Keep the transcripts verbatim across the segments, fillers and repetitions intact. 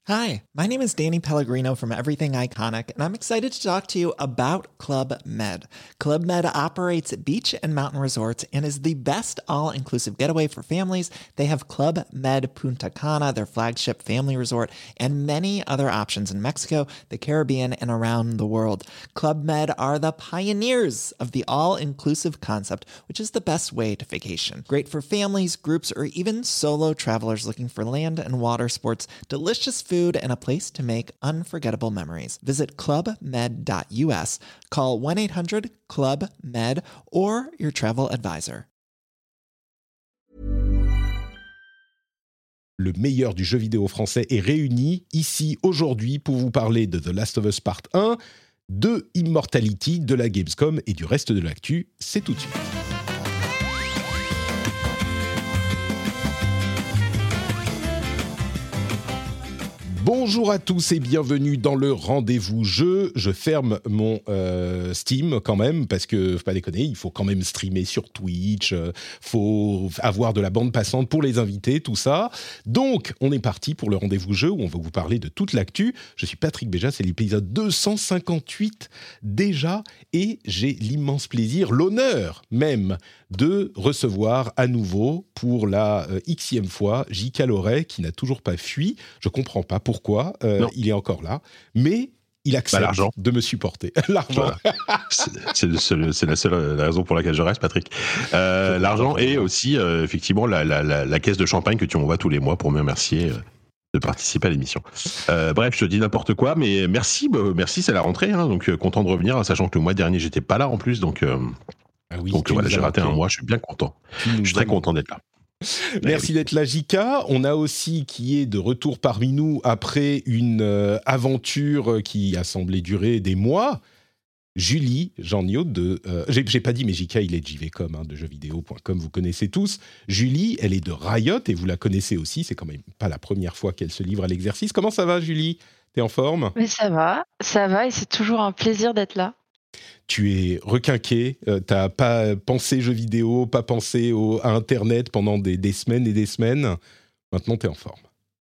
Hi, my name is Danny Pellegrino from Everything Iconic, and I'm excited to talk to you about Club Med. Club Med operates beach and mountain resorts and is the best all-inclusive getaway for families. They have Club Med Punta Cana, their flagship family resort, and many other options in Mexico, the Caribbean, and around the world. Club Med are the pioneers of the all-inclusive concept, which is the best way to vacation. Great for families, groups, or even solo travelers looking for land and water sports, delicious food, food, and a place to make unforgettable memories. Visit club med dot u s, call one eight hundred club med, or your travel advisor. Le meilleur du jeu vidéo français est réuni ici aujourd'hui pour vous parler de The Last of Us Part un, de Immortality, de la Gamescom et du reste de l'actu. C'est tout de suite. Bonjour à tous et bienvenue dans le rendez-vous jeu. Je ferme mon euh, Steam quand même parce que, faut pas déconner, il faut quand même streamer sur Twitch, euh, faut avoir de la bande passante pour les invités, tout ça. Donc, on est parti pour le rendez-vous jeu où on va vous parler de toute l'actu. Je suis Patrick Béja, c'est l'épisode deux cent cinquante-huit déjà et j'ai l'immense plaisir, l'honneur même, de recevoir à nouveau pour la euh, xème fois J K Loret qui n'a toujours pas fui. Je comprends pas pourquoi euh, il est encore là, mais il accepte bah, de me supporter. L'argent. Voilà. c'est, c'est, le seul, c'est la seule raison pour laquelle je reste, Patrick. Euh, l'argent et aussi euh, effectivement la, la, la, la caisse de champagne que tu m'envoies tous les mois pour me remercier euh, de participer à l'émission. Euh, bref, je te dis n'importe quoi, mais merci, bah, merci, c'est la rentrée, hein, donc euh, content de revenir, hein, sachant que le mois dernier j'étais pas là en plus, donc. Euh, Ah oui, Donc voilà, j'ai raté un mois, je suis bien content. Je suis très content d'être là. Merci d'être là, J K. On a aussi qui est de retour parmi nous après une euh, aventure qui a semblé durer des mois. Julie Jeanniot de... Euh, j'ai, j'ai pas dit, mais J K, il est de J V point com, hein, de jeux vidéo point com, vous connaissez tous. Julie, elle est de Riot et vous la connaissez aussi. C'est quand même pas la première fois qu'elle se livre à l'exercice. Comment ça va, Julie ? T'es en forme ? Mais ça va, ça va et c'est toujours un plaisir d'être là. Tu es requinqué, euh, t'as pas pensé jeux vidéo, pas pensé au, à Internet pendant des, des semaines et des semaines. Maintenant, t'es en forme.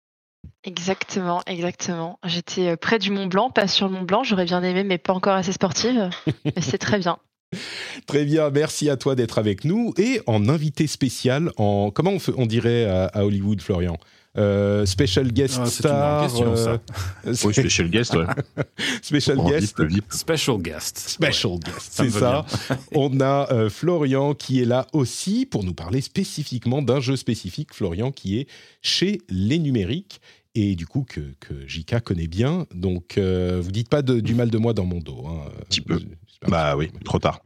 Exactement, exactement. J'étais près du Mont Blanc, pas sur le Mont Blanc, j'aurais bien aimé, mais pas encore assez sportive. Mais c'est très bien. Très bien, merci à toi d'être avec nous. Et en invité spécial, en comment on, fait, on dirait à, à Hollywood, Florian ? Euh, special guest ah, c'est star. C'est une question, euh, ça. Oui, special guest, ouais. special en guest. Vip, vip. Special guest. Special ouais. guest, ça c'est ça. On a euh, Florian qui est là aussi pour nous parler spécifiquement d'un jeu spécifique, Florian, qui est chez Les Numériques et du coup que, que J K connaît bien. Donc, euh, vous dites pas de, du mal de moi dans mon dos. Hein. Un petit peu. Bah oui, trop tard.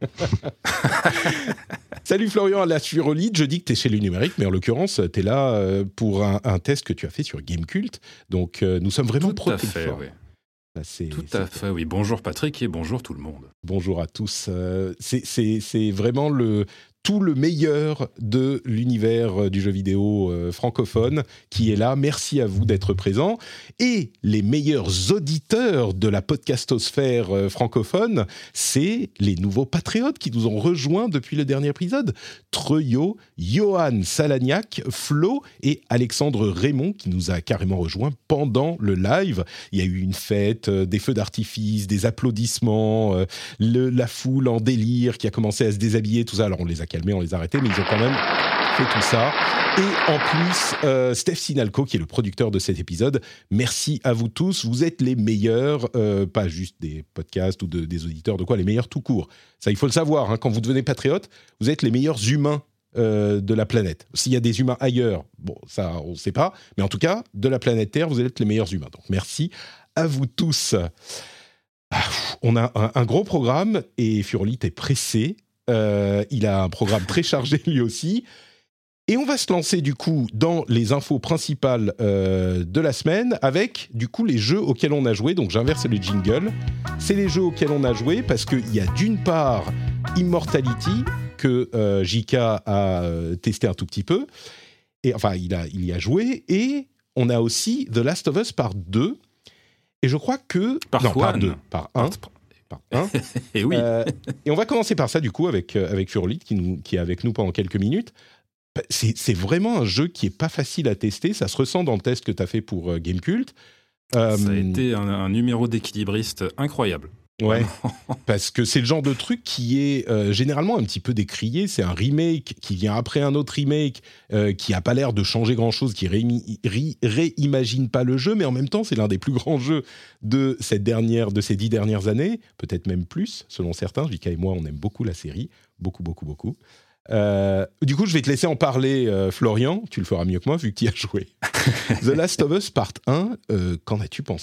Salut Florian, à la Suirolite, je dis que tu es chez Les Numériques, mais en l'occurrence, tu es là euh, pour un, un test que tu as fait sur Gamecult. Donc, euh, nous sommes vraiment Tout à protecteurs. fait, oui. Là, c'est, tout c'est... à fait, oui. Bonjour Patrick et bonjour tout le monde. Bonjour à tous. Euh, c'est, c'est, c'est vraiment le, tout le meilleur de l'univers du jeu vidéo euh, francophone qui est là. Merci à vous d'être présents. Et les meilleurs auditeurs de la podcastosphère euh, francophone, c'est les nouveaux patriotes qui nous ont rejoints depuis le dernier épisode. Treuillot, Johan Salagnac, Flo et Alexandre Raymond qui nous a carrément rejoints pendant le live. Il y a eu une fête, euh, des feux d'artifice, des applaudissements, euh, le, la foule en délire qui a commencé à se déshabiller, tout ça. Alors on les a calmés, on les a arrêtés, mais ils ont quand même fait tout ça. Et en plus, euh, Steph Sinalco, qui est le producteur de cet épisode, merci à vous tous. Vous êtes les meilleurs, euh, pas juste des podcasts ou de, des auditeurs, de quoi, les meilleurs tout court. Ça, il faut le savoir, hein, quand vous devenez patriote, vous êtes les meilleurs humains euh, de la planète. S'il y a des humains ailleurs, bon, ça, on ne sait pas. Mais en tout cas, de la planète Terre, vous êtes les meilleurs humains. Donc, merci à vous tous. Ah, on a un, un gros programme et Furolite est pressé. Euh, il a un programme très chargé lui aussi. Et on va se lancer du coup dans les infos principales euh, de la semaine avec du coup les jeux auxquels on a joué. Donc j'inverse le jingle. C'est les jeux auxquels on a joué parce qu'il y a d'une part Immortality que euh, J K a euh, testé un tout petit peu. Et, enfin, il, a, il y a joué. Et on a aussi The Last of Us par deux. Et je crois que... Par non, one. par deux. Par un. Par un. et oui. Euh, et on va commencer par ça du coup avec, euh, avec Furolite qui, nous, qui est avec nous pendant quelques minutes. C'est, c'est vraiment un jeu qui n'est pas facile à tester. Ça se ressent dans le test que tu as fait pour euh, Gamecult. Euh, Ça a été un, un numéro d'équilibriste incroyable. Ouais, parce que c'est le genre de truc qui est euh, généralement un petit peu décrié. C'est un remake qui vient après un autre remake euh, qui n'a pas l'air de changer grand-chose, qui réimi- ré- réimagine pas le jeu, mais en même temps, c'est l'un des plus grands jeux de, cette dernière, de ces dix dernières années, peut-être même plus, selon certains. J K et moi, on aime beaucoup la série, beaucoup, beaucoup, beaucoup. Euh, du coup, je vais te laisser en parler, euh, Florian. Tu le feras mieux que moi, vu que tu y as joué. The Last of Us Part un, euh, qu'en as-tu pensé ?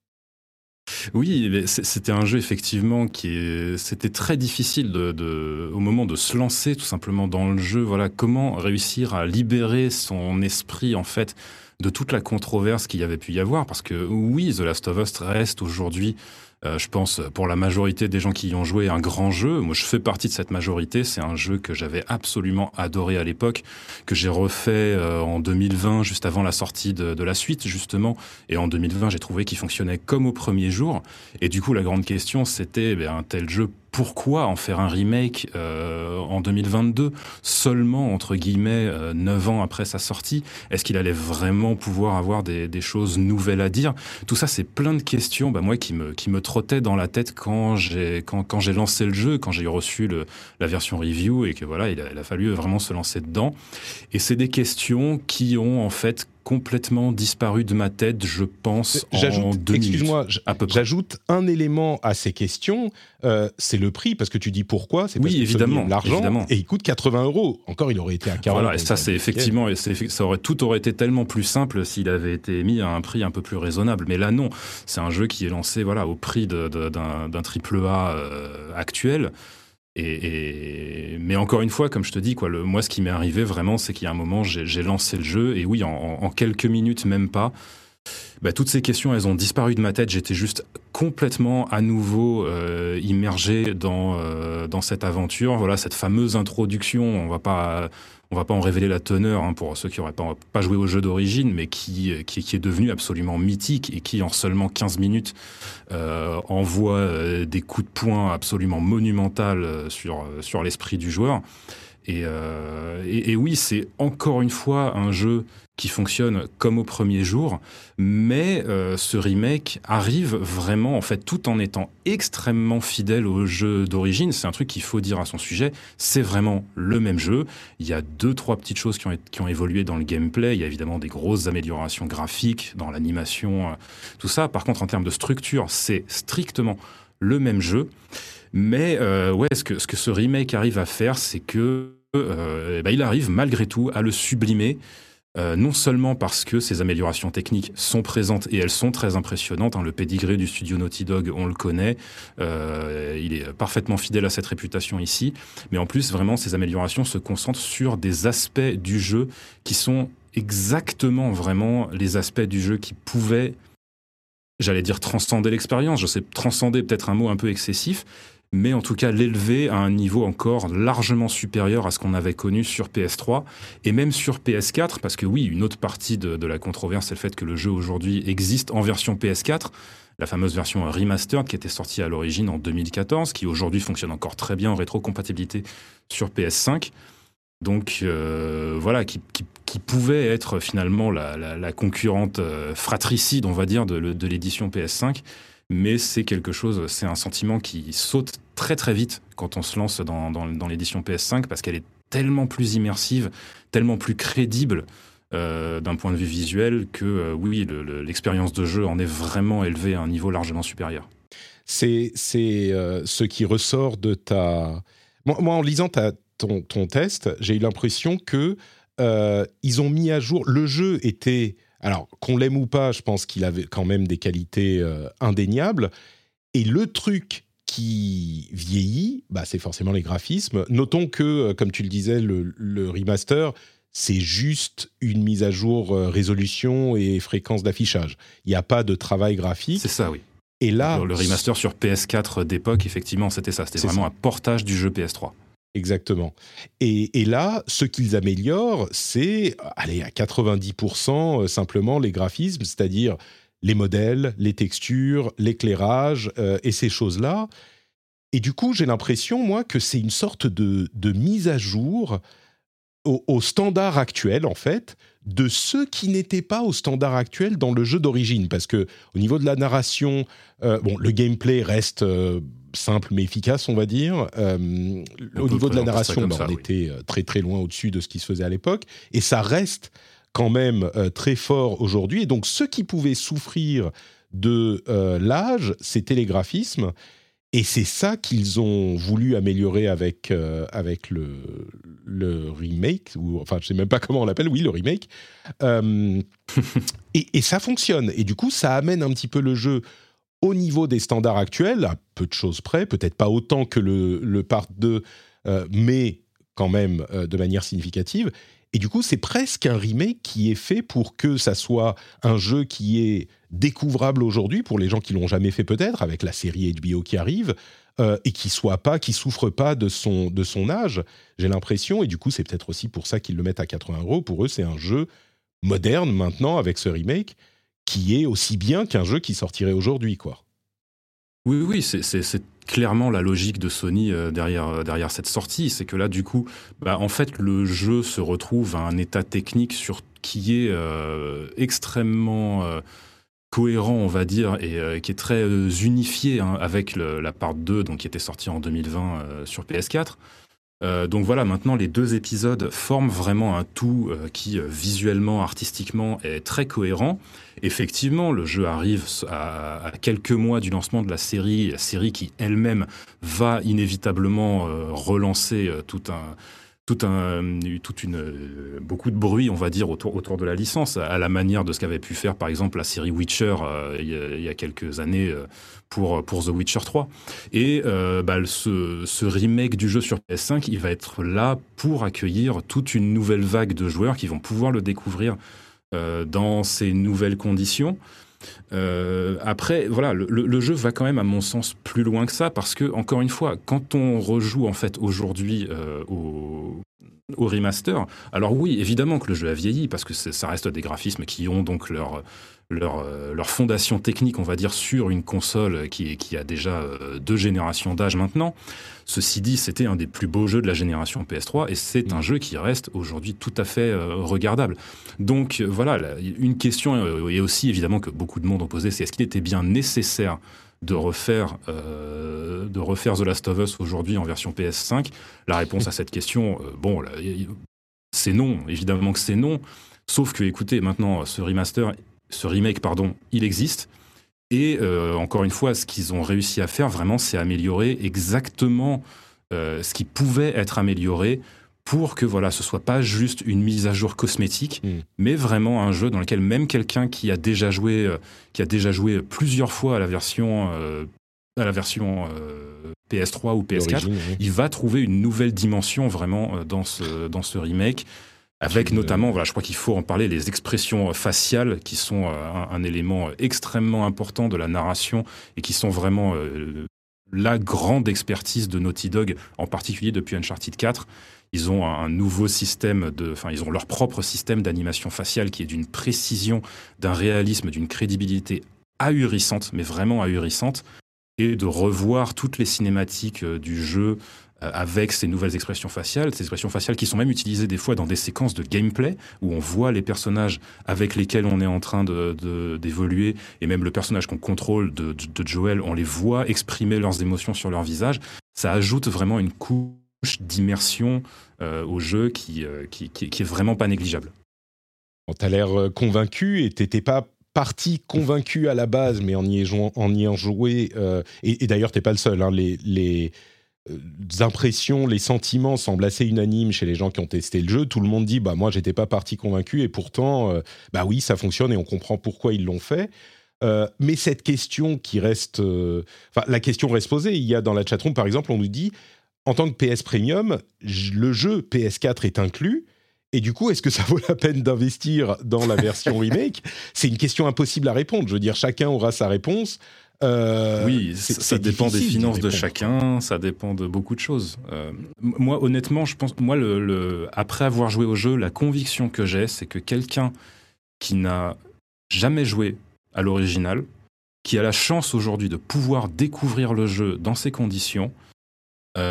Oui, c'était un jeu effectivement qui est, c'était très difficile de, de, au moment de se lancer tout simplement dans le jeu. Voilà, comment réussir à libérer son esprit en fait de toute la controverse qu'il y avait pu y avoir, parce que oui, The Last of Us reste aujourd'hui, euh, je pense pour la majorité des gens qui y ont joué, un grand jeu. Moi, je fais partie de cette majorité. C'est un jeu que j'avais absolument adoré à l'époque, que j'ai refait euh, en deux mille vingt, juste avant la sortie de, de la suite justement. Et en deux mille vingt, j'ai trouvé qu'il fonctionnait comme au premier jour. Et du coup, la grande question, c'était ben, un tel jeu, pourquoi en faire un remake euh, en deux mille vingt-deux, seulement, entre guillemets, euh, neuf ans après sa sortie? Est-ce qu'il allait vraiment pouvoir avoir des, des choses nouvelles à dire? Tout ça, c'est plein de questions, bah, moi, qui me, qui me trottaient dans la tête quand j'ai, quand, quand j'ai lancé le jeu, quand j'ai reçu le, la version review, et que voilà, il a, il a fallu vraiment se lancer dedans. Et c'est des questions qui ont, en fait, complètement disparu de ma tête, je pense, j'ajoute, en deux excuse-moi, minutes, à peu près. J'ajoute un élément à ces questions, euh, c'est le prix, parce que tu dis pourquoi, c'est parce oui, que évidemment, Sony aime l'argent, évidemment. Et il coûte quatre-vingts euros. Encore, il aurait été à quarante. Voilà, et ça, c'est effectivement, c'est, ça aurait, tout aurait été tellement plus simple s'il avait été mis à un prix un peu plus raisonnable. Mais là, non, c'est un jeu qui est lancé, voilà, au prix de, de, d'un, d'un triple A euh, actuel. Et, et, mais encore une fois, comme je te dis, quoi, le, moi, ce qui m'est arrivé vraiment, c'est qu'il y a un moment, j'ai, j'ai lancé le jeu, et oui, en, en quelques minutes, même pas, bah, toutes ces questions, elles ont disparu de ma tête. J'étais juste complètement à nouveau euh, immergé dans, euh, dans cette aventure. Voilà, cette fameuse introduction, on va pas... On va pas en révéler la teneur hein, pour ceux qui n'auraient pas, pas joué au jeu d'origine, mais qui, qui, qui est devenu absolument mythique et qui, en seulement quinze minutes, euh, envoie euh, des coups de poing absolument monumentaux sur, sur l'esprit du joueur. Et, euh, et, et oui, c'est encore une fois un jeu qui fonctionne comme au premier jour, mais euh, ce remake arrive vraiment, en fait, tout en étant extrêmement fidèle au jeu d'origine. C'est un truc qu'il faut dire à son sujet, c'est vraiment le même jeu. Il y a deux, trois petites choses qui ont, qui ont évolué dans le gameplay. Il y a évidemment des grosses améliorations graphiques dans l'animation, euh, tout ça. Par contre, en termes de structure, c'est strictement le même jeu. Mais euh, ouais, ce que, ce que ce remake arrive à faire, c'est que euh, eh ben, il arrive malgré tout à le sublimer. Euh, non seulement parce que ces améliorations techniques sont présentes et elles sont très impressionnantes, hein, le pédigré du studio Naughty Dog, on le connaît, euh, il est parfaitement fidèle à cette réputation ici, mais en plus, vraiment, ces améliorations se concentrent sur des aspects du jeu qui sont exactement, vraiment, les aspects du jeu qui pouvaient, j'allais dire transcender l'expérience, je sais, transcender peut-être un mot un peu excessif, mais en tout cas l'élever à un niveau encore largement supérieur à ce qu'on avait connu sur P S trois et même sur P S quatre, parce que oui, une autre partie de, de la controverse, c'est le fait que le jeu aujourd'hui existe en version P S quatre, la fameuse version remastered qui était sortie à l'origine en deux mille quatorze, qui aujourd'hui fonctionne encore très bien en rétrocompatibilité sur P S cinq. Donc euh, voilà, qui, qui, qui pouvait être finalement la, la, la concurrente euh, fratricide, on va dire, de, de l'édition P S cinq. Mais c'est quelque chose, c'est un sentiment qui saute très très vite quand on se lance dans, dans, dans l'édition P S cinq, parce qu'elle est tellement plus immersive, tellement plus crédible euh, d'un point de vue visuel que euh, oui, le, le, l'expérience de jeu en est vraiment élevée à un niveau largement supérieur. C'est, c'est euh, ce qui ressort de ta... Moi, moi en lisant ta, ton, ton test, j'ai eu l'impression que euh, ils ont mis à jour... Le jeu était... Alors, qu'on l'aime ou pas, je pense qu'il avait quand même des qualités euh, indéniables. Et le truc qui vieillit, bah, c'est forcément les graphismes. Notons que, euh, comme tu le disais, le, le remaster, c'est juste une mise à jour euh, résolution et fréquence d'affichage. Il n'y a pas de travail graphique. C'est ça, oui. Et là, le, le remaster sur P S quatre d'époque, effectivement, c'était ça. C'était c'est vraiment ça. Un portage du jeu P S trois. Exactement. Et, et là, ce qu'ils améliorent, c'est, allez, à quatre-vingt-dix pour cent simplement les graphismes, c'est-à-dire les modèles, les textures, l'éclairage euh, et ces choses-là. Et du coup, j'ai l'impression, moi, que c'est une sorte de, de mise à jour au, au standard actuel, en fait, de ce qui n'était pas au standard actuel dans le jeu d'origine. Parce que au niveau de la narration, euh, bon, le gameplay reste euh, simple mais efficace, on va dire. Euh, au niveau de la narration, bah, ça, on oui. était très très loin au-dessus de ce qui se faisait à l'époque. Et ça reste quand même euh, très fort aujourd'hui. Et donc, ceux qui pouvaient souffrir de euh, l'âge, c'était les graphismes. Et c'est ça qu'ils ont voulu améliorer avec, euh, avec le, le remake, ou enfin je ne sais même pas comment on l'appelle, oui le remake. Euh, et, et ça fonctionne. Et du coup, ça amène un petit peu le jeu au niveau des standards actuels, à peu de choses près, peut-être pas autant que le, le Part deux, euh, mais quand même euh, de manière significative. Et du coup, c'est presque un remake qui est fait pour que ça soit un jeu qui est découvrable aujourd'hui pour les gens qui l'ont jamais fait peut-être, avec la série H B O qui arrive, euh, et qui soit pas, qui souffre pas de son de son âge. J'ai l'impression, et du coup, c'est peut-être aussi pour ça qu'ils le mettent à quatre-vingts euros. Pour eux, c'est un jeu moderne maintenant avec ce remake qui est aussi bien qu'un jeu qui sortirait aujourd'hui, quoi. Oui, oui, c'est, c'est, c'est clairement la logique de Sony euh, derrière, euh, derrière cette sortie. C'est que là, du coup, bah, en fait, le jeu se retrouve à un état technique sur, qui est euh, extrêmement euh, cohérent, on va dire, et euh, qui est très euh, unifié hein, avec le, la part deux, donc, qui était sortie en deux mille vingt euh, sur P S quatre. Euh, donc voilà, maintenant les deux épisodes forment vraiment un tout euh, qui euh, visuellement, artistiquement est très cohérent. Effectivement, le jeu arrive à, à quelques mois du lancement de la série, la série qui elle-même va inévitablement euh, relancer euh, tout un, tout un, toute une, euh, beaucoup de bruit, on va dire, autour, autour de la licence, à la manière de ce qu'avait pu faire par exemple la série Witcher euh, il, y a, il y a quelques années euh, pour, pour The Witcher trois. Et euh, bah, ce, ce remake du jeu sur P S cinq, il va être là pour accueillir toute une nouvelle vague de joueurs qui vont pouvoir le découvrir euh, dans ces nouvelles conditions. Euh, après, voilà, le, le jeu va quand même, à mon sens, plus loin que ça, parce que, encore une fois, quand on rejoue en fait aujourd'hui euh, au, au remaster, alors oui, évidemment que le jeu a vieilli, parce que ça reste des graphismes qui ont donc leur leur, leur fondation technique, on va dire, sur une console qui, qui a déjà euh, deux générations d'âge maintenant. Ceci dit, c'était un des plus beaux jeux de la génération P S trois et c'est un jeu qui reste aujourd'hui tout à fait euh, regardable. Donc euh, voilà, là, une question, euh, et aussi évidemment que beaucoup de monde ont posé, c'est est-ce qu'il était bien nécessaire de refaire, euh, de refaire The Last of Us aujourd'hui en version P S cinq? La réponse à cette question, euh, bon, là, c'est non, évidemment que c'est non. Sauf que, écoutez, maintenant, ce remaster, ce remake, pardon, il existe. Et euh, encore une fois, ce qu'ils ont réussi à faire, vraiment, c'est améliorer exactement euh, ce qui pouvait être amélioré pour que voilà, ce soit pas juste une mise à jour cosmétique, mmh. mais vraiment un jeu dans lequel même quelqu'un qui a déjà joué, euh, qui a déjà joué plusieurs fois à la version, euh, à la version euh, P S trois ou P S quatre, oui. il va trouver une nouvelle dimension vraiment euh, dans ce dans ce remake. Avec notamment, voilà, je crois qu'il faut en parler, les expressions faciales qui sont euh, un, un élément extrêmement important de la narration et qui sont vraiment euh, la grande expertise de Naughty Dog, en particulier depuis Uncharted quatre. Ils ont un, un nouveau système de, enfin, ils ont leur propre système d'animation faciale qui est d'une précision, d'un réalisme, d'une crédibilité ahurissante, mais vraiment ahurissante, et de revoir toutes les cinématiques euh, du jeu avec ces nouvelles expressions faciales, ces expressions faciales qui sont même utilisées des fois dans des séquences de gameplay où on voit les personnages avec lesquels on est en train de, de, d'évoluer et même le personnage qu'on contrôle de, de, de Joel, on les voit exprimer leurs émotions sur leur visage. Ça ajoute vraiment une couche d'immersion euh, au jeu qui, euh, qui, qui, qui est vraiment pas négligeable. Bon, t'as l'air convaincu et t'étais pas parti convaincu à la base, mais en y, jouant, en y ayant joué, euh, et, et d'ailleurs t'es pas le seul, hein, les... les les impressions, les sentiments semblent assez unanimes chez les gens qui ont testé le jeu. Tout le monde dit bah moi j'étais pas parti convaincu et pourtant euh, bah oui ça fonctionne et on comprend pourquoi ils l'ont fait. Euh, mais cette question qui reste, euh, enfin la question reste posée. Il y a dans la chatroom par exemple on nous dit en tant que P S Premium le jeu P S quatre est inclus. Et du coup, est-ce que ça vaut la peine d'investir dans la version remake ? C'est une question impossible à répondre. Je veux dire, chacun aura sa réponse. Euh, oui, c'est, ça c'est dépend des finances de chacun, ça dépend de beaucoup de choses. Euh, moi, honnêtement, je pense, moi, le, le, après avoir joué au jeu, la conviction que j'ai, c'est que quelqu'un qui n'a jamais joué à l'original, qui a la chance aujourd'hui de pouvoir découvrir le jeu dans ces conditions, euh,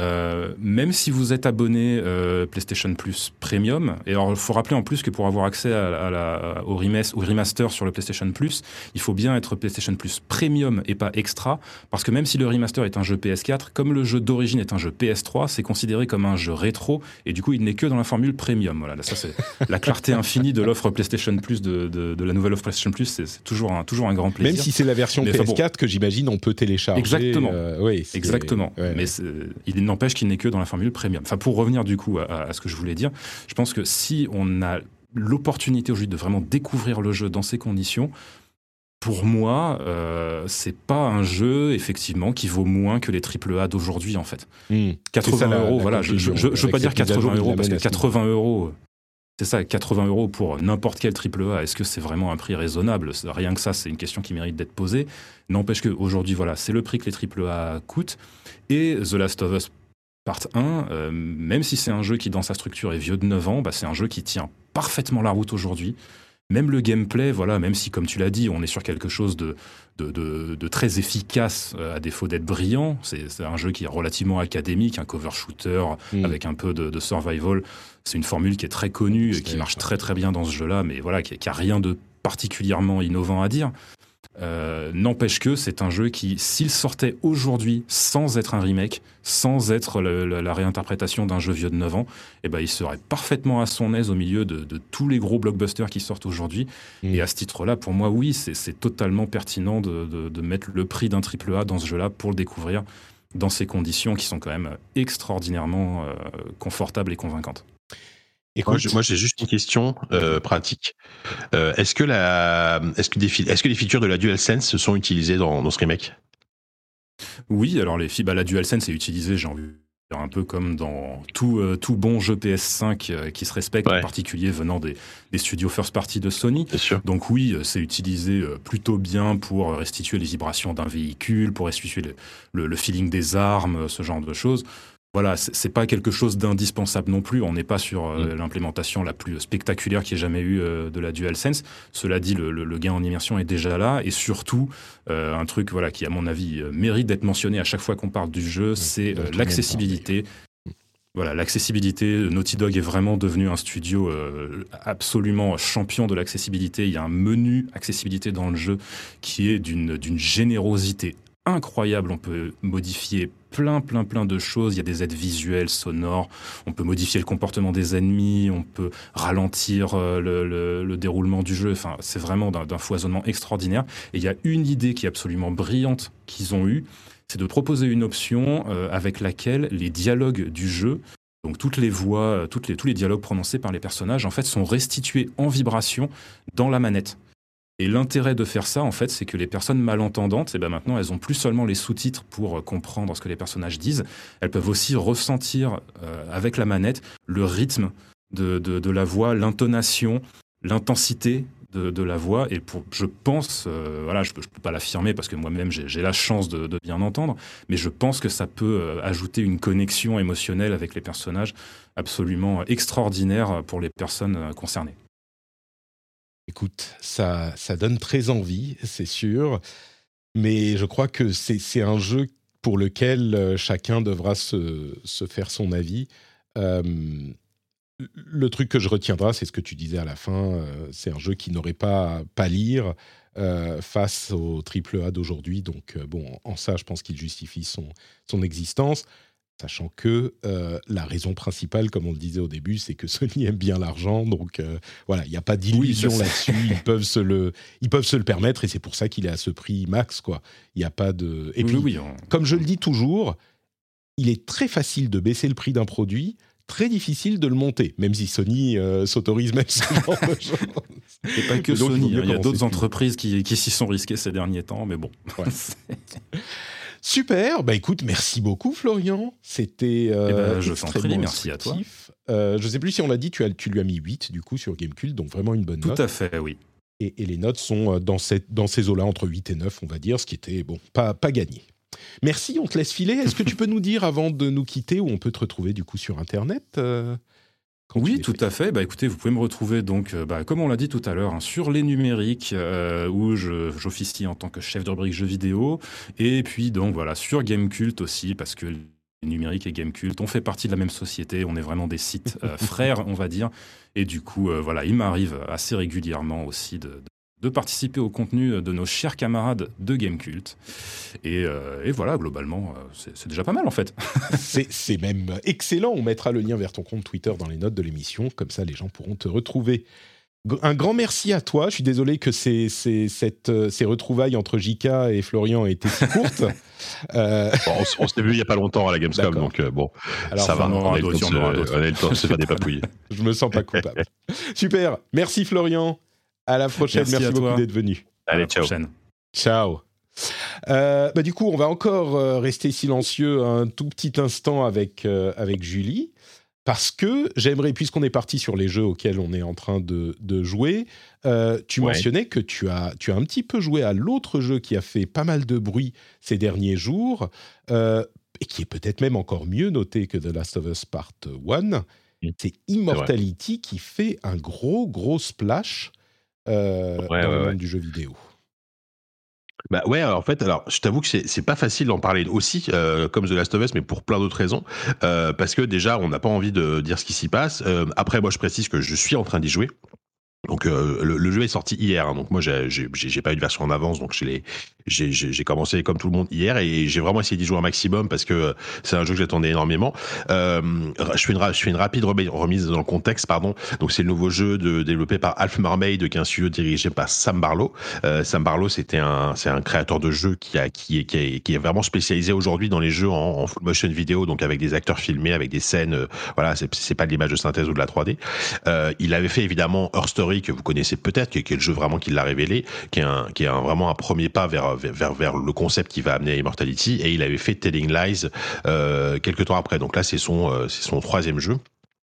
Euh, même si vous êtes abonné euh, PlayStation Plus Premium, et alors il faut rappeler en plus que pour avoir accès à, à la, au, remas- au remaster sur le PlayStation Plus, il faut bien être PlayStation Plus Premium et pas Extra, parce que même si le remaster est un jeu P S quatre, comme le jeu d'origine est un jeu P S trois, c'est considéré comme un jeu rétro, et du coup il n'est que dans la formule Premium. Voilà, là, ça c'est la clarté infinie de l'offre PlayStation Plus, de, de, de la nouvelle offre PlayStation Plus, c'est, c'est toujours, un, toujours un grand plaisir. Même si c'est la version Mais P S quatre bon, que j'imagine on peut télécharger. Exactement. Euh, oui, c'est... Exactement. Ouais, mais c'est, il n'empêche qu'il n'est que dans la formule Premium. Enfin, pour revenir du coup à, à ce que je voulais dire, je pense que si on a l'opportunité aujourd'hui de vraiment découvrir le jeu dans ces conditions, pour moi, euh, c'est pas un jeu effectivement qui vaut moins que les triple A d'aujourd'hui en fait. Mmh. quatre-vingts euros, voilà. Je, je, je, je veux pas dire quatre-vingts euros parce que menace, quatre-vingts euros. C'est ça, quatre-vingts euros pour n'importe quel triple A, est-ce que c'est vraiment un prix raisonnable ? Rien que ça, c'est une question qui mérite d'être posée. N'empêche qu'aujourd'hui, voilà, c'est le prix que les triple A coûtent. Et The Last of Us Part un, euh, même si c'est un jeu qui, dans sa structure, est vieux de neuf ans, bah, c'est un jeu qui tient parfaitement la route aujourd'hui. Même le gameplay, voilà, même si, comme tu l'as dit, on est sur quelque chose de, de, de, de très efficace, euh, à défaut d'être brillant. C'est, c'est un jeu qui est relativement académique, un cover shooter mmh. avec un peu de, de survival. C'est une formule qui est très connue et qui marche très très bien dans ce jeu-là, mais voilà, qui n'a rien de particulièrement innovant à dire. Euh, n'empêche que c'est un jeu qui, s'il sortait aujourd'hui sans être un remake, sans être le, le, la réinterprétation d'un jeu vieux de neuf ans, eh ben, il serait parfaitement à son aise au milieu de, de tous les gros blockbusters qui sortent aujourd'hui. Mmh. Et à ce titre-là, pour moi, oui, c'est, c'est totalement pertinent de, de, de mettre le prix d'un triple A dans ce jeu-là pour le découvrir dans ces conditions qui sont quand même extraordinairement euh, confortables et convaincantes. Moi, je, moi, j'ai juste une question euh, pratique. Euh, est-ce que la, est-ce que des, est-ce que les features de la DualSense se sont utilisées dans, dans ce remake ? Oui, alors les bah, la DualSense est utilisée, j'ai envie de dire, un peu comme dans tout, euh, tout bon jeu P S cinq euh, qui se respecte, ouais. En particulier venant des, des studios first party de Sony. Bien sûr. Donc oui, c'est utilisé euh, plutôt bien pour restituer les vibrations d'un véhicule, pour restituer le, le, le feeling des armes, ce genre de choses. Voilà, c'est pas quelque chose d'indispensable non plus. On n'est pas sur euh, mmh. l'implémentation la plus spectaculaire qu'il y ait jamais eu euh, de la DualSense. Cela dit, le, le, le gain en immersion est déjà là. Et surtout, euh, un truc voilà, qui, à mon avis, euh, mérite d'être mentionné à chaque fois qu'on parle du jeu, mmh. c'est euh, l'accessibilité. Voilà, l'accessibilité. Naughty Dog est vraiment devenu un studio euh, absolument champion de l'accessibilité. Il y a un menu accessibilité dans le jeu qui est d'une, d'une générosité incroyable. On peut modifier plein, plein, plein de choses. Il y a des aides visuelles, sonores. On peut modifier le comportement des ennemis. On peut ralentir euh, le, le, le déroulement du jeu. Enfin, c'est vraiment d'un, d'un foisonnement extraordinaire. Et il y a une idée qui est absolument brillante qu'ils ont eue, c'est de proposer une option euh, avec laquelle les dialogues du jeu, donc toutes les voix, toutes les, tous les dialogues prononcés par les personnages, en fait, sont restitués en vibration dans la manette. Et l'intérêt de faire ça, en fait, c'est que les personnes malentendantes, eh ben maintenant, elles n'ont plus seulement les sous-titres pour comprendre ce que les personnages disent, elles peuvent aussi ressentir euh, avec la manette le rythme de, de, de la voix, l'intonation, l'intensité de, de la voix. Et pour, je pense, euh, voilà, je ne peux, je peux pas l'affirmer parce que moi-même, j'ai, j'ai la chance de, de bien entendre, mais je pense que ça peut euh, ajouter une connexion émotionnelle avec les personnages absolument extraordinaire pour les personnes euh, concernées. Écoute, ça, ça donne très envie, c'est sûr, mais je crois que c'est, c'est un jeu pour lequel chacun devra se, se faire son avis. Euh, le truc que je retiendrai, c'est ce que tu disais à la fin, euh, c'est un jeu qui n'aurait pas à pâlir euh, face au triple A d'aujourd'hui, donc euh, bon, en ça, je pense qu'il justifie son, son existence. Sachant que euh, la raison principale, comme on le disait au début, c'est que Sony aime bien l'argent, donc euh, voilà, il n'y a pas d'illusion oui, là-dessus. Ils peuvent se le, ils peuvent se le permettre, et c'est pour ça qu'il est à ce prix max, quoi. Il n'y a pas de. Et puis, oui, oui, on... comme je le dis toujours, il est très facile de baisser le prix d'un produit, très difficile de le monter, même si Sony euh, s'autorise même ce genre de choses. Et pas que donc, Sony, il, hein, il y a d'autres entreprises qui, qui s'y sont risquées ces derniers temps, mais bon. Ouais. Super, bah écoute, merci beaucoup Florian, c'était euh, eh ben, je extrêmement merci à toi. Euh, je ne sais plus si on l'a dit, tu, as, tu lui as mis huit du coup sur Gamecult, donc vraiment une bonne Tout note. Tout à fait, oui. Et, et les notes sont dans, cette, dans ces eaux-là, entre huit et neuf, on va dire, ce qui était, bon, pas, pas gagné. Merci, on te laisse filer. Est-ce que tu peux nous dire, avant de nous quitter, où on peut te retrouver du coup sur Internet euh Oui, tout fait. à fait. Bah, écoutez, vous pouvez me retrouver, donc, bah, comme on l'a dit tout à l'heure, hein, sur les numériques, euh, où je, j'officie en tant que chef de rubrique jeux vidéo, et puis donc voilà, sur Gamecult aussi, parce que Numérique et Gamecult, on fait partie de la même société, on est vraiment des sites euh, frères, on va dire. Et du coup, euh, voilà, il m'arrive assez régulièrement aussi de, de, de participer au contenu de nos chers camarades de Gamecult. Et, euh, et voilà, globalement, euh, c'est, c'est déjà pas mal en fait. c'est, c'est même excellent. On mettra le lien vers ton compte Twitter dans les notes de l'émission, comme ça les gens pourront te retrouver. Un grand merci à toi. Je suis désolé que ces, ces, cette, ces retrouvailles entre J K et Florian aient été si courtes. euh... bon, on, on s'est vu il n'y a pas longtemps à la Gamescom, D'accord. donc euh, bon, alors, ça va. On a eu le temps de se faire des papouilles. Je me sens pas coupable. Super. Merci Florian. À la prochaine. Merci, merci beaucoup toi. D'être venu. Allez, ciao. Prochaine. Ciao. Euh, bah, du coup, on va encore euh, rester silencieux un tout petit instant avec, euh, avec Julie. Parce que j'aimerais, puisqu'on est parti sur les jeux auxquels on est en train de, de jouer, euh, tu ouais. mentionnais que tu as, tu as un petit peu joué à l'autre jeu qui a fait pas mal de bruit ces derniers jours, euh, et qui est peut-être même encore mieux noté que The Last of Us Part un. Mmh. C'est Immortality C'est qui fait un gros, gros splash euh, ouais, dans ouais, le monde ouais. du jeu vidéo. Bah ouais, en fait, alors je t'avoue que c'est, c'est pas facile d'en parler aussi, euh, comme The Last of Us, mais pour plein d'autres raisons, euh, parce que déjà, on n'a pas envie de dire ce qui s'y passe. Euh, après, moi, je précise que je suis en train d'y jouer. Donc euh, le, le jeu est sorti hier, hein, donc moi j'ai, j'ai, j'ai pas eu de version en avance, donc je l'ai, j'ai, j'ai, j'ai commencé comme tout le monde hier et j'ai vraiment essayé d'y jouer un maximum parce que c'est un jeu que j'attendais énormément. Euh, je fais une, je fais une rapide remise dans le contexte, pardon. Donc c'est le nouveau jeu de, développé par Half Mermaid, qui est un studio dirigé par Sam Barlow. Euh, Sam Barlow, c'était un, c'est un créateur de jeux qui a, qui est, qui est, qui est vraiment spécialisé aujourd'hui dans les jeux en, en full motion vidéo, donc avec des acteurs filmés, avec des scènes. Euh, voilà, c'est, c'est pas de l'image de synthèse ou de la trois D. Euh, il avait fait évidemment Her Story, que vous connaissez peut-être, qui est, qui est le jeu vraiment qui l'a révélé, qui est, un, qui est un, vraiment un premier pas vers, vers, vers le concept qui va amener à Immortality, et il avait fait Telling Lies euh, quelques temps après. Donc là, c'est son, euh, c'est son troisième jeu.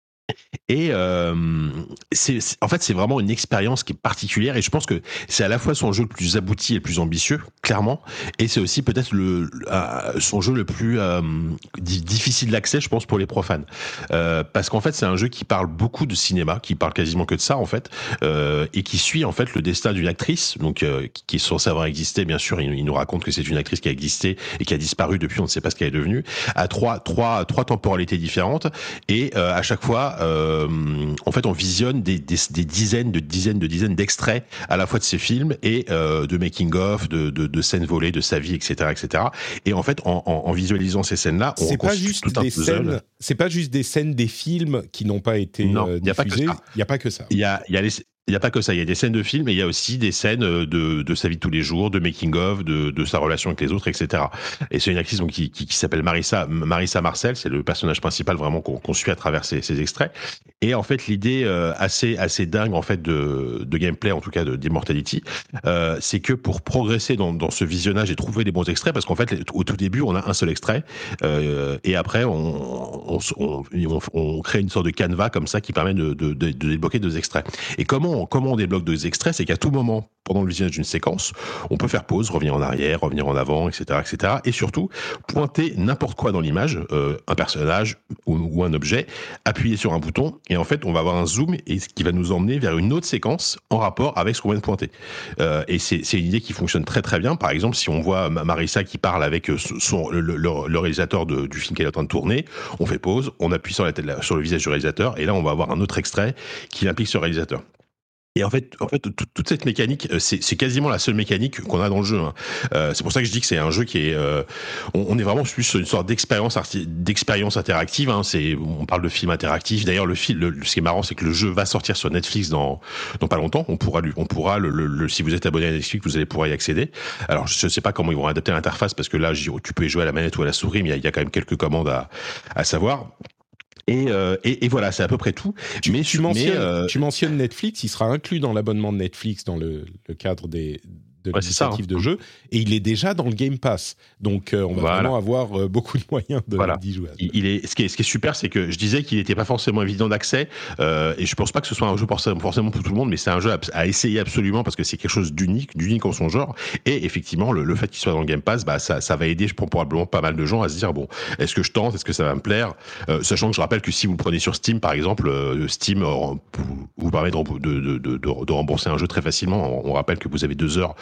Et euh, c'est, c'est, en fait, c'est vraiment une expérience qui est particulière, et je pense que c'est à la fois son jeu le plus abouti et le plus ambitieux, clairement, et c'est aussi peut-être le, euh, son jeu le plus euh, difficile d'accès, je pense, pour les profanes. Euh, parce qu'en fait, c'est un jeu qui parle beaucoup de cinéma, qui parle quasiment que de ça, en fait, euh, et qui suit, en fait, le destin d'une actrice, donc euh, qui est censée avoir existé, bien sûr, il, il nous raconte que c'est une actrice qui a existé et qui a disparu depuis, on ne sait pas ce qu'elle est devenue, à trois, trois, trois temporalités différentes, et euh, à chaque fois, euh, en fait, on visionne des, des, des dizaines de dizaines de dizaines d'extraits à la fois de ses films et euh, de making-of, de, de, de scènes volées de sa vie, et cetera, et cetera. Et en fait, en, en, en visualisant ces scènes-là, on c'est pas reconstruit juste tout un des puzzle. Scènes, c'est pas juste des scènes des films qui n'ont pas été non, euh, diffusées. Il n'y a pas que ça. Il y a, il y a les Il n'y a pas que ça, il y a des scènes de films, mais il y a aussi des scènes de, de sa vie de tous les jours, de making-of, de, de sa relation avec les autres, et cetera. Et c'est une actrice donc, qui, qui, qui s'appelle Marissa, Marissa Marcel, c'est le personnage principal vraiment qu'on, qu'on suit à travers ces, ces extraits. Et en fait, l'idée euh, assez, assez dingue en fait, de, de gameplay, en tout cas de, d'Immortality, euh, c'est que pour progresser dans, dans ce visionnage et trouver les bons extraits, parce qu'en fait, au tout début, on a un seul extrait, euh, et après, on, on, on, on, on crée une sorte de canevas comme ça qui permet de, de, de, de débloquer deux extraits. Et comment Comment on débloque deux extraits, c'est qu'à tout moment, pendant le visionnage d'une séquence, on peut faire pause, revenir en arrière, revenir en avant, et cetera, et cetera. Et surtout, pointer n'importe quoi dans l'image, euh, un personnage ou, ou un objet, appuyer sur un bouton, et en fait, on va avoir un zoom et qui va nous emmener vers une autre séquence en rapport avec ce qu'on vient de pointer. Euh, et c'est, c'est une idée qui fonctionne très très bien. Par exemple, si on voit Marissa qui parle avec son, le, le, le réalisateur de, du film qu'elle est en train de tourner, on fait pause, on appuie sur, la tête, sur le visage du réalisateur, et là, on va avoir un autre extrait qui implique ce réalisateur. Et en fait, en fait, toute, toute cette mécanique, c'est, c'est quasiment la seule mécanique qu'on a dans le jeu. Hein. Euh, c'est pour ça que je dis que c'est un jeu qui est, euh, on, on est vraiment plus sur une sorte d'expérience, arti- d'expérience interactive. Hein. C'est, on parle de film interactif. D'ailleurs, le film, le, ce qui est marrant, c'est que le jeu va sortir sur Netflix dans, dans pas longtemps. On pourra, lui, on pourra, le, le, le, si vous êtes abonné à Netflix, vous allez pouvoir y accéder. Alors, je ne sais pas comment ils vont adapter l'interface parce que là, tu peux y jouer à la manette ou à la souris, mais il y, y a quand même quelques commandes à, à savoir. Et, euh, et, et voilà, c'est à peu près tout. Tu, mais, tu, mentionnes, mais euh... tu mentionnes Netflix, il sera inclus dans l'abonnement de Netflix dans le, le cadre des, de ouais, l'initiative ça, hein. de jeu, et il est déjà dans le Game Pass. Donc, euh, on va voilà. vraiment avoir euh, beaucoup de moyens de, voilà. d'y jouer. Il, il est, ce, qui est, ce qui est super, c'est que je disais qu'il n'était pas forcément évident d'accès, euh, et je pense pas que ce soit un jeu pour, forcément pour tout le monde, mais c'est un jeu à, à essayer absolument parce que c'est quelque chose d'unique, d'unique en son genre. Et effectivement, le, le fait qu'il soit dans le Game Pass, bah, ça, ça va aider, je pense, probablement pas mal de gens à se dire, bon, est-ce que je tente, est-ce que ça va me plaire, euh, sachant que je rappelle que si vous le prenez sur Steam, par exemple, euh, Steam euh, vous permet de, de, de, de, de rembourser un jeu très facilement. On, on rappelle que vous avez deux heures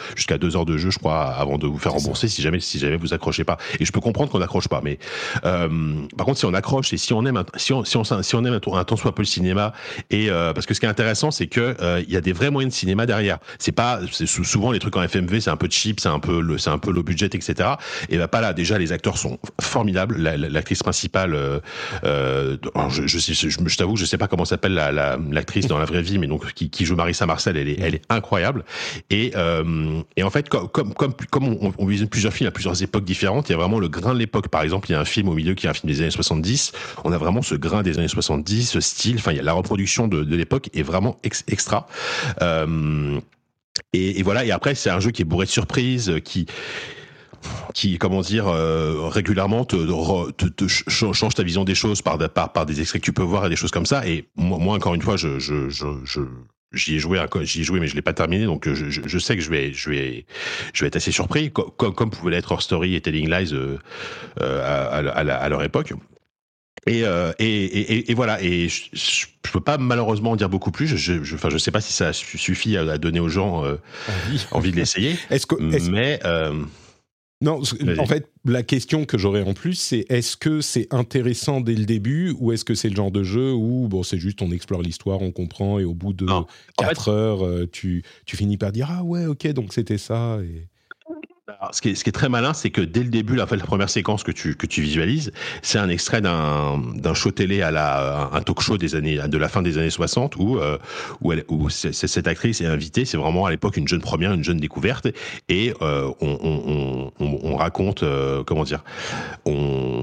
jusqu'à deux heures de jeu, je crois, avant de vous faire C'est rembourser si jamais, si jamais vous accrochez pas. Et je peux comprendre qu'on n'accroche pas, mais euh, par contre, si on accroche et si on aime, un, si on, si on, si on aime un, un tant soit peu le cinéma, et euh, parce que ce qui est intéressant, c'est que euh, il y a des vrais moyens de cinéma derrière. C'est pas, c'est souvent les trucs en F M V, c'est un peu cheap, c'est un peu le, c'est un peu low budget, et cetera. Et bah pas là. Déjà, les acteurs sont formidables. La, la, l'actrice principale, euh, euh, je, je, je, je, je t'avoue, je sais pas comment s'appelle la, la, l'actrice dans la vraie vie, mais donc qui, qui joue Marissa Marcel, elle est, elle est incroyable. Et, euh, et en fait, comme, comme, comme, comme on, on visionne plusieurs films à plusieurs époques différentes, il y a vraiment le grain de l'époque. Par exemple, il y a un film au milieu qui est un film des années soixante-dix. On a vraiment ce grain des années soixante-dix, ce style. Enfin, il y a la reproduction de, de l'époque est vraiment ex, extra. Euh, et, et voilà. Et après, c'est un jeu qui est bourré de surprises, qui qui, comment dire, euh, régulièrement te, te, te change ta vision des choses par, par, par des extraits que tu peux voir et des choses comme ça. Et moi, moi encore une fois, je, je, je, je j'y ai joué, j'y ai joué, mais je l'ai pas terminé, donc je, je, je sais que je vais, je vais, je vais être assez surpris, comme, comme pouvaient l'être Her Story et Telling Lies euh, euh, à, à, à, à leur époque. Et, euh, et, et, et voilà. Et je, je, je peux pas malheureusement en dire beaucoup plus. Je, je, enfin, je sais pas si ça suffit à, à donner aux gens euh, envie. envie de l'essayer. Est-ce que, est-ce... mais euh, Non, en fait, la question que j'aurais en plus, c'est est-ce que c'est intéressant dès le début ou est-ce que c'est le genre de jeu où bon, c'est juste on explore l'histoire, on comprend et au bout de non. quatre fait, heures, tu, tu finis par dire ah ouais, ok, donc c'était ça. Et... Alors, ce, qui est, ce qui est très malin, c'est que dès le début, la, la première séquence que tu, que tu visualises, c'est un extrait d'un, d'un show télé à la, un talk show des années, de la fin des années soixante où, euh, où, elle, où c'est, c'est, cette actrice est invitée. C'est vraiment à l'époque une jeune première, une jeune découverte. Et euh, on, on, on, on raconte, euh, comment dire, on...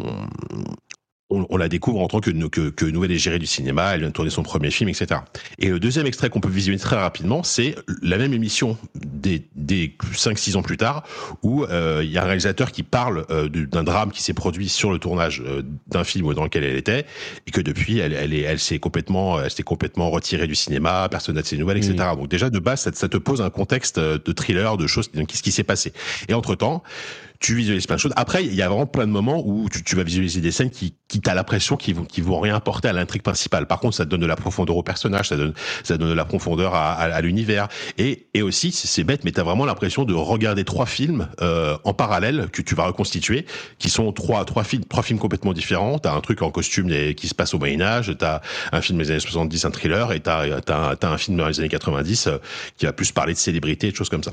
On, on la découvre en tant que, que, que nouvelle égérie du cinéma, elle vient de tourner son premier film, et cetera. Et le deuxième extrait qu'on peut visualiser très rapidement, c'est la même émission des, des cinq six ans plus tard, où il euh, y a un réalisateur qui parle euh, d'un drame qui s'est produit sur le tournage euh, d'un film dans lequel elle était, et que depuis, elle, elle, est, elle, s'est, complètement, elle s'est complètement retirée du cinéma, personne n'a de ses nouvelles, et cetera. Mmh. Donc déjà, de base, ça, ça te pose un contexte de thriller, de choses, qu'est-ce qui s'est passé. Et entre-temps, tu visualises plein de choses. Après, il y a vraiment plein de moments où tu, tu vas visualiser des scènes qui, qui t'as l'impression qu'ils vont, qu'ils vont rien apporter à l'intrigue principale. Par contre, ça te donne de la profondeur au personnage, ça donne, ça donne de la profondeur à, à, à l'univers. Et, et aussi, c'est, c'est bête, mais t'as vraiment l'impression de regarder trois films euh, en parallèle que tu vas reconstituer, qui sont trois, trois films, trois films complètement différents. T'as un truc en costume qui se passe au Moyen Âge, t'as un film des années soixante-dix, un thriller, et t'as, t'as, t'as un film dans les années quatre-vingt-dix euh, qui va plus parler de célébrités et de choses comme ça.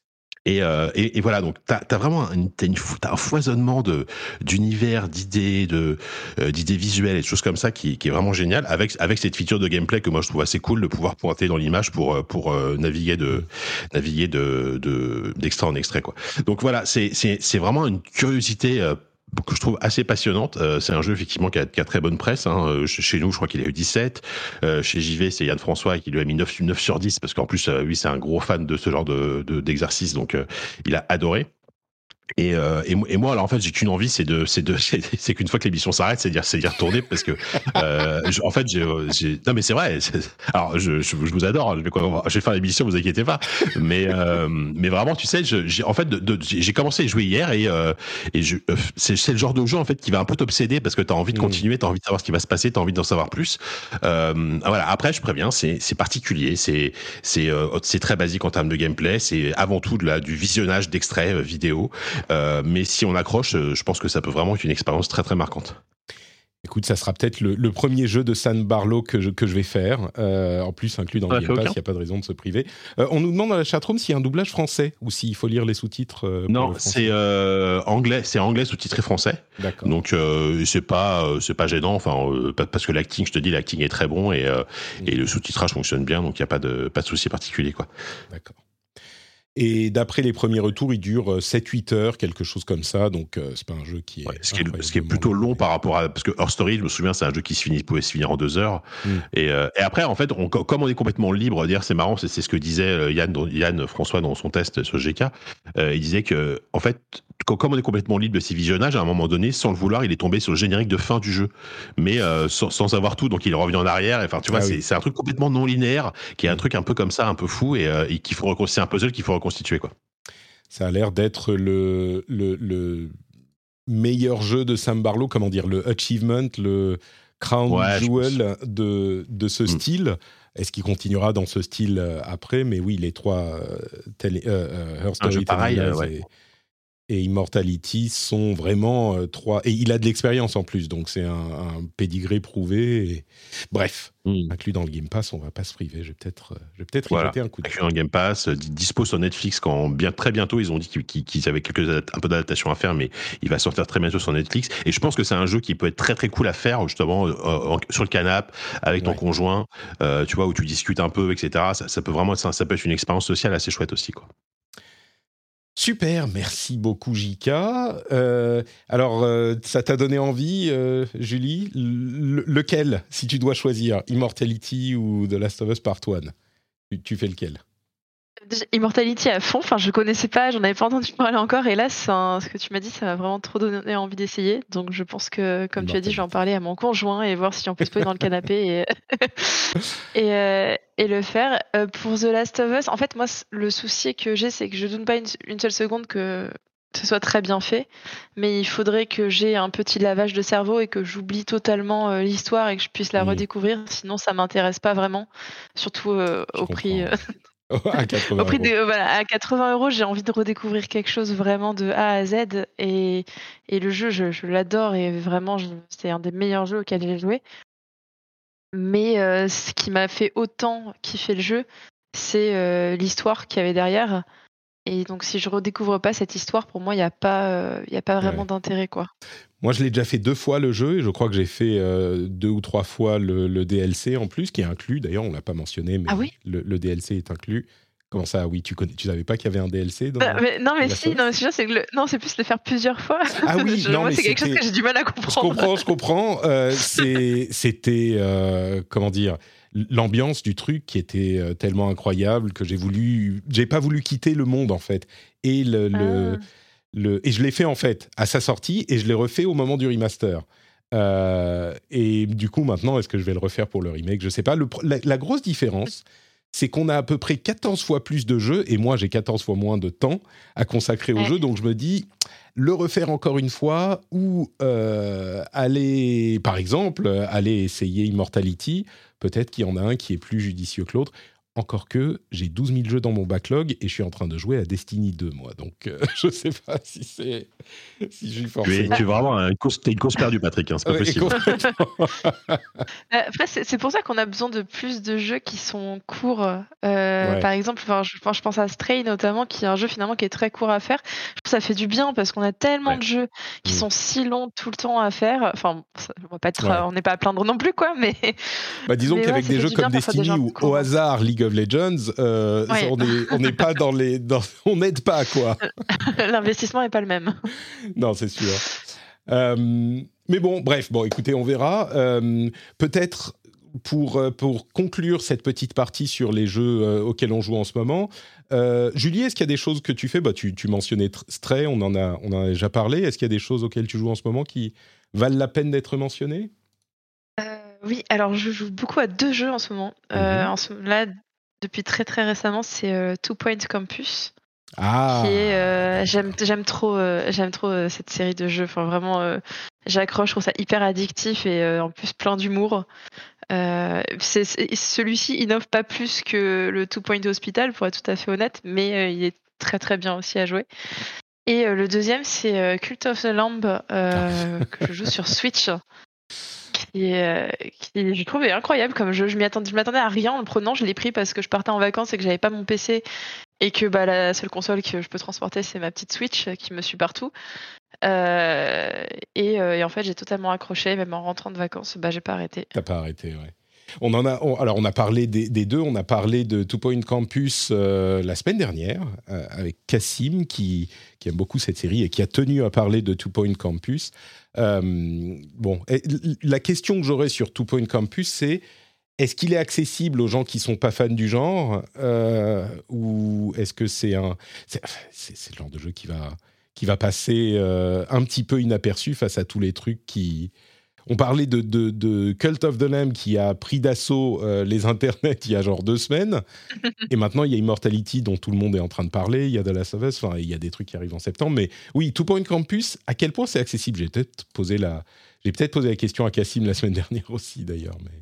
Et, euh, et, et voilà, donc t'as, t'as vraiment une, t'as une, t'as un foisonnement de d'univers, d'idées, de euh, d'idées visuelles et de choses comme ça qui, qui est vraiment génial, avec avec cette feature de gameplay que moi je trouve assez cool de pouvoir pointer dans l'image pour pour euh, naviguer de naviguer de, de d'extrait en extrait quoi. Donc voilà, c'est c'est c'est vraiment une curiosité euh, que je trouve assez passionnante. Euh, c'est un jeu effectivement qui a, qui a très bonne presse. Hein. Chez nous, je crois qu'il a eu dix-sept. Euh, chez J V, c'est Yann François qui lui a mis neuf, neuf sur dix parce qu'en plus, euh, lui, c'est un gros fan de ce genre de, de, d'exercice, donc euh, il a adoré. Et, euh, et, et moi, alors en fait, j'ai qu'une envie, c'est de, c'est de, c'est, c'est qu'une fois que l'émission s'arrête, c'est d'y, c'est d'y retourner parce que, euh, je, en fait, j'ai, j'ai, non mais c'est vrai. C'est, alors, je, je, je vous adore. Je vais, quoi, je vais faire l'émission, vous inquiétez pas. Mais, euh, mais vraiment, tu sais, je, j'ai, en fait, de, de, j'ai commencé à jouer hier et, euh, et je, c'est, c'est le genre de jeu en fait qui va un peu t'obséder parce que t'as envie de continuer, t'as envie de savoir ce qui va se passer, t'as envie d'en savoir plus. Euh, voilà. Après, je préviens, c'est, c'est particulier, c'est, c'est, euh, c'est très basique en termes de gameplay. C'est avant tout de la, du visionnage d'extraits euh, vidéo. Euh, mais si on accroche, euh, je pense que ça peut vraiment être une expérience très très marquante. Écoute, ça sera peut-être le, le premier jeu de Sam Barlow que je, que je vais faire. Euh, en plus, inclus dans le Game Pass, il n'y a pas de raison de se priver. Euh, on nous demande dans la chatroom s'il y a un doublage français ou s'il faut lire les sous-titres. Euh, non, c'est euh, anglais, c'est anglais sous-titré français. D'accord. Donc euh, c'est pas euh, c'est pas gênant. Enfin, euh, parce que l'acting, je te dis, l'acting est très bon et euh, mmh. et le sous-titrage fonctionne bien, donc il y a pas de pas de souci particulier quoi. D'accord. Et d'après les premiers retours, il dure sept huit heures, quelque chose comme ça. Donc, euh, c'est pas un jeu qui est... Ouais, ce, qui est ce qui est plutôt long par rapport à... Parce que Her Story, je me souviens, c'est un jeu qui se finit, pouvait se finir en deux heures. Mm. Et, euh, et après, en fait, on, comme on est complètement libre, dire c'est marrant, c'est, c'est ce que disait Yann, Yann François dans son test sur G K. Euh, il disait que, en fait, comme on est complètement libre de ses visionnages, à un moment donné, sans le vouloir, il est tombé sur le générique de fin du jeu. Mais euh, sans, sans savoir tout, donc il est revenu en arrière. Enfin, tu vois, ah c'est, oui. c'est un truc complètement non linéaire, qui est un truc un peu comme ça, un peu fou, et, euh, et qu'il faut recon... c'est un puzzle qu'il faut reconstituer, quoi. Ça a l'air d'être le, le, le meilleur jeu de Sam Barlow, comment dire, le achievement, le crown ouais, jewel de, de ce mmh. style. est-ce qu'il continuera dans ce style euh, après? Mais oui, les trois, euh, télé, euh, euh, Her Story, Un jeu pareil, Telling euh, Lies ouais. et, et Immortality sont vraiment euh, trois... Et il a de l'expérience en plus, donc c'est un, un pédigré prouvé. Et... Bref, Mm. inclus dans le Game Pass, on va pas se priver. Je vais peut-être, euh, je vais peut-être y Voilà. jeter un coup d'œil. Inclus dans le Game Pass, euh, dispo sur Netflix quand bien très bientôt ils ont dit qu'ils, qu'ils- qu'ils avaient quelques adap- un peu d'adaptation à faire, mais il va sortir très bientôt sur Netflix. Et je pense que c'est un jeu qui peut être très très cool à faire justement euh, en- sur le canapé avec ton Ouais. conjoint, euh, tu vois, où tu discutes un peu, et cetera. Ça, ça peut vraiment être, ça, ça peut être une expérience sociale assez chouette aussi, quoi. Super, merci beaucoup J K. Euh, alors, euh, ça t'a donné envie, euh, Julie Le- Lequel, si tu dois choisir, Immortality ou The Last of Us Part un? tu, tu fais lequel? Déjà, Immortality à fond, enfin je connaissais pas, j'en avais pas entendu parler encore et là c'est un- ce que tu m'as dit ça m'a vraiment trop donné envie d'essayer donc je pense que comme tu as dit je vais en Immortality. parler à mon conjoint et voir si on peut se poser dans le canapé et, et, euh, et le faire. Euh, pour The Last of Us, en fait moi c- le souci que j'ai c'est que je doute pas une, une seule seconde que ce soit très bien fait mais il faudrait que j'ai un petit lavage de cerveau et que j'oublie totalement euh, l'histoire et que je puisse la Hmm, redécouvrir sinon ça m'intéresse pas vraiment surtout euh, je au prix comprends, euh, ouais. À Au quatre-vingts prix de, euros. euh, voilà, à quatre-vingts euros, j'ai envie de redécouvrir quelque chose vraiment de A à Z. Et, et le jeu, je, je l'adore et vraiment, je- c'est un des meilleurs jeux auxquels j'ai joué. Mais euh, ce qui m'a fait autant kiffer le jeu, c'est euh, l'histoire qu'il y avait derrière. Et donc, si je redécouvre pas cette histoire, pour moi, il n'y a pas, euh, il y a pas vraiment Ouais. d'intérêt, quoi. Moi, je l'ai déjà fait deux fois le jeu et je crois que j'ai fait euh, deux ou trois fois le, le D L C en plus, qui est inclus. D'ailleurs, on l'a pas mentionné, mais Ah oui? le, le D L C est inclus. Comment ça? Oui, tu connais, tu savais pas qu'il y avait un D L C Bah, dans mais- non, The mais Last of si, non, mais Us? c'est sûr, c'est que le- non, c'est plus le faire plusieurs fois. Ah oui, Je- non, moi, mais c'est quelque chose c'était... que j'ai du mal à Je comprendre. comprends, je comprends. Euh, c'est, c'était, euh, comment dire, l'ambiance du truc qui était euh, tellement incroyable que j'ai voulu, j'ai pas voulu quitter le monde en fait. Et le, le, Ah. le- et je l'ai fait en fait à sa sortie et je l'ai refait au moment du remaster. Euh, et du coup, maintenant, est-ce que je vais le refaire pour le remake? Je sais pas. Le pro- la, la grosse différence, c'est qu'on a à peu près quatorze fois plus de jeux et moi, j'ai quatorze fois moins de temps à consacrer au Ouais. jeu. Donc, je me dis, le refaire encore une fois ou euh, aller, par exemple, aller essayer Immortality. Peut-être qu'il y en a un qui est plus judicieux que l'autre. Encore que j'ai douze mille jeux dans mon backlog et je suis en train de jouer à Destiny deux, moi. Donc, euh, je ne sais pas si c'est... si je suis Tu es, forcément... tu es vraiment une course, t'es une course perdue, Patrick, hein, c'est pas Ouais, possible. complètement. Euh, Après, c'est c'est pour ça qu'on a besoin de plus de jeux qui sont courts. Euh, Ouais. par exemple, enfin, je, enfin, je pense à Stray notamment, qui est un jeu finalement qui est très court à faire. Je trouve que ça fait du bien parce qu'on a tellement Ouais. de jeux qui Mm. sont si longs tout le temps à faire. Enfin, ça- on va pas être, Ouais. on n'est pas à plaindre non plus, quoi. Mais, Bah, disons mais ouais, qu'avec ça des fait jeux du comme bien parfois des jeux Destiny un ou peu courts. au hasard League of Legends, euh, Ouais. on n'est on n'est pas dans les... Dans, on n'aide pas, quoi. L'investissement est pas le même. Non, c'est sûr. Euh, mais bon, bref, bon, écoutez, on verra. Euh, peut-être pour, euh, pour conclure cette petite partie sur les jeux euh, auxquels on joue en ce moment, euh, Julie, est-ce qu'il y a des choses que tu fais? Bah, tu, tu mentionnais Tr- Stray, on en, a, on en a déjà parlé. Est-ce qu'il y a des choses auxquelles tu joues en ce moment qui valent la peine d'être mentionnées? Euh, oui, alors je joue beaucoup à deux jeux en ce moment. Euh, Mhm. en ce, là, depuis très très récemment, c'est euh, Two Point Campus. Ah, Qui est euh, j'aime d'accord. j'aime trop euh, j'aime trop euh, cette série de jeux, enfin vraiment euh, j'accroche, je trouve ça hyper addictif et euh, en plus plein d'humour. Euh, c'est, c'est- celui-ci innove pas plus que le Two Point Hospital pour être tout à fait honnête, mais euh, il est très très bien aussi à jouer. Et euh, le deuxième c'est euh, Cult of the Lamb euh, que je joue sur Switch, qui est, euh, qui je trouve est incroyable comme jeu. Je m'y attendais, je m'attendais à rien en le prenant, je l'ai pris parce que je partais en vacances et que j'avais pas mon P C et que bah, la seule console que je peux transporter c'est ma petite Switch euh, qui me suit partout. Euh, et, euh, et en fait j'ai totalement accroché, même en rentrant de vacances, bah j'ai pas arrêté. T'as pas arrêté, ouais. On en a, on- alors on a parlé des, des deux, on a parlé de Two Point Campus euh, la semaine dernière euh, avec Cassim qui, qui aime beaucoup cette série et qui a tenu à parler de Two Point Campus. Euh, bon, et l- la question que j'aurais sur Two Point Campus, c'est est-ce qu'il est accessible aux gens qui sont pas fans du genre euh, ou est-ce que c'est un, c'est, c'est, c'est le genre de jeu qui va qui va passer euh, un petit peu inaperçu face à tous les trucs qui... On parlait de, de, de Cult of the Lamb qui a pris d'assaut euh, les internets il y a genre deux semaines. Et maintenant, il y a Immortality dont tout le monde est en train de parler. Il y a The Last of Us. Enfin, il y a des trucs qui arrivent en septembre. Mais oui, Two Point Campus, à quel point c'est accessible? J'ai peut-être posé la, j'ai peut-être posé la question à Cassim la semaine dernière aussi, d'ailleurs. Mais...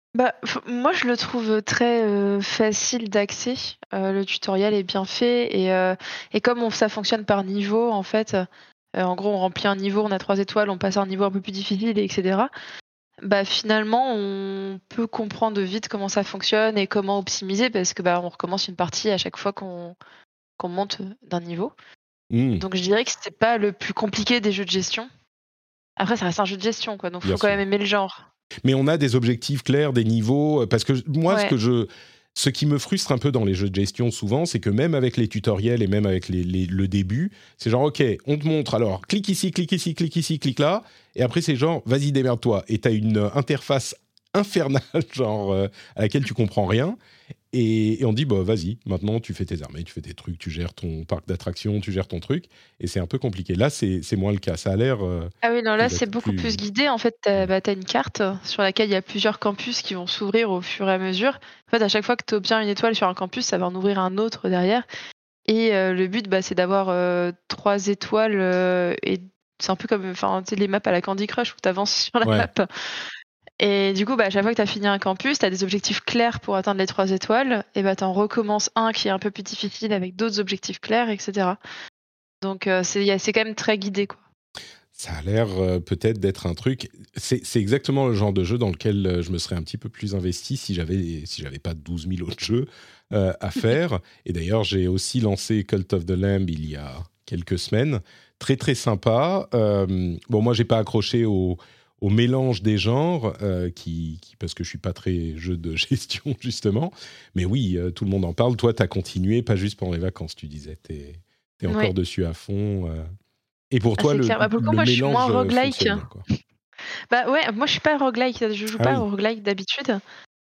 Bah, f- moi, je le trouve très euh, facile d'accès. Euh, le tutoriel est bien fait et, euh, et comme on- ça fonctionne par niveau, en fait, euh, en gros, on remplit un niveau, on a trois étoiles, on passe à un niveau un peu plus difficile, et etc. Bah, finalement, on peut comprendre vite comment ça fonctionne et comment optimiser parce que bah, on recommence une partie à chaque fois qu'on qu'on monte d'un niveau. Hmm, Donc, je dirais que c'est pas le plus compliqué des jeux de gestion. Après, ça reste un jeu de gestion, quoi. Donc, bien faut quand même sûr. aimer le genre. Mais on a des objectifs clairs, des niveaux. euh, Parce que moi, ce Ouais. que je, ce qui me frustre un peu dans les jeux de gestion souvent, c'est que même avec les tutoriels et même avec les, les- le début, c'est genre ok, on te montre alors clique ici, clique ici, clique ici, clique là, et après c'est genre vas-y démerde-toi. Et t'as une euh, interface infernale genre euh, à laquelle tu comprends rien. Et, et on dit, bah, vas-y, maintenant tu fais tes armées, tu fais tes trucs, tu gères ton parc d'attractions, tu gères ton truc. Et c'est un peu compliqué. Là, c'est c'est moins le cas. Ça a l'air euh, Ah oui, non, là, plus, c'est ac- beaucoup plus plus... guidé. En fait, tu as, bah, t'as une carte euh, sur laquelle il y a plusieurs campus qui vont s'ouvrir au fur et à mesure. En fait, à chaque fois que tu obtiens une étoile sur un campus, ça va en ouvrir un autre derrière. Et euh, le but, bah, c'est d'avoir euh, trois étoiles. euh, et c'est un peu comme enfin, tu sais, les maps à la Candy Crush où tu avances sur la Ouais. map. Et du coup, bah, à chaque fois que tu as fini un campus, tu as des objectifs clairs pour atteindre les trois étoiles. Et bah, tu en recommences un qui est un peu plus difficile avec d'autres objectifs clairs, et cetera. Donc, euh, c'est y a- c'est quand même très guidé, quoi. Ça a l'air euh, peut-être d'être un truc. C'est c'est exactement le genre de jeu dans lequel euh, je me serais un petit peu plus investi si j'avais si j'avais pas douze mille autres jeux euh, à faire. Et d'ailleurs, j'ai aussi lancé Cult of the Lamb il y a quelques semaines. Très très sympa. Euh, bon, moi, j'ai pas accroché au, au mélange des genres, euh, qui, qui- parce que je suis pas très jeu de gestion justement. Mais oui, euh, tout le monde en parle. Toi, tu as continué, pas juste pendant les vacances, tu disais. T'es es Ouais. encore dessus à fond. euh. Et pour Ah, toi, c'est le, clair. Bah, pour le coup, le moi, je suis moins mélange euh, roguelike. fonctionne bien, quoi. Bah ouais, moi je suis pas roguelike, je joue Ah pas au oui. roguelike d'habitude.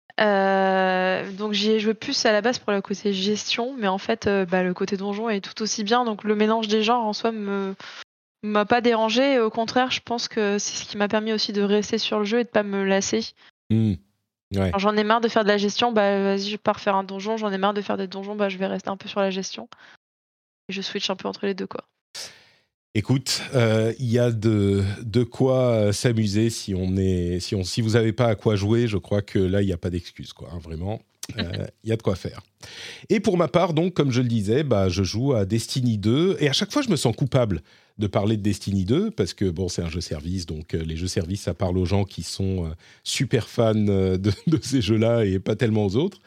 Euh, donc j'y ai joué plus à la base pour le côté gestion, mais en fait euh, bah, le côté donjon est tout aussi bien. Donc le mélange des genres en soi me m'a pas dérangé. Au contraire, je pense que c'est ce qui m'a permis aussi de rester sur le jeu et de pas me lasser. Hmm. Ouais. Quand j'en ai marre de faire de la gestion, bah vas-y, je pars faire un donjon. J'en ai marre de faire des donjons, bah je vais rester un peu sur la gestion. Et je switch un peu entre les deux, quoi. Écoute, euh, il y a de, de quoi euh, s'amuser si on est, si on, si vous n'avez pas à quoi jouer. Je crois que là, il n'y a pas d'excuse, quoi. Hein, vraiment, euh, il y a de quoi faire. Et pour ma part, donc, comme je le disais, bah, je joue à Destiny deux. Et à chaque fois, je me sens coupable de parler de Destiny deux parce que bon, c'est un jeu service, donc euh, les jeux service, ça parle aux gens qui sont euh, super fans euh, de, de ces jeux-là et pas tellement aux autres.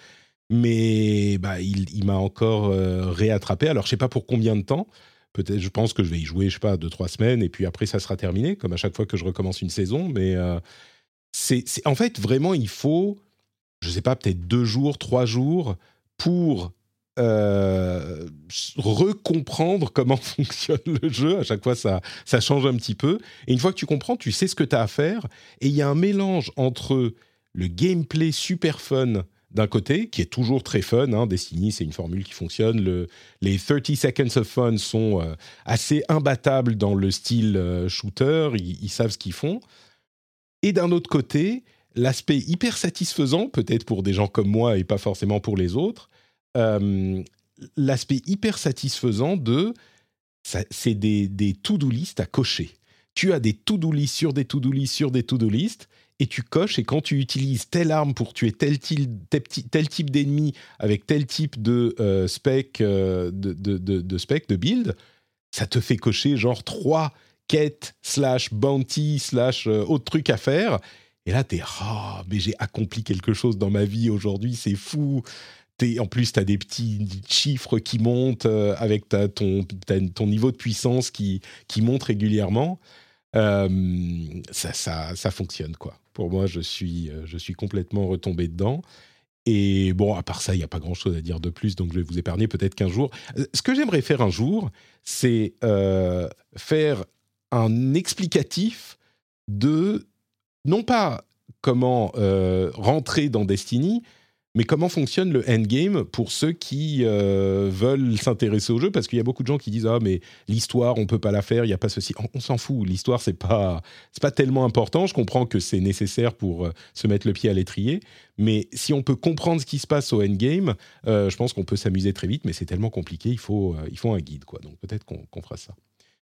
Mais bah, il, il m'a encore euh, réattrapé. Alors, je sais pas pour combien de temps. Peut-être, je pense que je vais y jouer, je sais pas, deux, trois semaines, et puis après, ça sera terminé, comme à chaque fois que je recommence une saison. Mais euh, c'est, c'est- en fait, vraiment, il faut, je sais pas, peut-être deux jours, trois jours pour euh, recomprendre comment fonctionne le jeu. À chaque fois, ça, ça change un petit peu. Et une fois que tu comprends, tu sais ce que tu as à faire. Et il y a un mélange entre le gameplay super fun d'un côté, qui est toujours très fun. Hein. Destiny, c'est une formule qui fonctionne. Le, les thirty seconds of fun sont euh, assez imbattables dans le style euh, shooter. Ils, ils savent ce qu'ils font. Et d'un autre côté, l'aspect hyper satisfaisant, peut-être pour des gens comme moi et pas forcément pour les autres, euh, l'aspect hyper satisfaisant de, ça, c'est des, des to-do list à cocher. Tu as des to-do list sur des to-do list sur des to-do list et tu coches, et quand tu utilises telle arme pour tuer tel, tel, tel type d'ennemi avec tel type de euh, spec, euh, de, de, de, de spec, de build, ça te fait cocher genre trois quêtes slash bounty slash euh, autre truc à faire. Et là, t'es « Ah, mais j'ai accompli quelque chose dans ma vie aujourd'hui, c'est fou !» T'es, en plus, tu as des petits chiffres qui montent euh, avec ta, ton, ta, ton niveau de puissance qui, qui monte régulièrement. Euh, ça, ça, ça fonctionne, quoi. Pour moi, je suis, euh, je suis complètement retombé dedans. Et bon, à part ça, il n'y a pas grand-chose à dire de plus, donc je vais vous épargner peut-être qu'un jour. Euh, Ce que j'aimerais faire un jour, c'est euh, faire un explicatif de, non pas comment euh, rentrer dans Destiny, mais comment fonctionne le endgame pour ceux qui euh, veulent s'intéresser au jeu, parce qu'il y a beaucoup de gens qui disent « Ah, mais l'histoire, on peut pas la faire, il n'y a pas ceci. » On, on s'en fout, l'histoire, c'est pas, c'est pas tellement important. Je comprends que c'est nécessaire pour euh, se mettre le pied à l'étrier, mais si on peut comprendre ce qui se passe au endgame, euh, je pense qu'on peut s'amuser très vite, mais c'est tellement compliqué, il faut, euh, il faut un guide, quoi. Donc peut-être qu'on, qu'on fera ça.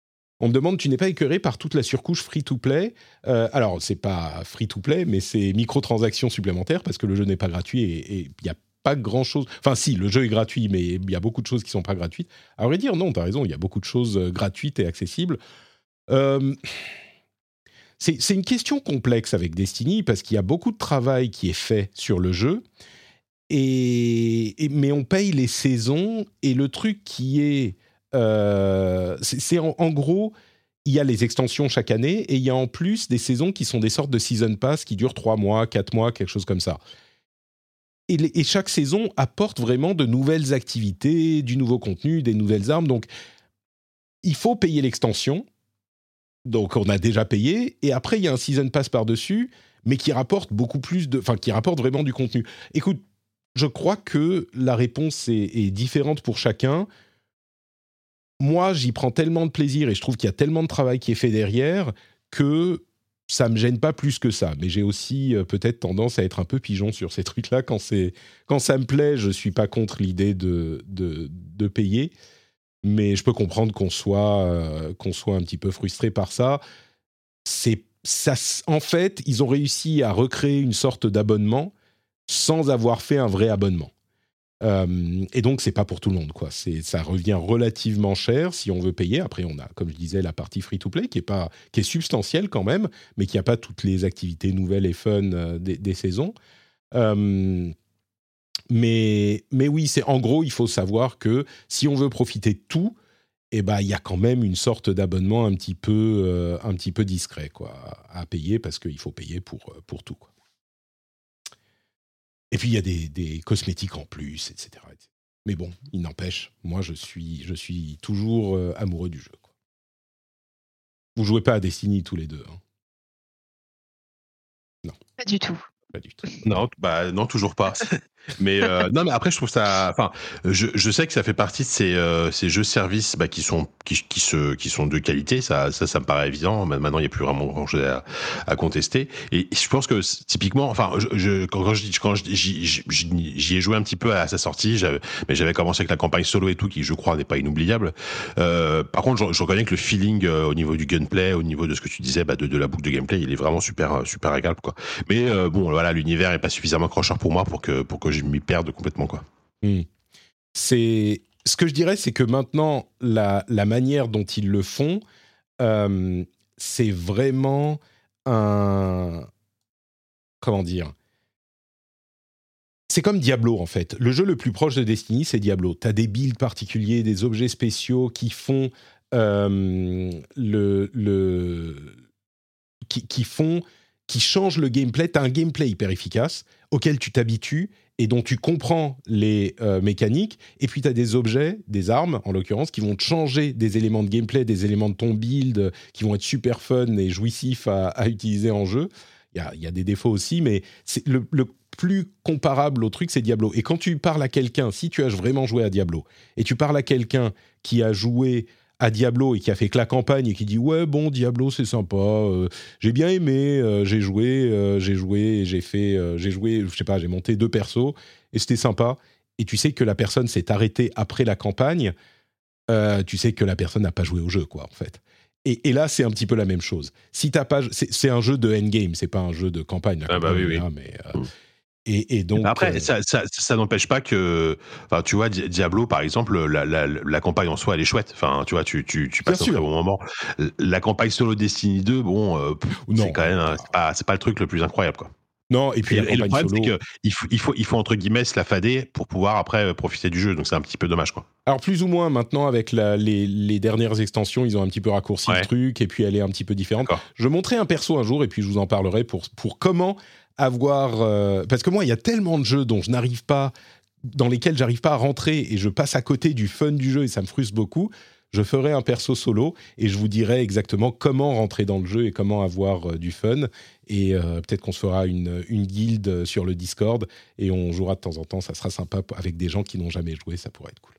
On me demande, tu n'es pas écœuré par toute la surcouche free-to-play ? euh, Alors, c'est pas free-to-play, mais c'est microtransactions supplémentaires parce que le jeu n'est pas gratuit et il n'y a pas grand-chose... Enfin, si, le jeu est gratuit, mais il y a beaucoup de choses qui ne sont pas gratuites. À vrai dire, non, tu as raison, il y a beaucoup de choses gratuites et accessibles. Euh, c'est, c'est une question complexe avec Destiny parce qu'il y a beaucoup de travail qui est fait sur le jeu, et, et, mais on paye les saisons, et le truc qui est... Euh, c'est, c'est en, en gros, il y a les extensions chaque année, et il y a en plus des saisons qui sont des sortes de season pass qui durent trois mois, quatre mois, quelque chose comme ça. Et, les, et chaque saison apporte vraiment de nouvelles activités, du nouveau contenu, des nouvelles armes. Donc, il faut payer l'extension. Donc, on a déjà payé. Et après, il y a un season pass par-dessus, mais qui rapporte beaucoup plus de... Enfin, qui rapporte vraiment du contenu. Écoute, je crois que la réponse est, est différente pour chacun. Moi, j'y prends tellement de plaisir et je trouve qu'il y a tellement de travail qui est fait derrière que ça me gêne pas plus que ça. Mais j'ai aussi euh, peut-être tendance à être un peu pigeon sur ces trucs-là. Quand, c'est, quand ça me plaît, je suis pas contre l'idée de, de, de payer. Mais je peux comprendre qu'on soit, euh, qu'on soit un petit peu frustré par ça. C'est, ça. En fait, ils ont réussi à recréer une sorte d'abonnement sans avoir fait un vrai abonnement. Euh, et donc, c'est pas pour tout le monde, quoi. C'est, ça revient relativement cher si on veut payer. Après, on a, comme je disais, la partie free-to-play qui est, pas, qui est substantielle quand même, mais qui n'a pas toutes les activités nouvelles et fun euh, des, des saisons. Euh, mais, mais oui, c'est, en gros, il faut savoir que si on veut profiter de tout, eh ben, il y a quand même une sorte d'abonnement un petit peu, euh, un petit peu discret, quoi, à payer, parce qu'il faut payer pour, pour tout, quoi. Et puis, il y a des, des cosmétiques en plus, et cetera, et cetera. Mais bon, il n'empêche, moi, je suis, je suis toujours euh, amoureux du jeu, quoi. Vous jouez pas à Destiny tous les deux, hein ? Non. Pas du tout. Pas du tout. Non, bah non, toujours pas. Mais euh, non, mais après je trouve ça. Enfin, je, je sais que ça fait partie de ces, euh, ces jeux services bah, qui sont qui, qui se qui sont de qualité. Ça ça ça me paraît évident. Maintenant il y a plus vraiment grand chose à, à contester. Et je pense que typiquement, enfin, je, je quand, quand je dis quand j'y, j'y, j'y ai joué un petit peu à sa sortie, j'avais, mais j'avais commencé avec la campagne solo et tout, qui je crois n'est pas inoubliable. Euh, par contre, je, je reconnais que le feeling euh, au niveau du gunplay, au niveau de ce que tu disais, bah, de, de la boucle de gameplay, il est vraiment super super agréable, quoi. Mais euh, bon, voilà, l'univers est pas suffisamment accrocheur pour moi pour que pour que je m'y perde complètement, quoi. Mmh. C'est ce que je dirais, c'est que maintenant la la manière dont ils le font, euh, c'est vraiment un comment dire. C'est comme Diablo, en fait. Le jeu le plus proche de Destiny, c'est Diablo. Tu as des builds particuliers, des objets spéciaux qui font euh, le le qui, qui font qui changent le gameplay. Tu as un gameplay hyper efficace auquel tu t'habitues et dont tu comprends les euh, mécaniques, et puis tu as des objets, des armes en l'occurrence, qui vont te changer des éléments de gameplay, des éléments de ton build, qui vont être super fun et jouissifs à, à utiliser en jeu. Il y a, y a des défauts aussi, mais c'est le, le plus comparable au truc, c'est Diablo. Et quand tu parles à quelqu'un, si tu as vraiment joué à Diablo, et tu parles à quelqu'un qui a joué à Diablo et qui a fait que la campagne et qui dit ouais bon Diablo c'est sympa, euh, j'ai bien aimé, euh, j'ai joué, euh, j'ai joué, j'ai fait, euh, j'ai joué, je sais pas, j'ai monté deux persos et c'était sympa. Et tu sais que la personne s'est arrêtée après la campagne, euh, tu sais que la personne n'a pas joué au jeu, quoi, en fait. Et, et là c'est un petit peu la même chose. Si t'as pas, c'est, c'est un jeu de endgame, c'est pas un jeu de campagne. La ah campagne, bah oui oui. Là, mais euh, mmh. Et, et donc, après, euh... ça, ça, ça n'empêche pas que, enfin, tu vois, Diablo, par exemple, la, la, la campagne en soi, elle est chouette. Enfin, tu vois, tu, tu, tu passes un très bon moment. La campagne solo Destiny deux, bon, euh, non, c'est quand même, c'est pas, c'est pas le truc le plus incroyable, quoi. Non, et puis et, la et le campagne problème, solo... c'est qu'il faut, il faut, il faut entre guillemets se la fader pour pouvoir après profiter du jeu. Donc c'est un petit peu dommage, quoi. Alors plus ou moins maintenant avec la, les, les dernières extensions, ils ont un petit peu raccourci ouais. le truc et puis elle est un petit peu différente. D'accord. Je montrerai un perso un jour et puis je vous en parlerai pour pour comment avoir euh, parce que moi il y a tellement de jeux dont je n'arrive pas, dans lesquels j'arrive pas à rentrer et je passe à côté du fun du jeu et ça me frustre beaucoup. Je ferai un perso solo et je vous dirai exactement comment rentrer dans le jeu et comment avoir euh, du fun. Et euh, peut-être qu'on se fera une, une guilde sur le Discord et on jouera de temps en temps. Ça sera sympa avec des gens qui n'ont jamais joué. Ça pourrait être cool.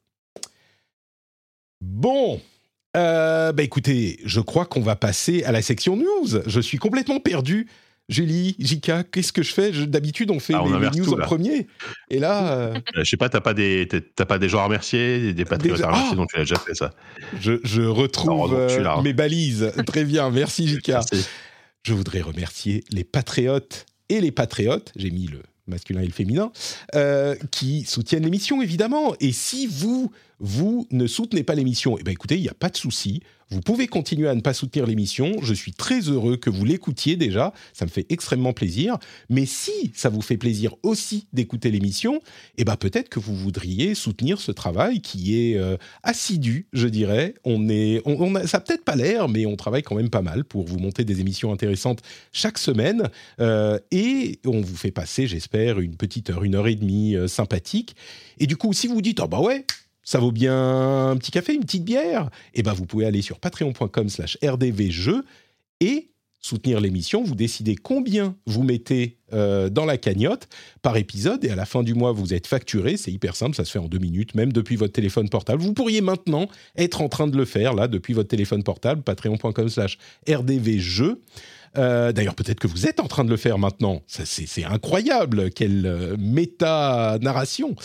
Bon, euh, bah écoutez, je crois qu'on va passer à la section news. Je suis complètement perdu Julie, J K, qu'est-ce que je fais je, D'habitude, on fait ah, on les, les news tout, en premier. Et là... Euh... Je sais pas, t'as pas des, t'as pas des gens à remercier, des patriotes à remercier, ah donc tu l'as déjà fait, ça. Je, je retrouve Alors, euh, là, hein. mes balises. Très bien, merci J K. Merci. Je voudrais remercier les patriotes et les patriotes. J'ai mis le masculin et le féminin, euh, qui soutiennent l'émission, évidemment. Et si vous, vous ne soutenez pas l'émission, eh bien, écoutez, il n'y a pas de souci. Vous pouvez continuer à ne pas soutenir l'émission. Je suis très heureux que vous l'écoutiez déjà. Ça me fait extrêmement plaisir. Mais si ça vous fait plaisir aussi d'écouter l'émission, eh bien, peut-être que vous voudriez soutenir ce travail qui est euh, assidu, je dirais. On est, on, on a, ça n'a peut-être pas l'air, mais on travaille quand même pas mal pour vous monter des émissions intéressantes chaque semaine. Euh, et on vous fait passer, j'espère, une petite heure, une heure et demie euh, sympathique. Et du coup, si vous vous dites « Ah oh bah ouais !» ça vaut bien un petit café, une petite bière, et ben vous pouvez aller sur patreon.com slash rdvjeux et soutenir l'émission. Vous décidez combien vous mettez euh, dans la cagnotte par épisode, et à la fin du mois, vous êtes facturé. C'est hyper simple, ça se fait en deux minutes, même depuis votre téléphone portable. Vous pourriez maintenant être en train de le faire, là, depuis votre téléphone portable, patreon.com slash rdvjeux. Euh, d'ailleurs, peut-être que vous êtes en train de le faire maintenant. Ça, c'est, c'est incroyable, quelle euh, méta-narration.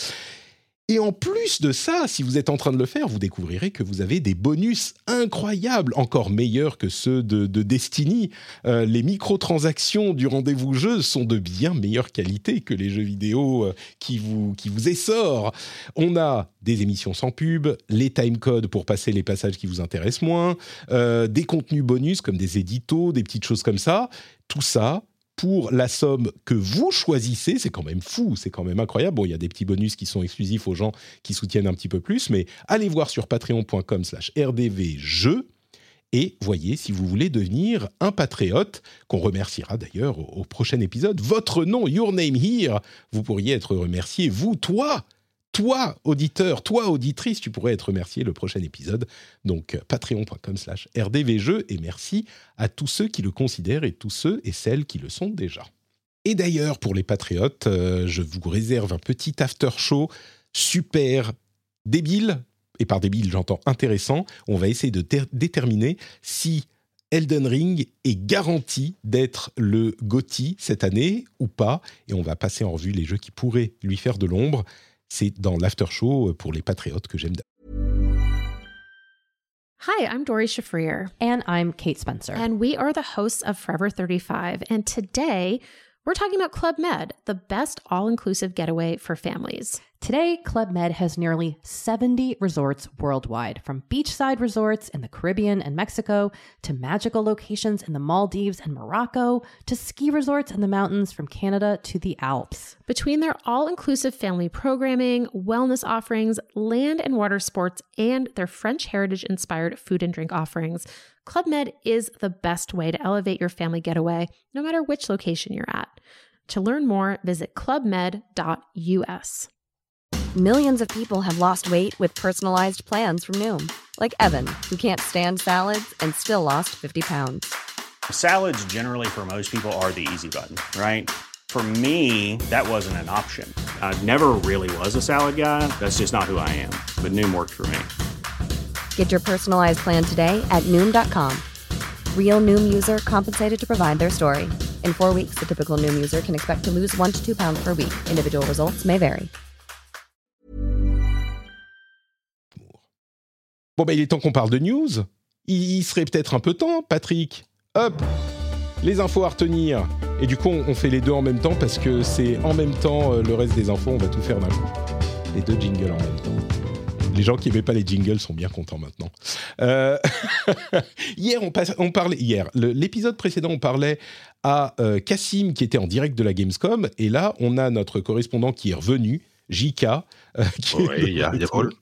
Et en plus de ça, si vous êtes en train de le faire, vous découvrirez que vous avez des bonus incroyables, encore meilleurs que ceux de, de Destiny. Euh, les microtransactions du rendez-vous jeu sont de bien meilleure qualité que les jeux vidéo euh, qui vous, qui vous essorent. On a des émissions sans pub, les timecodes pour passer les passages qui vous intéressent moins, euh, des contenus bonus comme des éditos, des petites choses comme ça. Tout ça pour la somme que vous choisissez. C'est quand même fou, c'est quand même incroyable. Bon, il y a des petits bonus qui sont exclusifs aux gens qui soutiennent un petit peu plus, mais allez voir sur patreon.com slash rdvjeux et voyez si vous voulez devenir un patriote, qu'on remerciera d'ailleurs au, au prochain épisode. Votre nom, your name here, vous pourriez être remercié, vous, toi, Toi, auditeur, toi, auditrice, tu pourrais être remercié le prochain épisode. Donc, patreon.com slash rdvjeux. Et merci à tous ceux qui le considèrent et tous ceux et celles qui le sont déjà. Et d'ailleurs, pour les patriotes, euh, je vous réserve un petit after show super débile. Et par débile, j'entends intéressant. On va essayer de ter- déterminer si Elden Ring est garanti d'être le GOTY cette année ou pas. Et on va passer en revue les jeux qui pourraient lui faire de l'ombre. C'est dans l'after show pour les patriotes que j'aime. Hi, I'm Dory Shafrir. And I'm Kate Spencer. And we are the hosts of Forever thirty-five. And today, we're talking about Club Med, the best all-inclusive getaway for families. Today, Club Med has nearly seventy resorts worldwide, from beachside resorts in the Caribbean and Mexico, to magical locations in the Maldives and Morocco, to ski resorts in the mountains from Canada to the Alps. Between their all-inclusive family programming, wellness offerings, land and water sports, and their French heritage-inspired food and drink offerings, Club Med is the best way to elevate your family getaway, no matter which location you're at. To learn more, visit club med dot u s. Millions of people have lost weight with personalized plans from Noom. Like Evan, who can't stand salads and still lost fifty pounds. Salads generally for most people are the easy button, right? For me, that wasn't an option. I never really was a salad guy. That's just not who I am. But Noom worked for me. Get your personalized plan today at Noom dot com. Real Noom user compensated to provide their story. In four weeks, the typical Noom user can expect to lose one to two pounds per week. Individual results may vary. Bon, ben, il est temps qu'on parle de news. Il serait peut-être un peu temps, Patrick. Hop, les infos à retenir. Et du coup, on fait les deux en même temps parce que c'est en même temps euh, le reste des infos. On va tout faire d'un coup. Les deux jingles en même temps. Les gens qui n'aimaient pas les jingles sont bien contents maintenant. Euh... hier, on, passe, on parlait... Hier, le, l'épisode précédent, on parlait à euh, Cassim qui était en direct de la Gamescom. Et là, on a notre correspondant qui est revenu, J K. Euh, qui oui, il y a, y a Paul.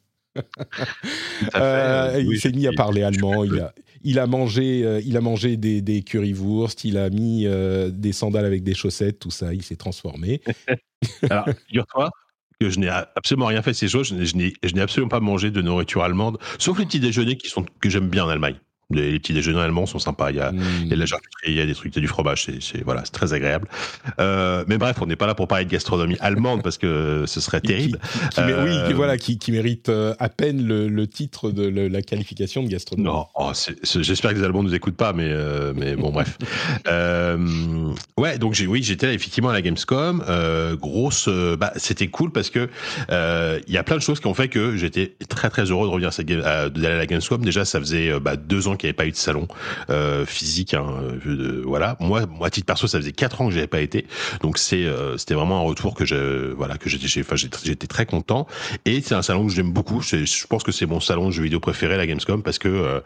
euh, oui, il s'est mis à parler allemand. Il a, il a mangé, euh, il a mangé des, des currywurst. Il a mis euh, des sandales avec des chaussettes. Tout ça, il s'est transformé. Alors, figure-toi que je n'ai absolument rien fait ces jours. Je n'ai, je n'ai, je n'ai absolument pas mangé de nourriture allemande, sauf les petits déjeuners qui sont que j'aime bien en Allemagne. Les, les petits déjeuners allemands sont sympas. Il y a, Mmh. il y a de la charcuterie, il y a des trucs, il y a du fromage. C'est, c'est voilà, c'est très agréable. Euh, mais bref, on n'est pas là pour parler de gastronomie allemande parce que ce serait Qui- terrible. qui- qui- qui mé- Oui, Euh, qui- voilà, qui, qui mérite euh, à peine le, le titre de le- la qualification de gastronomie. Non, oh, c'est- c'est- j'espère que les Allemands nous écoutent pas, mais euh, mais bon bref. Euh, ouais, donc j'ai oui, j'étais là, effectivement à la Gamescom. Euh, grosse, euh, bah c'était cool parce que euh, il y a plein de choses qui ont fait que j'étais très très heureux de revenir à cette game- à- d'aller à la Gamescom. Déjà, ça faisait euh, bah, deux ans qu'il n'y avait pas eu de salon euh, physique. Hein, euh, voilà, moi, moi à titre perso, ça faisait quatre ans que j'avais pas été. Donc c'est euh, c'était vraiment un retour que je voilà que j'étais j'ai- enfin j'étais j'étais très content. Et c'est un salon que j'aime beaucoup. Je, je pense que c'est mon salon de jeux vidéo préféré, la Gamescom, parce que euh,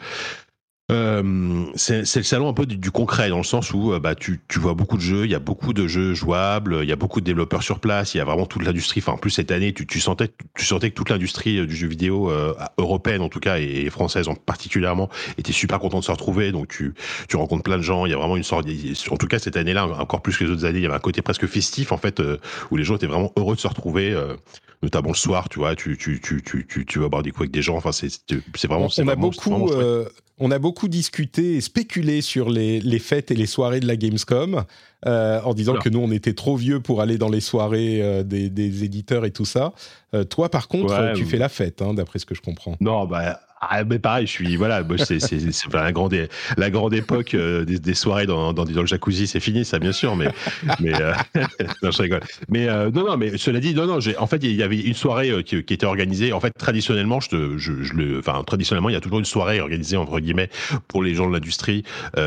euh, c'est, c'est le salon un peu du, du concret, dans le sens où euh, bah, tu, tu vois beaucoup de jeux, il y a beaucoup de jeux jouables, il y a beaucoup de développeurs sur place, il y a vraiment toute l'industrie. Enfin, en plus, cette année, tu, tu, sentais, tu sentais que toute l'industrie euh, du jeu vidéo, euh, européenne en tout cas, et, et française en particulièrement, était super contente de se retrouver. Donc, tu, tu rencontres plein de gens, il y a vraiment une sorte... En tout cas, cette année-là, encore plus que les autres années, il y avait un côté presque festif, en fait, euh, où les gens étaient vraiment heureux de se retrouver, euh, notamment le soir, tu vois, tu, tu, tu, tu, tu, tu vas boire des coups avec des gens. Enfin, c'est, c'est vraiment... On, c'est on a vraiment, c'est vraiment beaucoup, chouette. euh, on a beaucoup discuté et spéculé sur les, les fêtes et les soirées de la Gamescom, euh, en disant Oula. que nous, on était trop vieux pour aller dans les soirées euh, des, des éditeurs et tout ça. Euh, toi, par contre, Ouais, tu ouais. fais la fête, hein, d'après ce que je comprends. Non, bah, ah, mais pareil, je suis, voilà, moi, c'est, c'est, c'est, c'est la grande, la grande époque euh, des, des soirées dans, dans, dans le jacuzzi, c'est fini, ça, bien sûr, mais, mais, euh, non, je rigole. Mais, euh, non, non, mais cela dit, non, non, j'ai, en fait, il y avait une soirée euh, qui, qui était organisée, en fait, traditionnellement, je te, je, je le, enfin, traditionnellement, il y a toujours une soirée organisée, entre guillemets, pour les gens de l'industrie,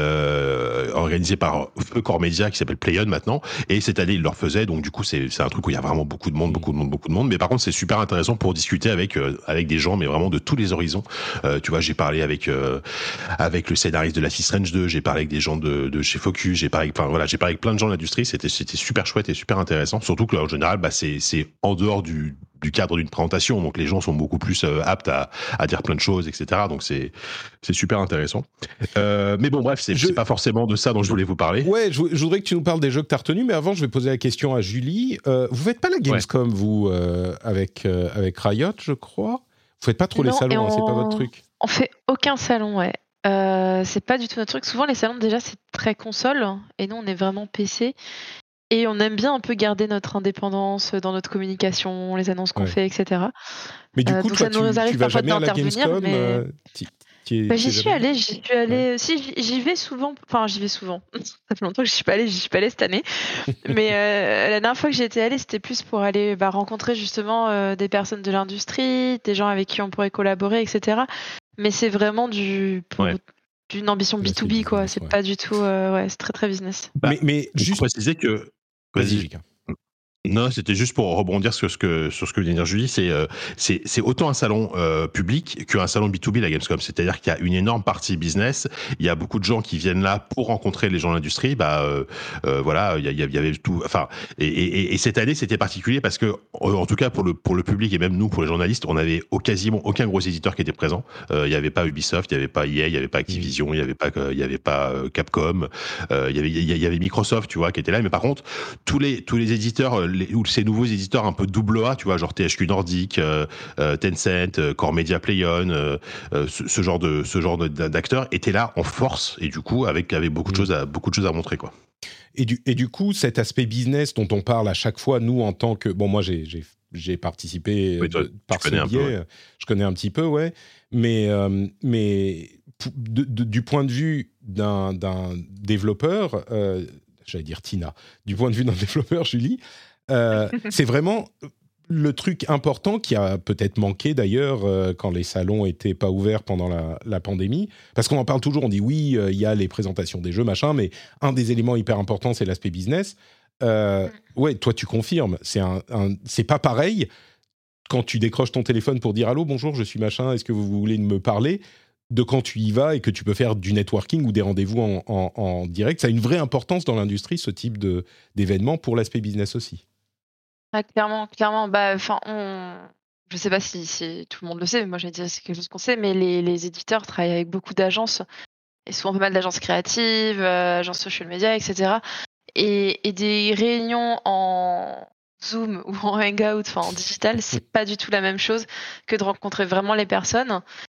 euh, organisée par Feu Core Media, qui s'appelle PlayOn maintenant, et cette année, ils le refaisaient, donc, du coup, c'est, c'est un truc où il y a vraiment beaucoup de monde, beaucoup de monde, beaucoup de monde, mais par contre, c'est super intéressant pour discuter avec, euh, avec des gens, mais vraiment de tous les horizons. Euh, tu vois, j'ai parlé avec euh, avec le scénariste de Life is Strange deux, j'ai parlé avec des gens de, de chez Focus, j'ai parlé, enfin voilà, j'ai parlé avec plein de gens de l'industrie. C'était c'était super chouette et super intéressant. Surtout que en général, bah c'est c'est en dehors du du cadre d'une présentation, donc les gens sont beaucoup plus euh, aptes à, à dire plein de choses, et cetera. Donc c'est c'est super intéressant. Euh, mais bon, bref, c'est, Je- c'est pas forcément de ça dont je voulais vous parler. Ouais, je, je voudrais que tu nous parles des jeux que tu as retenus, mais avant, je vais poser la question à Julie. Euh, vous faites pas la Gamescom, vous, euh, avec, euh, avec Riot, je crois. Vous faites pas trop les Non, et salons, hein, c'est pas on- votre truc. On fait aucun salon, ouais. Euh, c'est pas du tout notre truc. Souvent, les salons, déjà, c'est très console. Et nous, on est vraiment P C. Et on aime bien un peu garder notre indépendance dans notre communication, les annonces qu'on Ouais. fait, et cetera. Mais du Euh, coup, donc toi, ça nous tu, arrive tu vas parfois jamais à la d'intervenir, Gamescom mais- euh, t'y- t'y es- Bah, t'y j'y es suis jamais allée, j'y suis allée. Si, j'y- j'y vais souvent. Enfin, j'y vais souvent. Ça fait longtemps que je suis pas allée, j'y suis pas allée cette année. Mais euh, la dernière fois que j'y étais allée, c'était plus pour aller bah, rencontrer justement euh, des personnes de l'industrie, des gens avec qui on pourrait collaborer, et cetera. Mais c'est vraiment du pour- Ouais. d'une ambition Ouais, B c'est deux B, quoi. business, C'est ouais. pas du tout. euh, ouais, c'est très très business. Bah, mais, mais Juste juste. préciser que. Vas-y, Jika. Non, c'était juste pour rebondir sur ce que sur ce que vient de dire Julie. C'est euh, c'est c'est autant un salon euh, public qu'un salon B deux B, la Gamescom. C'est-à-dire qu'il y a une énorme partie business. Il y a beaucoup de gens qui viennent là pour rencontrer les gens de l'industrie. Bah euh, euh, voilà, il y, a- il y avait tout. Enfin, et, et, et cette année c'était particulier parce que en tout cas pour le pour le public et même nous pour les journalistes, on avait au quasiment aucun gros éditeur qui était présent. Euh, il y avait pas Ubisoft, il y avait pas E A, il y avait pas Activision, il y avait pas il y avait pas euh, Capcom. Euh, il y avait il y avait Microsoft, tu vois, qui était là. Mais par contre, tous les tous les éditeurs euh, les, ou ces nouveaux éditeurs un peu double A, tu vois, genre T H Q Nordic, euh, euh, Tencent, euh, Core Media PlayOn, euh, euh, ce, ce genre de ce genre de, d'acteurs étaient là en force et du coup avec avec beaucoup de choses à beaucoup de choses à montrer, quoi. Et du, et du coup, cet aspect business dont on parle à chaque fois, nous, en tant que... Bon, moi, j'ai, j'ai, j'ai participé Oui, toi, de- par tu ce connais un peu, biais. ouais. Je connais un petit peu, ouais. Mais, euh, mais pou- de- de- du point de vue d'un, d'un développeur, euh, j'allais dire Tina, du point de vue d'un développeur, Julie, euh, c'est vraiment le truc important qui a peut-être manqué d'ailleurs euh, quand les salons étaient pas ouverts pendant la, la pandémie. Parce qu'on en parle toujours, on dit oui, euh, il y a les présentations des jeux, machin, mais un des éléments hyper importants, c'est l'aspect business. Euh, ouais, toi, tu confirmes, c'est, un, un, c'est pas pareil quand tu décroches ton téléphone pour dire « Allô, bonjour, je suis machin, est-ce que vous voulez me parler ?» de quand tu y vas et que tu peux faire du networking ou des rendez-vous en, en, en direct. Ça a une vraie importance dans l'industrie, ce type de, d'événement, pour l'aspect business aussi. Ah, clairement, clairement. Bah, enfin, on... je sais pas si, si tout le monde le sait, mais moi, je vais dire c'est quelque chose qu'on sait, mais les, les éditeurs travaillent avec beaucoup d'agences, et souvent pas mal d'agences créatives, euh, agences social media, et cetera. Et, et des réunions en Zoom ou en Hangout, enfin en digital, c'est pas du tout la même chose que de rencontrer vraiment les personnes.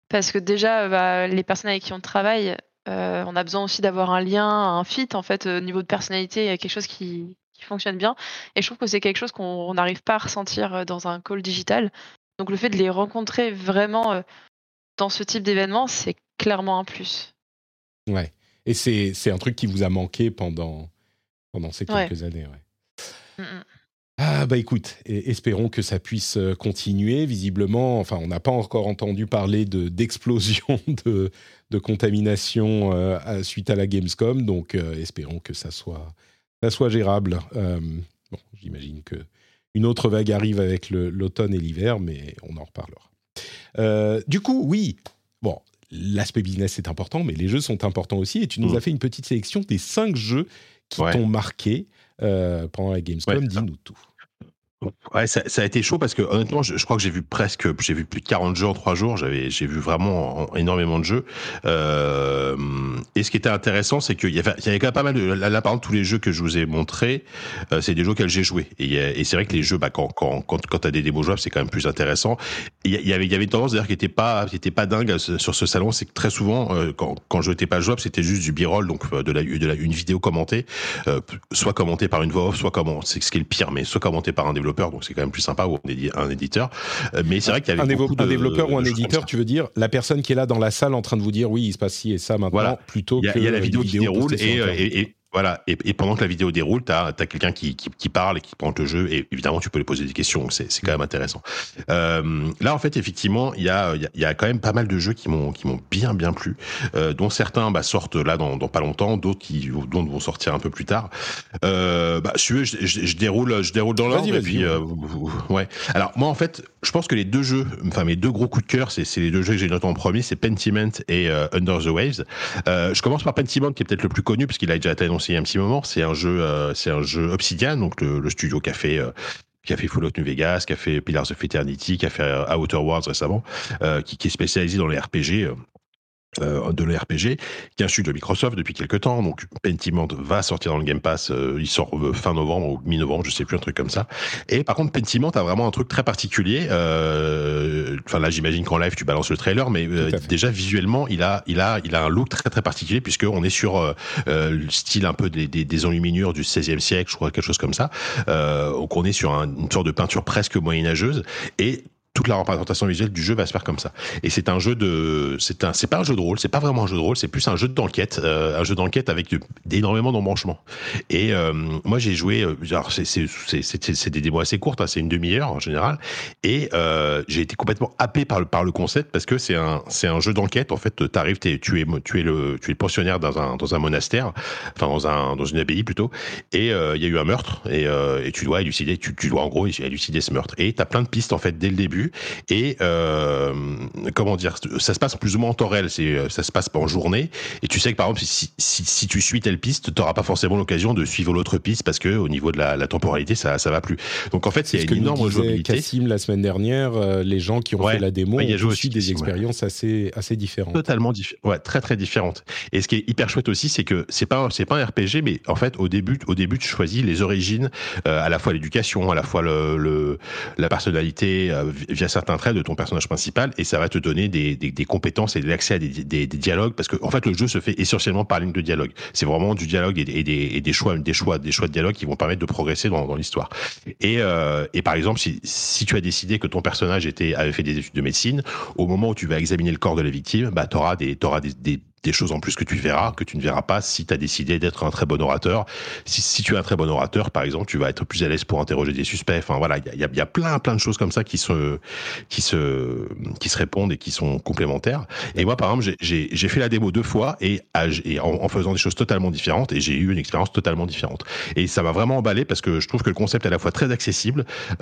parce que déjà, bah, les personnes avec qui on travaille, euh, on a besoin aussi d'avoir un lien, un fit en fait, au niveau de personnalité, il y a quelque chose qui, qui fonctionne bien. Et je trouve que c'est quelque chose qu'on n'arrive pas à ressentir euh, dans un call digital. Donc le fait de les rencontrer vraiment euh, dans ce type d'événement, c'est clairement un plus. Ouais. Et c'est, c'est un truc qui vous a manqué pendant, pendant ces quelques Ouais. années, ouais. Mm-mm. Ah bah écoute, et espérons que ça puisse continuer. Visiblement, enfin, on n'a pas encore entendu parler de, d'explosion de, de contamination euh, suite à la Gamescom, donc euh, espérons que ça soit, ça soit gérable. Euh, bon, j'imagine que une autre vague arrive avec le, l'automne et l'hiver, mais on en reparlera. Euh, du coup, oui, bon, l'aspect business est important, mais les jeux sont importants aussi, et tu nous mmh. as fait une petite sélection des cinq jeux qui Ouais. t'ont marqué euh, pendant la Gamescom. Ouais, dis-nous tout. Ouais, ça, ça a été chaud parce que honnêtement, je, je crois que j'ai vu presque, j'ai vu plus de quarante jeux en trois jours. J'avais, j'ai vu vraiment énormément de jeux. Euh, et ce qui était intéressant, c'est qu'il y avait, il y avait quand même pas mal de. Là, là par exemple, tous les jeux que je vous ai montrés, euh, c'est des jeux auxquels j'ai joué. Et, et c'est vrai que les jeux, bah, quand quand quand, quand t'as des démos jouables, c'est quand même plus intéressant. Et il y avait, il y avait une tendance d'ailleurs qui était pas, qui était pas dingue sur ce salon, c'est que très souvent, euh, quand quand je n'étais pas jouable, c'était juste du b-roll, donc de la, de la une vidéo commentée, euh, soit commentée par une voix off, soit comment, c'est ce qui est le pire, mais soit commentée par un développeur. Donc c'est quand même plus sympa, ou un éditeur. Mais c'est vrai qu'il y avait un, beaucoup évo- de, un développeur ou un de éditeur, tu veux dire la personne qui est là dans la salle en train de vous dire oui, il se passe ci et ça maintenant, voilà. plutôt il y a, que il y a la vidéo, vidéo qui déroule et, et, et, voilà. Et, et pendant que la vidéo déroule, t'as as quelqu'un qui, qui qui parle et qui prend le jeu, et évidemment tu peux lui poser des questions. Donc c'est c'est quand même intéressant. Euh, là en fait effectivement il y a il y a, il y a quand même pas mal de jeux qui m'ont qui m'ont bien bien plu, euh, dont certains bah, sortent là dans, dans pas longtemps, d'autres qui dont vont sortir un peu plus tard. Euh, bah je, je, je, je déroule je déroule dans l'ordre. Vas-y, et puis euh, ouais. Alors moi en fait je pense que les deux jeux, enfin mes deux gros coups de cœur, c'est c'est les deux jeux que j'ai notés en premier, c'est Pentiment et euh, Under the Waves. Euh, je commence par Pentiment qui est peut-être le plus connu parce qu'il a déjà été annoncé il y a un petit moment. C'est un jeu, euh, c'est un jeu Obsidian, donc le, le studio qui a fait, euh, qui a fait Fallout New Vegas, qui a fait Pillars of Eternity, qui a fait euh, Outer Worlds récemment, euh, qui, qui est spécialisé dans les R P G. Euh, Euh, de l'R P G, qui est un studio de Microsoft depuis quelques temps. Donc Pentiment va sortir dans le Game Pass, euh, il sort euh, fin novembre ou mi-novembre, je sais plus, un truc comme ça. Et par contre Pentiment a vraiment un truc très particulier. Euh, enfin là j'imagine qu'en live tu balances le trailer, mais euh, déjà visuellement il a il a il a un look très très particulier, puisque on est sur euh, euh, le style un peu des, des, des enluminures du seizième siècle, je crois, quelque chose comme ça. Euh, donc on est sur un, une sorte de peinture presque moyenâgeuse, et toute la représentation visuelle du jeu va se faire comme ça. Et c'est un jeu de, c'est un, c'est pas un jeu de rôle, c'est pas vraiment un jeu de rôle, c'est plus un jeu d'enquête, euh, un jeu d'enquête avec de, énormément d'embranchements. Et euh, moi j'ai joué, alors c'est, c'est, c'est, c'est, c'est des démos assez courtes, hein, c'est une demi-heure en général, et euh, j'ai été complètement happé par le par le concept, parce que c'est un c'est un jeu d'enquête. En fait, t'arrives, t'es, tu es tu es le tu es le pensionnaire dans un dans un monastère, enfin dans un dans une abbaye plutôt, et il euh, y a eu un meurtre, et, euh, et tu dois élucider, tu, tu dois en gros élucider ce meurtre. Et t'as plein de pistes en fait dès le début. Et euh, comment dire, ça se passe plus ou moins en temps réel, c'est, ça se passe pas en journée, et tu sais que par exemple si, si, si tu suis telle piste, t'auras pas forcément l'occasion de suivre l'autre piste, parce que au niveau de la, la temporalité ça ça va plus. Donc en fait c'est il y a une énorme jouabilité. Kassim la semaine dernière, euh, les gens qui ont ouais, fait la démo ouais, ont aussi des expériences ouais. assez assez différentes. Totalement différentes, ouais, très très différentes. Et ce qui est hyper chouette aussi, c'est que c'est pas c'est pas un R P G, mais en fait au début au début tu choisis les origines, euh, à la fois l'éducation, à la fois le, le la personnalité, euh, via certains traits de ton personnage principal, et ça va te donner des, des, des compétences et de l'accès à des, des, des dialogues, parce que en fait le jeu se fait essentiellement par ligne de dialogue. C'est vraiment du dialogue et des, et des, et des choix, des choix, des choix de dialogue qui vont permettre de progresser dans, dans l'histoire. Et, euh, et par exemple, si, si tu as décidé que ton personnage était avait fait des études de médecine, au moment où tu vas examiner le corps de la victime, bah t'auras des, t'auras des, des des choses en plus que tu verras, que tu ne verras pas si tu as décidé d'être un très bon orateur. Si, si tu es un très bon orateur, par exemple, tu vas être plus à l'aise pour interroger des suspects. Enfin voilà, il y a, y a plein plein de choses comme ça qui se qui se qui se répondent et qui sont complémentaires. Et moi, par exemple, j'ai j'ai, j'ai fait la démo deux fois, et, et en, en faisant des choses totalement différentes, et j'ai eu une expérience totalement différente. Et ça m'a vraiment emballé, parce que je trouve que le concept est à la fois très accessible,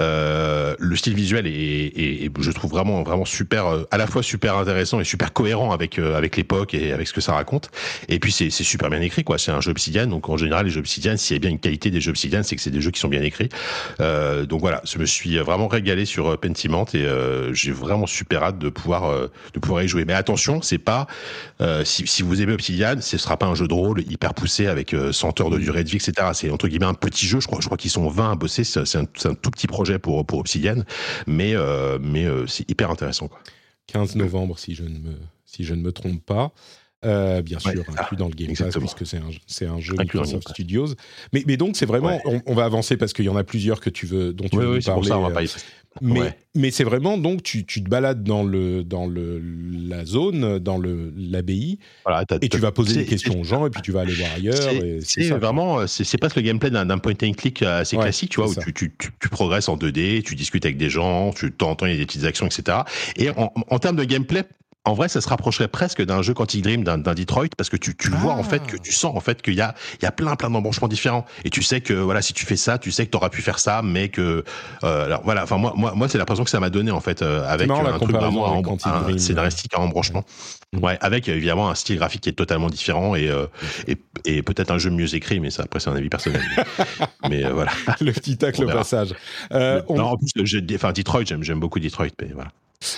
euh, le style visuel est, est, est, je trouve vraiment vraiment super, à la fois super intéressant et super cohérent avec euh, avec l'époque et avec ce que ça raconte. Et puis c'est, c'est super bien écrit, quoi. C'est un jeu Obsidian, donc en général les jeux Obsidian, s'il y a bien une qualité des jeux Obsidian, c'est que c'est des jeux qui sont bien écrits. Euh, donc voilà, je me suis vraiment régalé sur Pentiment, et euh, j'ai vraiment super hâte de pouvoir euh, de pouvoir y jouer. Mais attention, c'est pas euh, si, si vous aimez Obsidian, ce sera pas un jeu de rôle hyper poussé avec euh, cent heures de durée de vie, et cetera. C'est entre guillemets un petit jeu. Je crois, je crois qu'ils sont vingt à bosser. C'est, c'est, un, c'est un tout petit projet pour pour Obsidian, mais euh, mais euh, c'est hyper intéressant, quoi. quinze novembre, si je ne me, si je ne me trompe pas. Euh, bien sûr, ouais, inclus ah, dans le Game Pass, puisque c'est un, c'est un jeu inclus Microsoft Studios. Mais, mais donc, c'est vraiment... Ouais. On, on va avancer parce qu'il y en a plusieurs que tu veux, dont tu oui, veux oui, nous c'est parler. Pour ça, on va pas y... mais, ouais. mais c'est vraiment... Donc, tu, tu te balades dans, le, dans le, la zone, dans le, l'abbaye, voilà, t'as, et t'as, tu vas poser des questions aux gens, et puis tu vas aller voir ailleurs. C'est, et c'est, c'est ça, vraiment... C'est, c'est presque le gameplay d'un, d'un point and click assez ouais, classique, tu vois, où tu, tu, tu, tu progresses en deux D, tu discutes avec des gens, tu t'entends, il y a des petites actions, et cetera. Et en, en termes de gameplay... En vrai, ça se rapprocherait presque d'un jeu Quantic Dream, d'un, d'un Detroit, parce que tu, tu ah. vois en fait que tu sens en fait qu'il y a, il y a plein, plein d'embranchements différents. Et tu sais que voilà, si tu fais ça, tu sais que t'auras pu faire ça, mais que euh, alors voilà. Enfin moi, moi, moi, c'est l'impression que ça m'a donné en fait euh, avec marrant, un truc vraiment un, un Dream, scénaristique à embranchement. Ouais. ouais, avec évidemment un style graphique qui est totalement différent et euh, et, et peut-être un jeu mieux écrit, mais ça après c'est un avis personnel. mais euh, voilà. Le petit tacle au passage. Euh, on... Non, en plus, le jeu, enfin Detroit, j'aime, j'aime beaucoup Detroit, mais voilà.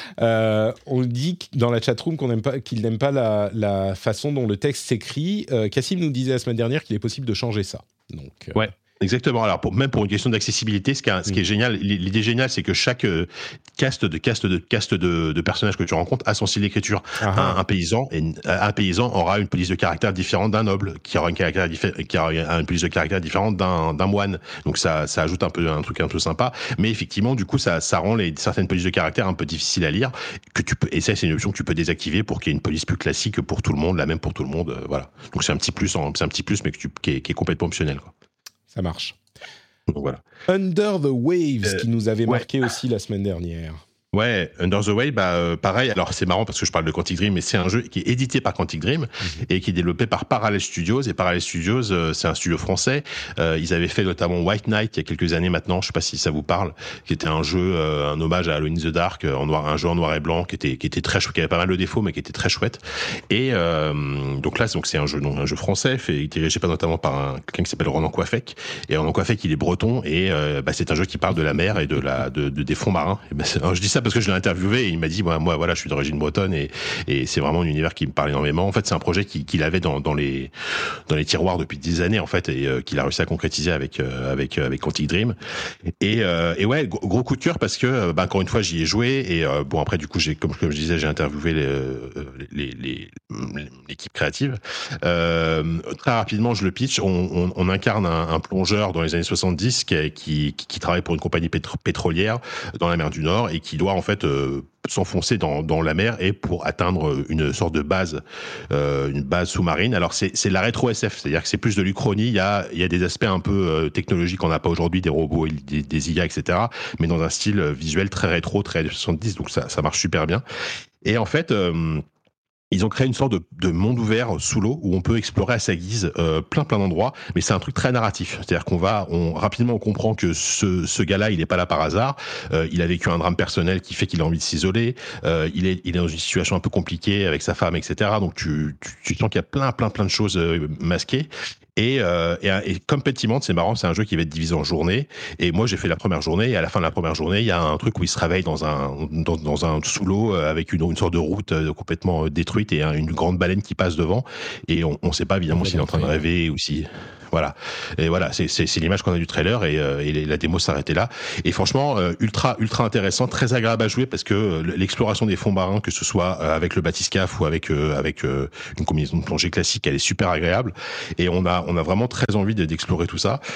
Euh, on dit dans la chatroom qu'on n'aime pas, qu'il n'aime pas la, la façon dont le texte s'écrit. Euh, Cassim nous disait la semaine dernière qu'il est possible de changer ça. Donc, euh... ouais. Exactement. Alors, pour, même pour une question d'accessibilité, ce qui, a, ce qui est génial, l'idée géniale, c'est que chaque euh, caste de caste de caste de, de personnages que tu rencontres a son style d'écriture. Un, un paysan et un paysan aura une police de caractère différente d'un noble, qui aura une caractère diffé- qui aura une police de caractère différente d'un, d'un moine. Donc ça, ça ajoute un peu un truc un peu sympa. Mais effectivement, du coup, ça, ça rend les certaines polices de caractère un peu difficiles à lire. Que tu peux, et ça, c'est une option que tu peux désactiver pour qu'il y ait une police plus classique pour tout le monde, la même pour tout le monde. Euh, voilà. Donc c'est un petit plus, en, c'est un petit plus, mais que tu, qui est, qui est complètement optionnel, quoi. Ça marche. Donc, voilà. Under the Waves, euh, qui nous avait ouais. marqué aussi la semaine dernière. Ouais, Under the Waves, bah, euh, pareil. Alors, c'est marrant parce que je parle de Quantic Dream, mais c'est un jeu qui est édité par Quantic Dream mm-hmm. et qui est développé par Parallel Studios. Et Parallel Studios, euh, c'est un studio français. Euh, ils avaient fait notamment White Knight il y a quelques années maintenant. Je sais pas si ça vous parle, qui était un jeu, euh, un hommage à Alone in the Dark, en noir, un jeu en noir et blanc, qui était, qui était très chouette, qui avait pas mal de défauts, mais qui était très chouette. Et euh, donc là, donc c'est un jeu, donc un jeu français, fait dirigé pas notamment par un, quelqu'un qui s'appelle Ronan Coiffec. Et Ronan Coiffec, il est breton et euh, bah, c'est un jeu qui parle de la mer et de la, de, de des fonds marins. Et bah, alors, je dis ça parce que je l'ai interviewé. Et il m'a dit, moi, moi, voilà, je suis d'origine bretonne et, et c'est vraiment un univers qui me parle énormément. En fait, c'est un projet qu'il, qu'il avait dans, dans les, dans les tiroirs depuis des années, en fait, et euh, qu'il a réussi à concrétiser avec, euh, avec, avec Quantic Dream. Et, euh, et ouais, gros, gros coup de cœur parce que, bah, encore une fois, j'y ai joué et euh, bon, après, du coup, j'ai, comme, comme je disais, j'ai interviewé les, les, les, les, l'équipe créative. Euh, très rapidement, je le pitch. On, on, on incarne un, un plongeur dans les années soixante-dix qui, qui, qui, qui travaille pour une compagnie pétro- pétrolière dans la mer du Nord et qui doit, en fait, euh, s'enfoncer dans, dans la mer et pour atteindre une sorte de base, euh, une base sous-marine. Alors c'est, c'est de la rétro-S F, c'est-à-dire que c'est plus de l'Uchronie. Il y a, il y a des aspects un peu euh, technologiques qu'on n'a pas aujourd'hui, des robots, des, des I A, et cetera. Mais dans un style visuel très rétro, très soixante-dix. Donc ça, ça marche super bien. Et en fait. Euh, Ils ont créé une sorte de, de monde ouvert sous l'eau où on peut explorer à sa guise euh, plein plein d'endroits, mais c'est un truc très narratif. C'est-à-dire qu'on va, on rapidement on comprend que ce, ce gars-là, il est pas là par hasard. Euh, il a vécu un drame personnel qui fait qu'il a envie de s'isoler. Euh, il est, il est dans une situation un peu compliquée avec sa femme, et cetera. Donc tu, tu, tu sens qu'il y a plein plein plein de choses euh, masquées. Et, euh, et, et comme Pentiment, c'est marrant, c'est un jeu qui va être divisé en journées. Et moi, j'ai fait la première journée. Et à la fin de la première journée, il y a un truc où il se réveille dans un dans, dans un sous l'eau avec une, une sorte de route complètement détruite et une grande baleine qui passe devant. Et on ne sait pas évidemment s'il est en train de rêver ou si. Voilà. Et voilà, c'est, c'est, c'est l'image qu'on a du trailer et, euh, et la démo s'arrêtait là. Et franchement, euh, ultra, ultra intéressant, très agréable à jouer parce que euh, l'exploration des fonds marins, que ce soit euh, avec le bathyscaphe ou avec euh, avec euh, une combinaison de plongée classique, elle est super agréable. Et on a on a vraiment très envie de, d'explorer tout ça.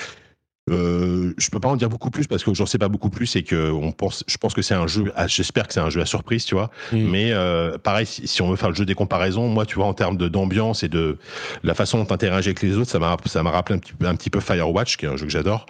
Euh, je peux pas en dire beaucoup plus parce que j'en sais pas beaucoup plus et que on pense, je pense que c'est un jeu, à, j'espère que c'est un jeu à surprise, tu vois. Mmh. Mais euh, pareil, si, si on veut faire le jeu des comparaisons, moi, tu vois, en termes de d'ambiance et de la façon dont t'interagis avec les autres, ça m'a, ça m'a rappelé un petit, un petit peu Firewatch, qui est un jeu que j'adore.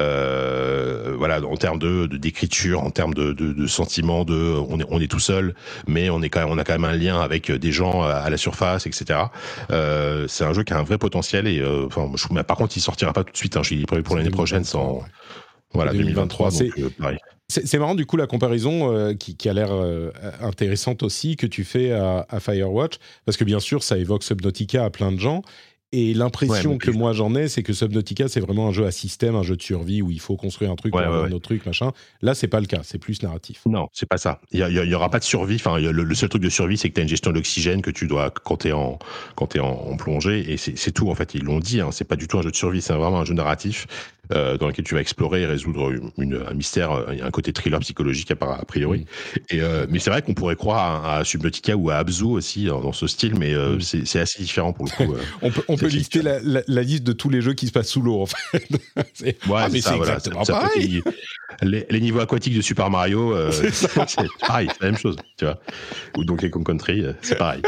Euh, voilà, en termes de, de d'écriture, en termes de, de, de sentiments, de, on est, on est tout seul, mais on est quand même, on a quand même un lien avec des gens à la surface, et cetera. Euh, c'est un jeu qui a un vrai potentiel et, euh, enfin, je, mais par contre, il sortira pas tout de suite. Hein, je suis prévu pour l'année prochaine sans voilà deux mille vingt-trois. C'est, donc, euh, c'est, c'est marrant du coup la comparaison euh, qui, qui a l'air euh, intéressante aussi que tu fais à, à Firewatch parce que bien sûr ça évoque Subnautica à plein de gens et l'impression ouais, que moi j'en ai c'est que Subnautica c'est vraiment un jeu à système, un jeu de survie où il faut construire un truc ouais, pour avoir ouais, un autre truc machin. Là c'est pas le cas, c'est plus narratif. Non, c'est pas ça. Il y, y, y aura pas de survie. Enfin le, le seul truc de survie c'est que t'as une gestion d'oxygène que tu dois quand t'es en quand t'es en, en plongée et c'est, c'est tout en fait. Ils l'ont dit. Hein, c'est pas du tout un jeu de survie, c'est vraiment un jeu narratif. euh, dans lequel tu vas explorer et résoudre une, une, un mystère. Il y a un côté thriller psychologique a priori. Mmh. Et, euh, mais c'est vrai qu'on pourrait croire à, à Subnautica ou à Abzu aussi dans, dans ce style, mais euh, mmh. c'est, c'est assez différent pour le coup. Euh, on peut, on peut lister la, la, la liste de tous les jeux qui se passent sous l'eau en fait. c'est, ouais, ah, mais ça, c'est voilà, exactement ça, pareil. Ça les, les niveaux aquatiques de Super Mario, euh, c'est, c'est pareil, c'est la même chose, tu vois. Ou Donkey Kong Country, c'est pareil.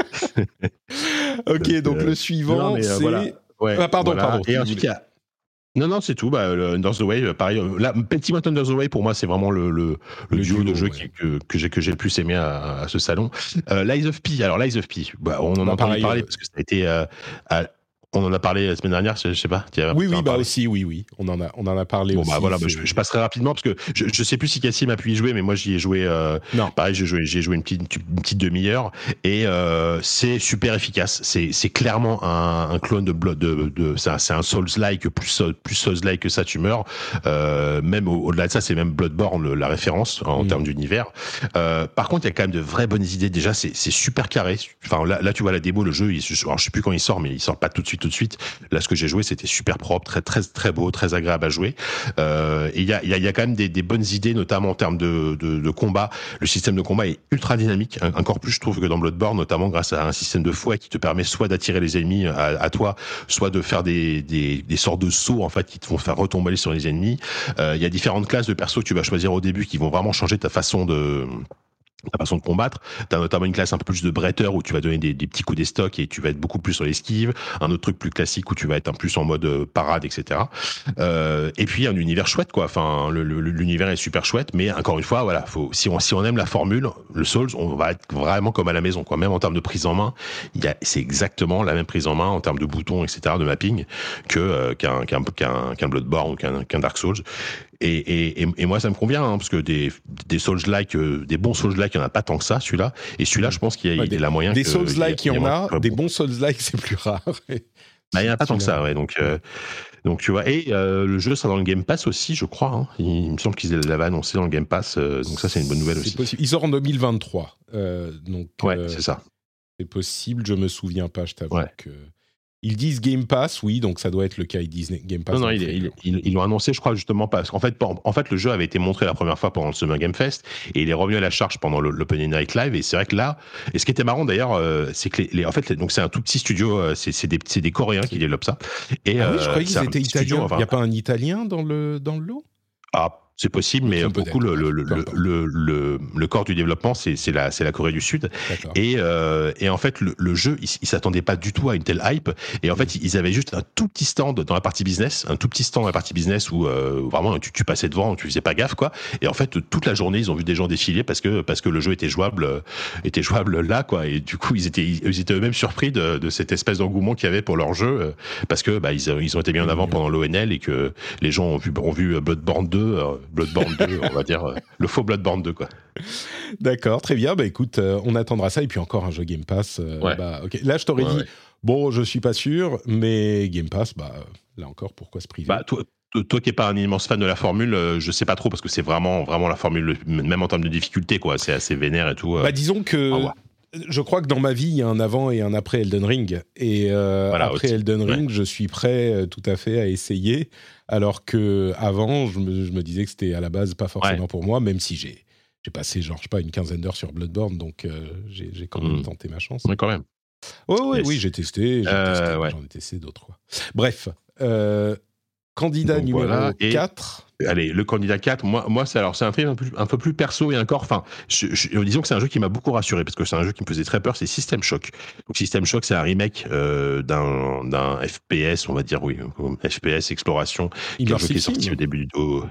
Ok, donc, donc euh, le suivant, non, mais, c'est... Euh, voilà. Ouais, ah, pardon, voilà. pardon. Et ensuite, il y a... Non, non, c'est tout. Bah, le Under the Wave, pareil. Là, Pentiment Under the Wave, pour moi, c'est vraiment le, le, le, le duo, duo de jeux ouais. que, que, j'ai, que j'ai le plus aimé à, à ce salon. Euh, Lies of P. Alors, Lies of P, bah, on en a entendu parler euh... parce que ça a été... Euh, à... On en a parlé la semaine dernière, je sais pas. Oui, oui, bah aussi, oui, oui. On en a, on en a parlé bon, aussi. Bah voilà, bah, je, je passerai rapidement parce que je, je sais plus si Cassim a pu y jouer, mais moi j'y ai joué. Euh, non. Pareil, j'ai joué, j'ai joué une petite, une petite demi-heure et euh, c'est super efficace. C'est, c'est clairement un, un clone de Blood. De, de, c'est, un, c'est un Souls-like plus, plus Souls-like que ça, tu meurs. Euh, même au, au-delà de ça, c'est même Bloodborne le, la référence en mmh. termes d'univers. Euh, par contre, il y a quand même de vraies bonnes idées. Déjà, c'est, c'est super carré. Enfin, là, là, tu vois la démo, le jeu. Il, alors, je sais plus quand il sort, mais il sort pas tout de suite, tout de suite. Là, ce que j'ai joué, c'était super propre, très très très beau, très agréable à jouer. Euh, et il y a il y a, y a quand même des, des bonnes idées, notamment en termes de, de, de combat. Le système de combat est ultra dynamique, encore plus je trouve que dans Bloodborne, notamment grâce à un système de fouet qui te permet soit d'attirer les ennemis à, à toi, soit de faire des, des, des sortes de sauts en fait qui te vont faire retomber sur les ennemis. Euh, il y a différentes classes de persos que tu vas choisir au début qui vont vraiment changer ta façon de ta façon de combattre. T'as notamment une classe un peu plus de bretteur où tu vas donner des, des petits coups d'estoc et tu vas être beaucoup plus sur l'esquive. Un autre truc plus classique où tu vas être un plus en mode euh, parade, et cetera. Euh, et puis un univers chouette, quoi. Enfin, le, le, l'univers est super chouette, mais encore une fois, voilà, faut, si on si on aime la formule, le Souls, on va être vraiment comme à la maison, quoi. Même en termes de prise en main, il y a, c'est exactement la même prise en main en termes de boutons, et cetera, de mapping que euh, qu'un, qu'un qu'un qu'un Bloodborne ou qu'un qu'un Dark Souls. Et, et, et moi, ça me convient, hein, parce que des, des Souls-like, euh, des bons Souls-like, il n'y en a pas tant que ça, celui-là. Et celui-là, je pense qu'il y a, ouais, il y a la moyen des que... Des Souls-like, il y, y en a, a des bons Souls-like, c'est plus rare. Bah, il n'y en a pas tant que ça, ouais. Donc, euh, donc tu vois. Et euh, le jeu sera dans le Game Pass aussi, je crois. Hein. Il, il me semble qu'ils l'avaient annoncé dans le Game Pass. Euh, donc ça, c'est une bonne nouvelle c'est aussi. Possible. Il sort en deux mille vingt-trois. Euh, donc, ouais, euh, c'est ça. C'est possible, je me souviens pas, je t'avoue ouais. que... Ils disent Game Pass, oui, donc ça doit être le cas, ils disent Game Pass. Non, non, ils, ils, ils, ils l'ont annoncé, je crois, justement, parce qu'en fait, en fait, le jeu avait été montré la première fois pendant le Summer Game Fest, et il est revenu à la charge pendant le, l'Open Night Live, et c'est vrai que là, et ce qui était marrant d'ailleurs, euh, c'est que les, les, en fait, donc c'est un tout petit studio, euh, c'est, c'est, des, c'est des Coréens qui développent ça. Et, ah oui, euh, je croyais qu'ils étaient italiens, il enfin, n'y a pas un Italien dans le, dans le lot ? Ah, c'est possible, mais pour le coup, le, le, le, le, le, le corps du développement, c'est, c'est, la, c'est la Corée du Sud. Et, euh, et en fait, le, le jeu, ils il s'attendaient pas du tout à une telle hype. Et en fait, ils avaient juste un tout petit stand dans la partie business, un tout petit stand dans la partie business où euh, vraiment tu, tu passais devant, tu faisais pas gaffe, quoi. Et en fait, toute la journée, ils ont vu des gens défiler parce que parce que le jeu était jouable, euh, était jouable là, quoi. Et du coup, ils étaient ils étaient eux-mêmes surpris de, de cette espèce d'engouement qu'il y avait pour leur jeu euh, parce que bah ils, ils ont été mis en avant pendant l'O N L et que les gens ont vu ont vu Bloodborne deux, euh, Bloodborne deux. On va dire euh, le faux Bloodborne deux, quoi. D'accord, très bien. Bah écoute, euh, on attendra ça. Et puis encore un jeu Game Pass. Euh, ouais. bah, okay. Là, je t'aurais ouais, dit, ouais. bon, je suis pas sûr, mais Game Pass, bah là encore, pourquoi se priver ? Bah, toi, toi qui n'es pas un immense fan de la formule, euh, je sais pas trop parce que c'est vraiment, vraiment la formule, même en termes de difficulté, quoi. C'est assez vénère et tout. Euh, bah disons que. Je crois que dans ma vie, il y a un avant et un après Elden Ring. Et euh, voilà, après aussi. Elden Ring, ouais. je suis prêt euh, tout à fait à essayer. Alors qu'avant, je me, je me disais que c'était à la base pas forcément ouais. pour moi, même si j'ai, j'ai passé genre, je sais pas, une quinzaine d'heures sur Bloodborne, donc euh, j'ai, j'ai quand même mmh. tenté ma chance. Oui, quand même. Oh, oui, yes. oui, j'ai testé, j'ai euh, testé ouais. j'en ai testé d'autres. Quoi. Bref, euh, candidat donc, numéro voilà. quatre... Allez, le candidat quatre, moi, moi c'est, alors, c'est un, un, peu, un peu plus perso et encore, enfin, je, je, disons que c'est un jeu qui m'a beaucoup rassuré parce que c'est un jeu qui me faisait très peur, c'est System Shock. Donc System Shock, c'est un remake euh, d'un, d'un F P S, on va dire, oui, F P S, exploration, qui est un jeu qui est sorti au début du... Au,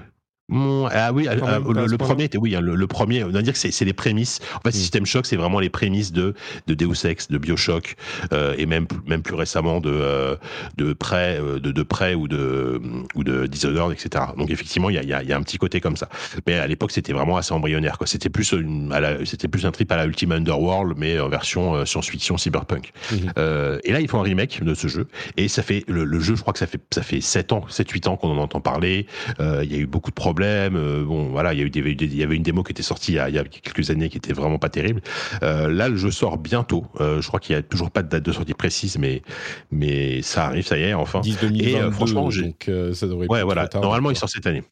Ah oui, euh, le, le premier était oui, hein, le, le premier. On va dire que c'est, c'est les prémices. En fait, mmh. System Shock, c'est vraiment les prémices de de Deus Ex, de BioShock, euh, et même même plus récemment de euh, de Prey, de de Prey ou de ou de Dishonored, et cetera. Donc effectivement, il y a il y a il y a un petit côté comme ça. Mais à l'époque, c'était vraiment assez embryonnaire, quoi. C'était plus une, à la, c'était plus un trip à la Ultima Underworld, mais en version euh, science-fiction cyberpunk. Mmh. Euh, et là, ils font un remake de ce jeu, et ça fait le, le jeu, je crois que ça fait ça fait sept ans, sept huit ans qu'on en entend parler. Euh, il y a eu beaucoup de problèmes. problèmes. Euh, bon, voilà, il y a eu des, il y avait une démo qui était sortie il y a, il y a quelques années qui était vraiment pas terrible. Euh, là, le jeu sort bientôt. Euh, je crois qu'il y a toujours pas de date de sortie précise, mais mais ça arrive, ça y est, enfin. dix deux mille vingt-deux, et euh, franchement, j'ai... donc euh, ça devrait. Ouais, pas voilà. trop tard, Normalement, quoi. il sort cette année.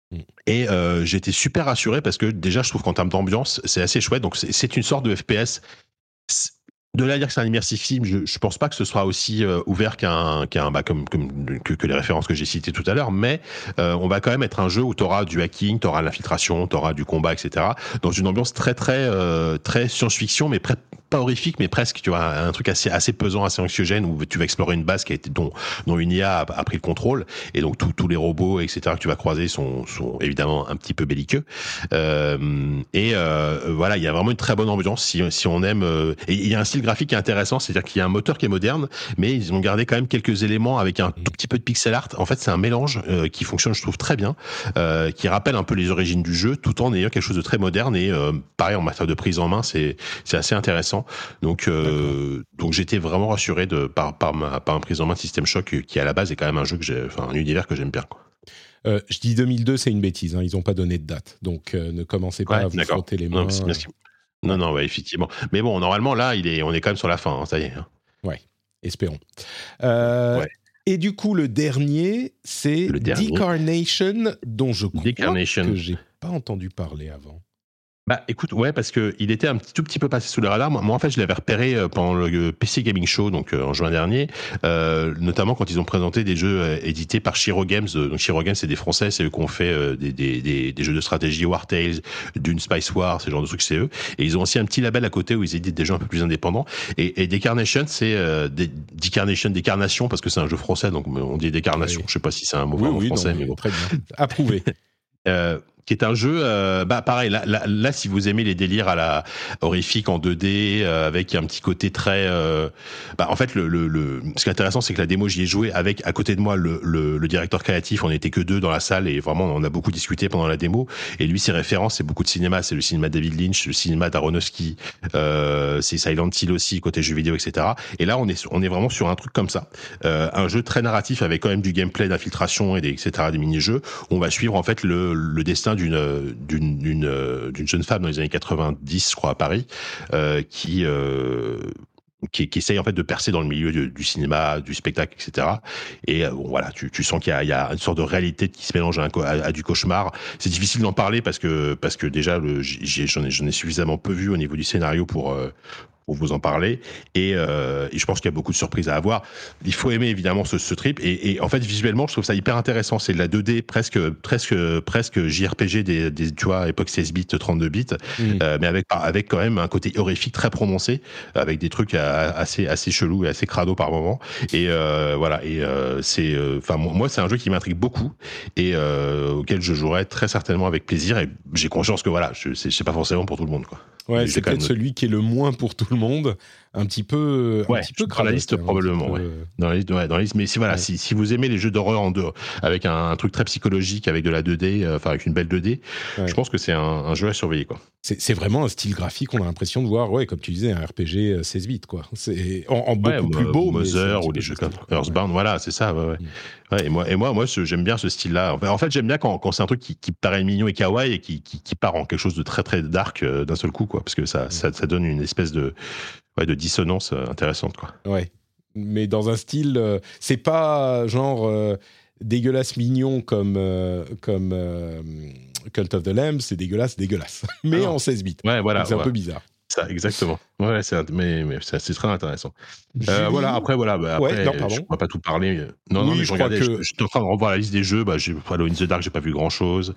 Et euh, j'étais super rassuré parce que déjà, je trouve qu'en termes d'ambiance, c'est assez chouette. Donc, c'est, c'est une sorte de F P S. C'est... De là à dire que c'est un immersive sim, je, je pense pas que ce sera aussi euh, ouvert qu'un, qu'un bah, comme, comme que, que les références que j'ai citées tout à l'heure, mais euh, on va quand même être un jeu où tu auras du hacking, tu auras l'infiltration, tu auras du combat, et cetera. Dans une ambiance très très euh, très science-fiction, mais près, pas horrifique, mais presque, tu vois, un truc assez assez pesant, assez anxiogène où tu vas explorer une base qui a été dont dont une I A a, a pris le contrôle, et donc tous tous les robots, et cetera que tu vas croiser sont sont évidemment un petit peu belliqueux. Euh, et euh, voilà, il y a vraiment une très bonne ambiance si si on aime. Euh, et il y a un style graphique qui est intéressant, c'est-à-dire qu'il y a un moteur qui est moderne, mais ils ont gardé quand même quelques éléments avec un tout petit peu de pixel art. En fait, c'est un mélange euh, qui fonctionne, je trouve, très bien, euh, qui rappelle un peu les origines du jeu, tout en ayant quelque chose de très moderne. Et euh, pareil, en matière de prise en main, c'est c'est assez intéressant. Donc euh, donc j'étais vraiment rassuré de par par ma par une prise en main de System Shock qui à la base est quand même un jeu que j'ai, enfin un univers que j'aime bien, quoi. Euh, je dis deux mille deux, c'est une bêtise, hein, ils n'ont pas donné de date, donc euh, ne commencez pas Ouais, à vous d'accord. frotter les mains. Non, c'est bien ce qui... Non, non, ouais, effectivement. Mais bon, normalement, là, il est, on est quand même sur la fin, hein, ça y est. Hein. Ouais, espérons. Euh, ouais. Et du coup, le dernier, c'est le dernier. Decarnation, dont je crois Decarnation. que j'ai pas entendu parler avant. Bah écoute, ouais, parce que il était un petit, tout petit peu passé sous le radar. Moi, moi en fait, je l'avais repéré pendant le P C Gaming Show, donc euh, en juin dernier, euh, notamment quand ils ont présenté des jeux euh, édités par Shiro Games. Donc Shiro Games, c'est des Français, c'est eux qui ont fait euh, des, des, des, des jeux de stratégie, War Tales, Dune, Spice War, ce genre de trucs, c'est eux. Et ils ont aussi un petit label à côté où ils éditent des jeux un peu plus indépendants. Et, et Decarnation, c'est euh, Decarnation, décarnation, parce que c'est un jeu français, donc on dit décarnation. Oui. Je sais pas si c'est un mot oui, oui, français, non, mais bon. Très bien. Approuvé. euh, qui est un jeu, euh, bah pareil, là, là, là, si vous aimez les délires à la horrifique en deux D, euh, avec un petit côté très, euh, bah en fait, le, le, le, ce qui est intéressant, c'est que la démo, j'y ai joué avec à côté de moi le, le, le directeur créatif. On n'était que deux dans la salle et vraiment, on a beaucoup discuté pendant la démo. Et lui, ses références, c'est beaucoup de cinéma, c'est le cinéma David Lynch, le cinéma d'Aronofsky, euh, c'est Silent Hill aussi côté jeux vidéo, et cetera. Et là, on est, on est vraiment sur un truc comme ça, euh, un jeu très narratif avec quand même du gameplay d'infiltration et des, et cetera, des mini-jeux. On va suivre en fait le, le destin d'une, d'une, d'une, d'une jeune femme dans les années quatre-vingt-dix, je crois, à Paris, euh, qui, euh, qui, qui essaye en fait de percer dans le milieu du, du cinéma, du spectacle, et cetera. Et euh, bon, voilà, tu, tu sens qu'il y a, il y a une sorte de réalité qui se mélange à, un, à, à du cauchemar. C'est difficile d'en parler parce que parce que déjà, le, j'ai, j'en ai, j'en ai suffisamment peu vu au niveau du scénario pour euh, pour vous en parler, et, euh, et je pense qu'il y a beaucoup de surprises à avoir. Il faut aimer évidemment ce, ce trip, et, et en fait visuellement je trouve ça hyper intéressant. C'est de la deux D presque presque presque J R P G des, des tu vois époque seize bits, trente-deux bits, mmh. euh, mais avec avec quand même un côté horrifique très prononcé, avec des trucs assez assez chelous et assez crado par moment. Et euh, voilà, et euh, c'est enfin euh, moi c'est un jeu qui m'intrigue beaucoup et euh, auquel je jouerai très certainement avec plaisir, et j'ai conscience que voilà, je, c'est, c'est pas forcément pour tout le monde, quoi. Ouais, c'est peut-être celui qui est le moins pour tout le monde, un petit peu, un ouais, petit peu dans la liste probablement, peu... ouais. Dans la liste, ouais, dans la liste. Mais si voilà, ouais. si, si vous aimez les jeux d'horreur en deux, avec un, un truc très psychologique, avec de la deux D, enfin euh, avec une belle deux D, ouais. je pense que c'est un, un jeu à surveiller, quoi. C'est, c'est vraiment un style graphique. On a l'impression de voir, ouais, comme tu disais, un R P G seize bits, quoi. C'est en, en beaucoup ouais, plus beau, Mother ou des jeux comme Earthbound, ouais. voilà, c'est ça. Ouais, ouais. Mm. ouais et moi, et moi, moi, ce, j'aime bien ce style-là. En fait, j'aime bien quand, quand c'est un truc qui, qui paraît mignon et kawaii et qui, qui, qui part en quelque chose de très très dark euh, d'un seul coup, quoi, parce que ça, mm. ça, ça donne une espèce de ouais, de dissonance euh, intéressante, quoi. Ouais, mais dans un style, euh, c'est pas genre euh, dégueulasse mignon comme euh, comme euh, Cult of the Lamb, c'est dégueulasse dégueulasse, mais ah en seize bits. Ouais, voilà, donc c'est ouais. un peu bizarre. Ça, exactement. Ouais, c'est, mais, mais c'est, c'est très intéressant. Euh, voilà, après, voilà, bah, après, ouais, non, pardon. je ne pourrais pas tout parler. Non, oui, non, mais je, je regardais, que... j'étais en train de revoir la liste des jeux. Bah, j'ai, Halo in the Dark, j'ai pas vu grand chose.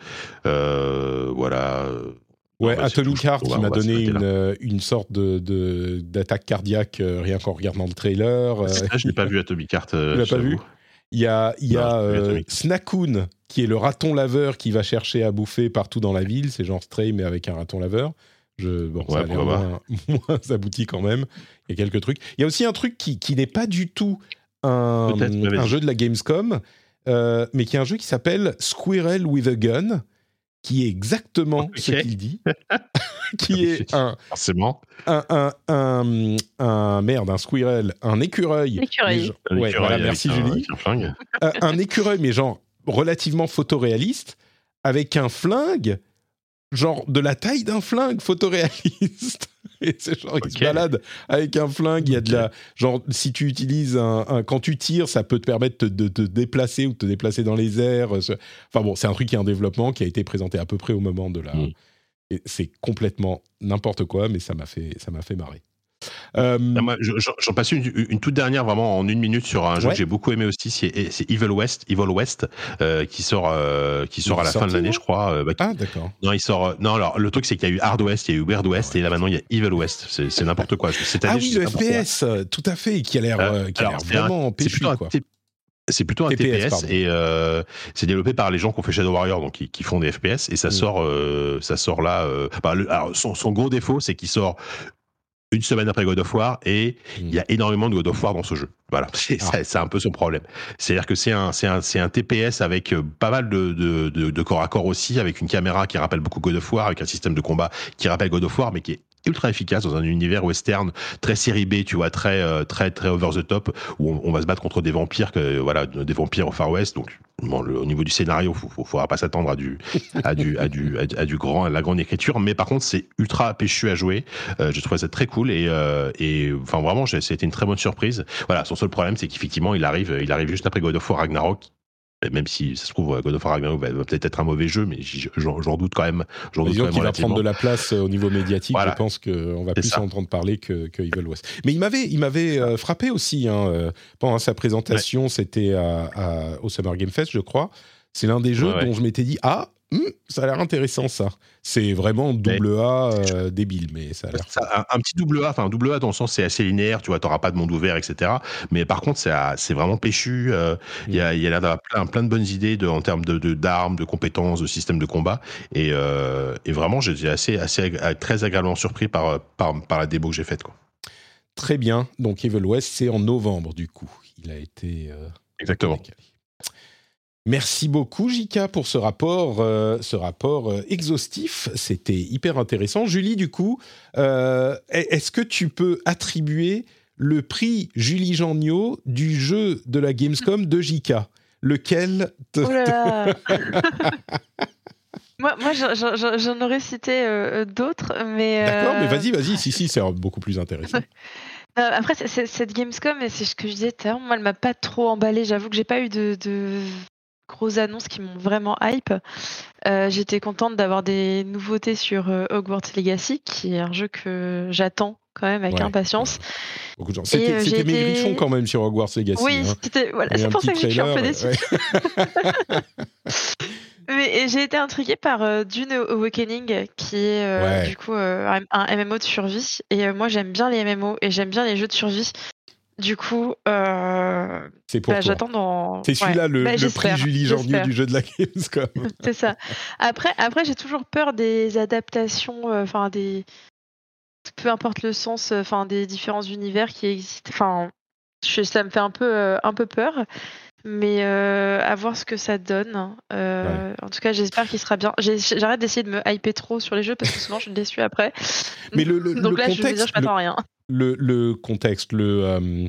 Euh, voilà. Ouais, non, Atomic Heart qui m'a donné une, une sorte de, de, d'attaque cardiaque euh, rien qu'en regardant le trailer. Euh, ça, je n'ai pas vu Atomic Heart. Euh, tu l'as pas vu ? Il y a, il y a euh, Snakoon, qui est le raton laveur qui va chercher à bouffer partout dans la ville. C'est genre Stray, mais avec un raton laveur. Je, bon, ouais, ça a l'air moins, moins abouti quand même. Il y a quelques trucs. Il y a aussi un truc qui, qui n'est pas du tout un, un jeu de la Gamescom, euh, mais qui est un jeu qui s'appelle Squirrel with a Gun, qui est exactement okay. ce qu'il dit, qui est un, forcément, un, un, un, un merde, un squirrel, un écureuil. Écureuil. Genre, un ouais, écureuil voilà, merci Julie. Un, un écureuil, mais genre relativement photoréaliste, avec un flingue, genre de la taille d'un flingue photoréaliste. Et c'est genre, okay. il se balade avec un flingue, il y a de la... Genre, si tu utilises un... un quand tu tires, ça peut te permettre de te déplacer ou de te déplacer dans les airs. Enfin bon, c'est un truc qui est en développement, qui a été présenté à peu près au moment de la... Mm. Et c'est complètement n'importe quoi, mais ça m'a fait, ça m'a fait marrer. Euh, moi, j'en passe une, une toute dernière vraiment en une minute sur un jeu ouais. que j'ai beaucoup aimé aussi, c'est, c'est Evil West, Evil West, euh, qui sort, euh, qui sort à la fin de l'année, non je crois. Euh, bah, ah d'accord. Non, il sort. Euh, non, alors le truc c'est qu'il y a eu Hard West, il y a eu Weird West, et là maintenant il y a Evil West. C'est, c'est n'importe quoi. Cette année, ah oui, le F P S, tout à fait, qui a l'air, euh, qui a alors, l'air vraiment un, péchu, quoi. T- C'est plutôt un T P S, T P S et euh, c'est développé par les gens qui ont fait Shadow Warrior, donc qui, qui font des F P S, et ça mmh. sort, euh, ça sort là. Euh, bah, le, alors son, son gros défaut, c'est qu'il sort une semaine après God of War, et il mmh. y a énormément de God of War dans ce jeu. Voilà, c'est, ah. c'est, c'est un peu son problème. C'est-à-dire que c'est un, c'est un, c'est un T P S avec pas mal de, de, de, de corps à corps aussi, avec une caméra qui rappelle beaucoup God of War, avec un système de combat qui rappelle God of War, mais qui est ultra efficace dans un univers western très série B, tu vois, très euh, très très over the top, où on, on va se battre contre des vampires, que voilà, des vampires au Far West. Donc, bon, le, au niveau du scénario, faut, faut, faudra pas s'attendre à du à du à du à, à du grand à la grande écriture, mais par contre, c'est ultra péchu à jouer. Euh, je trouvais ça très cool et euh, et enfin vraiment, j'ai, c'était une très bonne surprise. Voilà, son seul problème, c'est qu'effectivement, il arrive il arrive juste après God of War Ragnarok. Même si ça se trouve God of War Ragnarok va, va peut-être être un mauvais jeu, mais j'en, j'en doute quand même. J'en doute disons quand même qu'il va prendre de la place au niveau médiatique. Voilà. Je pense qu'on va c'est plus ça. entendre parler que, que Evil West. Mais il m'avait, il m'avait euh, frappé aussi hein, euh, pendant sa présentation. Ouais. C'était à, à, au Summer Game Fest, je crois. C'est l'un des jeux ouais, ouais. dont je m'étais dit ah. Mmh, ça a l'air intéressant ça. C'est vraiment double A euh, débile, mais ça a l'air. Ça, un, un petit double A, enfin un double A dans le sens c'est assez linéaire, tu vois, t'auras pas de monde ouvert, et cetera. Mais par contre c'est, c'est vraiment péchu. Il euh, mmh. y a, y a l'air d'avoir plein, plein de bonnes idées de, en termes de, de d'armes, de compétences, de systèmes de combat. Et, euh, et vraiment j'étais assez, assez très agréablement surpris par, par, par la démo que j'ai faite, quoi. Très bien. Donc Evil West, c'est en novembre du coup. Il a été euh, exactement. Décalé. Merci beaucoup, J K, pour ce rapport, euh, ce rapport euh, exhaustif. C'était hyper intéressant. Julie, du coup, euh, est-ce que tu peux attribuer le prix Julie Jangnot du jeu de la Gamescom de J K ? Lequel te... Oh là là. Moi, moi j'en, j'en, j'en aurais cité euh, d'autres, mais... D'accord, euh... mais vas-y, vas-y. Si, si, c'est beaucoup plus intéressant. Euh, après, c'est, c'est, cette Gamescom, et c'est ce que je disais tout à l'heure, moi, elle m'a pas trop emballée. J'avoue que j'ai pas eu de... de... grosses annonces qui m'ont vraiment hype. Euh, j'étais contente d'avoir des nouveautés sur euh, Hogwarts Legacy, qui est un jeu que j'attends quand même avec ouais, impatience. Ouais. Beaucoup de gens. C'était, euh, c'était été... Maigrichon quand même sur Hogwarts Legacy. Oui, hein. c'était, voilà, c'est pour ça que je suis un peu déçue. Ouais. Mais j'ai été intriguée par euh, Dune Awakening, qui est euh, ouais. du coup euh, un M M O de survie. Et euh, moi, j'aime bien les M M O et j'aime bien les jeux de survie. Du coup, euh, c'est pour bah, toi. j'attends dans. C'est celui-là ouais. le, bah, le prix Julie Jangnot du jeu de la Gamescom. C'est ça. Après, après, j'ai toujours peur des adaptations, enfin euh, des, peu importe le sens, enfin des différents univers qui existent. Enfin, ça me fait un peu, euh, un peu peur. Mais euh, à voir ce que ça donne. Euh, ouais. En tout cas, j'espère qu'il sera bien. J'ai, j'arrête d'essayer de me hyper trop sur les jeux parce que souvent je suis déçue après. Mais le, le, Donc le là, contexte, je veux dire, je m'attends le, à rien. Le, le contexte, le, euh,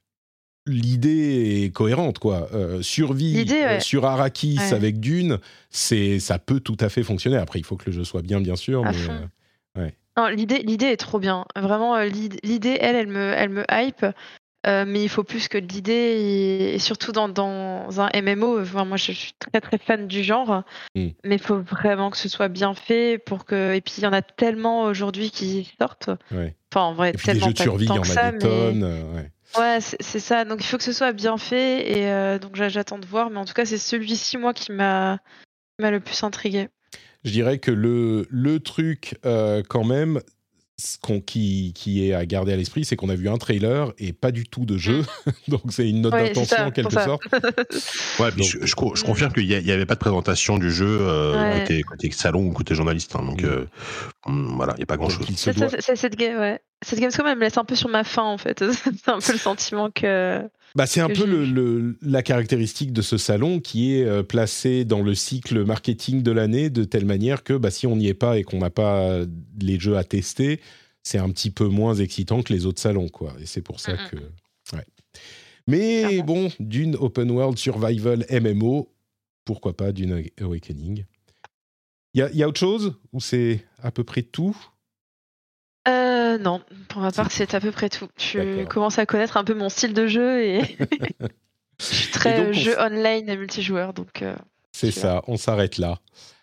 l'idée est cohérente, quoi. Euh, survie l'idée, ouais. euh, sur Arrakis ouais. avec Dune, c'est, ça peut tout à fait fonctionner. Après, il faut que le jeu soit bien, bien sûr. À mais, fond. Euh, ouais. Non, l'idée, l'idée est trop bien. Vraiment, l'idée, elle, elle me, elle me hype. Euh, mais il faut plus que de l'idée et, et surtout dans, dans un M M O. Enfin, moi, je suis très très fan du genre, mm. mais il faut vraiment que ce soit bien fait pour que. Et puis il y en a tellement aujourd'hui qui sortent. Ouais. Enfin, en vrai, et puis tellement des jeux de survie, il y en a ça, des mais... tonnes. Ouais, ouais c'est, c'est ça. Donc il faut que ce soit bien fait et euh, donc j'attends de voir. Mais en tout cas, c'est celui-ci moi qui m'a, qui m'a le plus intriguée. Je dirais que le le truc euh, quand même. Ce qu'on, qui, qui est à garder à l'esprit, c'est qu'on a vu un trailer et pas du tout de jeu. Donc, c'est une note ouais, d'intention ça, en quelque sorte. Ouais, puis je, je, je confirme qu'il n'y avait pas de présentation du jeu euh, ouais. côté, côté salon ou côté journaliste. Hein, donc, mmh. euh, voilà, il n'y a pas grand-chose. C'est, doit... c'est, c'est, cette, ouais. cette Gamescom, elle me laisse un peu sur ma faim, en fait. C'est un peu le sentiment que... Bah, c'est un peu le, le, la caractéristique de ce salon qui est euh, placé dans le cycle marketing de l'année de telle manière que bah, si on n'y est pas et qu'on n'a pas les jeux à tester, c'est un petit peu moins excitant que les autres salons, quoi. Et c'est pour ça mm-hmm. que... Ouais. Mais Clairement. Bon, d'une open world survival M M O, pourquoi pas d'une Awakening. Il y a, y a autre chose ou c'est à peu près tout ? Euh, non, pour ma part, c'est à peu près tout. Je D'accord. commence à connaître un peu mon style de jeu et je suis très Et donc, on jeu s- online et multijoueur, donc euh, C'est tu ça, on s'arrête là.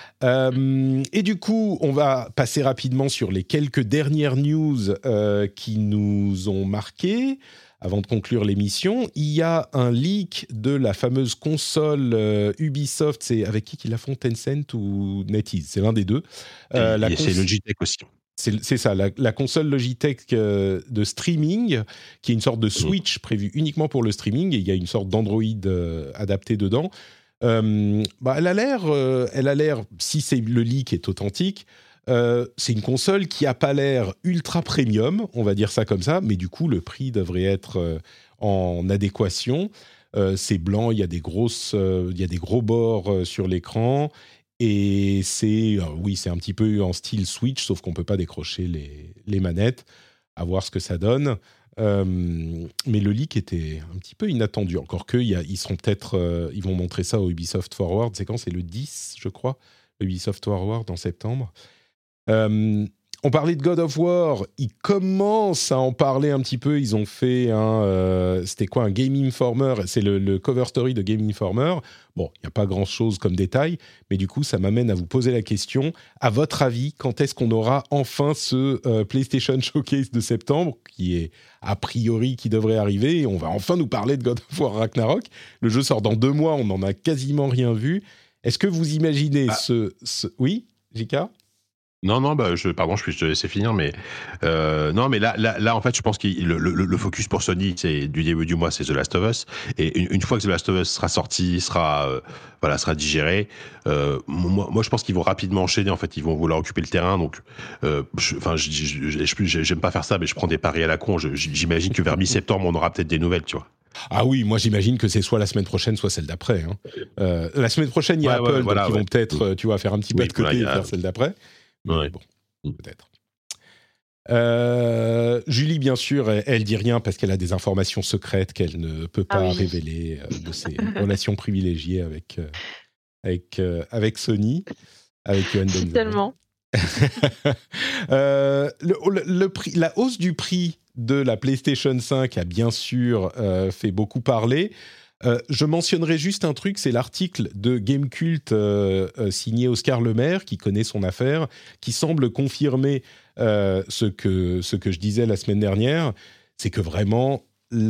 Euh, et du coup, on va passer rapidement sur les quelques dernières news euh, qui nous ont marqués. Avant de conclure l'émission, il y a un leak de la fameuse console euh, Ubisoft. C'est avec qui qu'ils la font, Tencent ou NetEase ? C'est l'un des deux. Euh, Et, la et cons- c'est Logitech aussi. c'est, c'est ça, la, la console Logitech euh, de streaming, qui est une sorte de Switch prévue uniquement pour le streaming, et il y a une sorte d'Android euh, adapté dedans. Euh, bah, elle a l'air, euh, elle a l'air, si c'est le leak est authentique, euh, c'est une console qui a pas l'air ultra premium, on va dire ça comme ça, mais du coup le prix devrait être euh, en adéquation. Euh, c'est blanc, il y a des grosses, euh, il y a des gros bords euh, sur l'écran. Et c'est, euh, oui, c'est un petit peu en style Switch, sauf qu'on peut pas décrocher les, les manettes. À voir ce que ça donne. Euh, mais le leak était un petit peu inattendu. Encore que, y a, ils seront peut-être, euh, ils vont montrer ça au Ubisoft Forward. C'est quand ? C'est le dix, je crois, le Ubisoft Forward en septembre. Euh, on parlait de God of War, ils commencent à en parler un petit peu. Ils ont fait un, euh, c'était quoi, un Game Informer. C'est le, le cover story de Game Informer. Bon, il n'y a pas grand-chose comme détail, mais du coup, ça m'amène à vous poser la question. À votre avis, quand est-ce qu'on aura enfin ce euh, PlayStation Showcase de septembre, qui est a priori qui devrait arriver, et on va enfin nous parler de God of War Ragnarok. Le jeu sort dans deux mois, on n'en a quasiment rien vu. Est-ce que vous imaginez Ah. ce, ce... Oui, J K ? Non, non, bah, je, pardon, je vais te laisser finir, mais euh, non, mais là, là, là, en fait, je pense que le, le, le focus pour Sony, c'est du début du mois, c'est The Last of Us, et une, une fois que The Last of Us sera sorti, sera, euh, voilà, sera digéré, euh, moi, moi, je pense qu'ils vont rapidement enchaîner. En fait, ils vont vouloir occuper le terrain. Donc, euh, enfin, je, je, je, je, j'aime pas faire ça, mais je prends des paris à la con. Je, j'imagine que vers mi-septembre, on aura peut-être des nouvelles, tu vois. Ah oui, moi j'imagine que c'est soit la semaine prochaine, soit celle d'après. Hein. Euh, la semaine prochaine, il y a Ouais, Apple, ouais, voilà, donc ils ouais. vont peut-être, tu vois, faire un petit Oui, pas de côté voilà, et y a- faire celle d'après. Mais Ouais. bon, peut-être. Euh, Julie, bien sûr, elle, elle dit rien parce qu'elle a des informations secrètes qu'elle ne peut pas Ah oui. révéler euh, de ses relations privilégiées avec, euh, avec, euh, avec Sony, avec Johan Si Benzebaud. tellement. Euh, le, le- le prix, la hausse du prix de la PlayStation cinq a bien sûr euh, fait beaucoup parler. Euh, je mentionnerai juste un truc, c'est l'article de Gamecult euh, euh, signé Oscar Lemaire, qui connaît son affaire, qui semble confirmer euh, ce, que, ce que je disais la semaine dernière, c'est que vraiment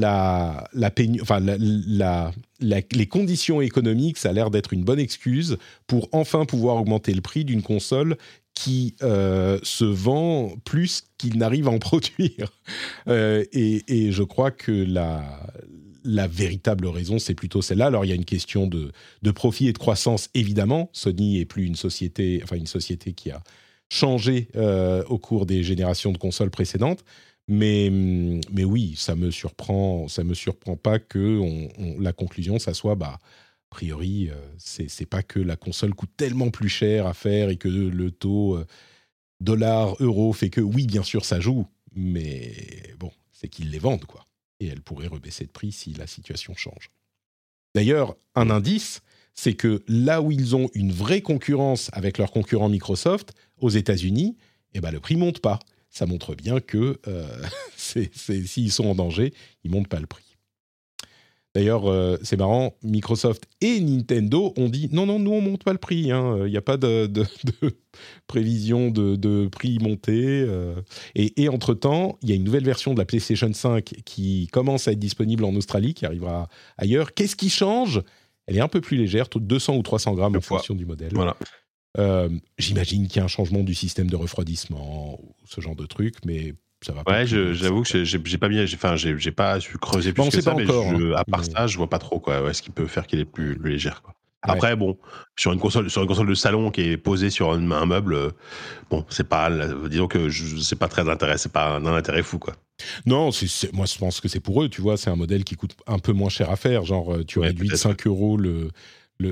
la, la, pénu- enfin, la, la, la, les conditions économiques, ça a l'air d'être une bonne excuse pour enfin pouvoir augmenter le prix d'une console qui euh, se vend plus qu'il n'arrive à en produire. Euh, et, et je crois que la, la véritable raison, c'est plutôt celle-là. Alors, il y a une question de, de profit et de croissance, évidemment. Sony est plus une société, enfin une société qui a changé euh, au cours des générations de consoles précédentes. Mais, mais oui, ça me surprend, ça me surprend pas que on, on, la conclusion, ça soit, bah, a priori, euh, c'est, c'est pas que la console coûte tellement plus cher à faire et que le taux euh, dollar-euro fait que, oui, bien sûr, ça joue, mais bon, c'est qu'ils les vendent, quoi. Et elle pourrait rebaisser de prix si la situation change. D'ailleurs, un indice, c'est que là où ils ont une vraie concurrence avec leur concurrent Microsoft, aux États-Unis, eh ben, le prix monte pas. Ça montre bien que euh, c'est, c'est, s'ils sont en danger, ils montent pas le prix. D'ailleurs, euh, c'est marrant, Microsoft et Nintendo ont dit non, non, nous on monte pas le prix. Il hein. n'y a pas de, de, de prévision de, de prix monté. Euh. Et, et entre-temps, il y a une nouvelle version de la PlayStation cinq qui commence à être disponible en Australie, qui arrivera ailleurs. Qu'est-ce qui change ? Elle est un peu plus légère, deux cents ou trois cents grammes Le en poids. fonction du modèle. Voilà. Euh, j'imagine qu'il y a un changement du système de refroidissement ou ce genre de truc, mais ça va pas. Ouais, je, j'avoue que j'ai, j'ai, j'ai pas bien, j'ai, enfin, j'ai, j'ai pas su creuser plus Bon, on que sait ça, pas mais encore, je, hein, à part mais- ça, je vois pas trop quoi, ouais, ce qui peut faire qu'il est plus, plus légère, quoi. Ouais. Après, bon, sur une console, sur une console de salon qui est posée sur un, un meuble, euh, bon, c'est pas, disons que je, c'est pas très intéressant, c'est pas un, un intérêt fou, quoi. Non, c'est, c'est, moi je pense que c'est pour eux, tu vois, c'est un modèle qui coûte un peu moins cher à faire, genre tu Ouais, réduis de peut-être. cinq euros le, le...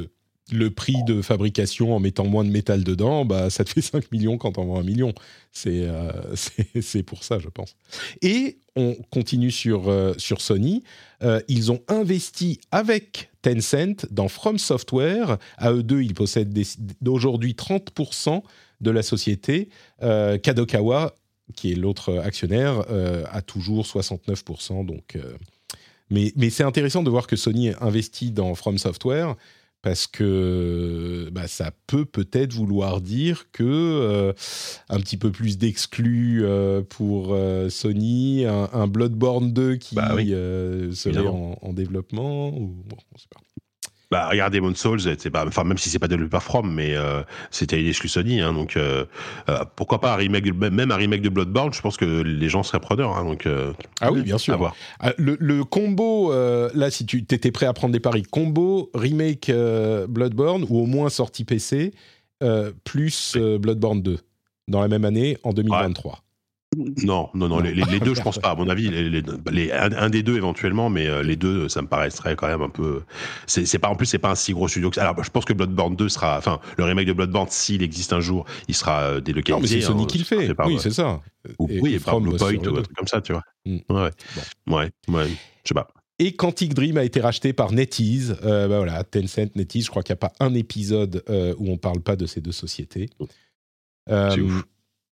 le prix de fabrication en mettant moins de métal dedans, bah, ça te fait cinq millions quand on vend un million. C'est, euh, c'est, c'est pour ça, je pense. Et on continue sur, euh, sur Sony. Euh, ils ont investi avec Tencent dans From Software. À eux deux, ils possèdent des, aujourd'hui trente pour cent de la société. Euh, Kadokawa, qui est l'autre actionnaire, euh, a toujours soixante-neuf pour cent. Donc, euh, mais, mais c'est intéressant de voir que Sony investit dans From Software, parce que bah, ça peut peut-être vouloir dire que euh, un petit peu plus d'exclus euh, pour euh, Sony, un, un Bloodborne deux qui bah oui, euh, serait en, en développement, ou bon, on sait pas. Bah, regardez Demon's Souls, c'est pas, enfin même si c'est pas développé par From, mais euh, c'était une exclu Sony, hein, donc euh, euh, pourquoi pas un remake, même un remake de Bloodborne, je pense que les gens seraient preneurs, hein, donc. Euh, ah oui, bien sûr. Ah, le, le combo, euh, là, si tu t'étais prêt à prendre des paris, combo remake euh, Bloodborne ou au moins sortie P C euh, plus euh, Bloodborne deux dans la même année en deux mille vingt-trois. Ouais. Non, non, non, les, les, les deux, je pense pas. À mon avis, les, les, les, un, un des deux éventuellement, mais euh, les deux, ça me paraîtrait quand même un peu. C'est, c'est pas, en plus, c'est pas un si gros studio que ça. Alors, je pense que Bloodborne deux sera, enfin, le remake de Bloodborne, s'il existe un jour, il sera euh, délocalisé. Non, mais c'est Sony hein, qui le fait. Par, oui, c'est ça. Ou, et, oui, et par Bluepoint ou un truc comme ça, tu vois. Mm. Ouais, bon. ouais, ouais, je sais pas. Et Quantic Dream a été racheté par NetEase. Euh, bah voilà, Tencent, NetEase. Je crois qu'il n'y a pas un épisode euh, où on parle pas de ces deux sociétés. Euh, c'est ouf.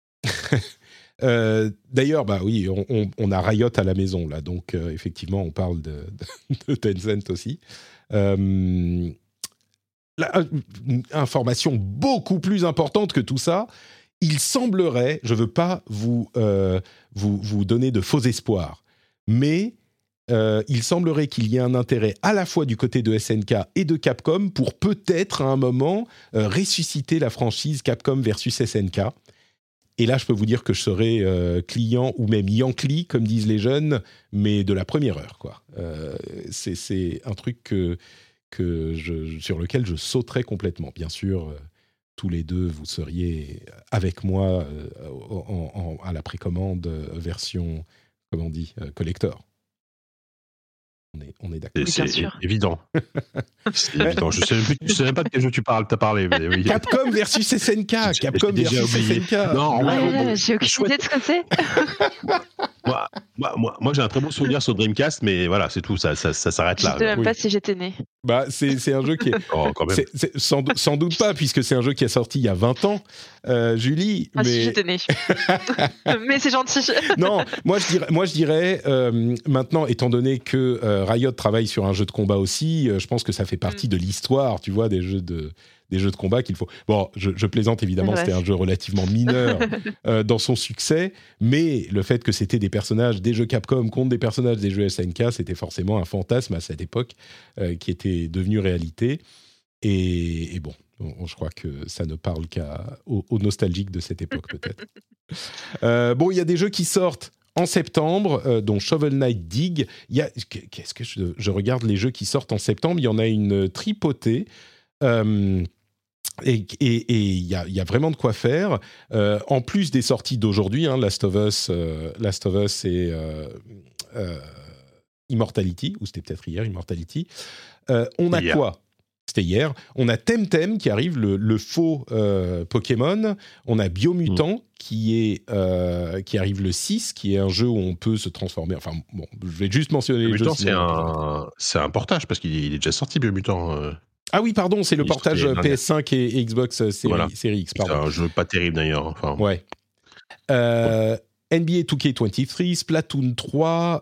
Euh, d'ailleurs, bah oui, on, on, on a Riot à la maison là, donc euh, effectivement, on parle de, de, de Tencent aussi. Euh, là, une information beaucoup plus importante que tout ça. Il semblerait, je veux pas vous euh, vous, vous donner de faux espoirs, mais euh, il semblerait qu'il y ait un intérêt à la fois du côté de S N K et de Capcom pour peut-être à un moment euh, ressusciter la franchise Capcom versus S N K. Et là, je peux vous dire que je serai euh, client ou même Yankee, comme disent les jeunes, mais de la première heure, quoi. Euh, c'est, c'est un truc que, que je, sur lequel je sauterai complètement. Bien sûr, euh, tous les deux, vous seriez avec moi euh, en, en, à la précommande euh, version, comment on dit, euh, collector. On est, on est d'accord. C'est, c'est évident. C'est évident. Je ne sais, sais même pas de quel jeu tu parles. Tu as parlé. Mais oui. Capcom versus S N K. Capcom versus S N K. Non, ouais, ouais, ouais, j'ai aucune idée de ce que c'est. moi, moi, moi, moi, j'ai un très bon souvenir sur Dreamcast, mais voilà, c'est tout. Ça, ça, ça s'arrête là. Je ne sais même oui. pas si j'étais né. Bah, c'est, c'est un jeu qui est. Oh, quand même. C'est, c'est, sans, sans doute pas, puisque c'est un jeu qui est sorti il y a vingt ans, euh, Julie. Ah, mais... si j'étais né. Mais c'est gentil. Non, moi je dirais, moi, je dirais euh, maintenant, étant donné que euh, Riot travaille sur un jeu de combat aussi, euh, je pense que ça fait partie mm. de l'histoire, tu vois, des jeux de. des jeux de combat qu'il faut... Bon, je, je plaisante évidemment, c'était un jeu relativement mineur euh, dans son succès, mais le fait que c'était des personnages des jeux Capcom contre des personnages des jeux S N K, c'était forcément un fantasme à cette époque euh, qui était devenu réalité. Et, et bon, on, je crois que ça ne parle qu'à, aux, aux nostalgiques de cette époque peut-être. euh, bon, il y a des jeux qui sortent en septembre, euh, dont Shovel Knight Dig. Il y a, qu'est-ce que je, je regarde les jeux qui sortent en septembre, il y en a une tripotée. Euh, Et il y, y a vraiment de quoi faire. Euh, en plus des sorties d'aujourd'hui, hein, Last of Us, euh, Last of Us et euh, euh, Immortality, ou c'était peut-être hier, Immortality. Euh, on a hier. quoi ? C'était hier. On a Temtem qui arrive, le, le faux euh, Pokémon. On a Biomutant mmh. qui, est, euh, qui arrive le six, qui est un jeu où on peut se transformer. Enfin, bon, je vais juste mentionner les Biomutant, jeux. C'est un, c'est un portage, parce qu'il est, il est déjà sorti, Biomutant. Euh... Ah oui, pardon, c'est le il portage P S cinq et, et Xbox série, voilà. série X. Pardon. C'est un jeu pas terrible d'ailleurs. Enfin, ouais. Euh, ouais. N B A two K twenty-three, Splatoon trois,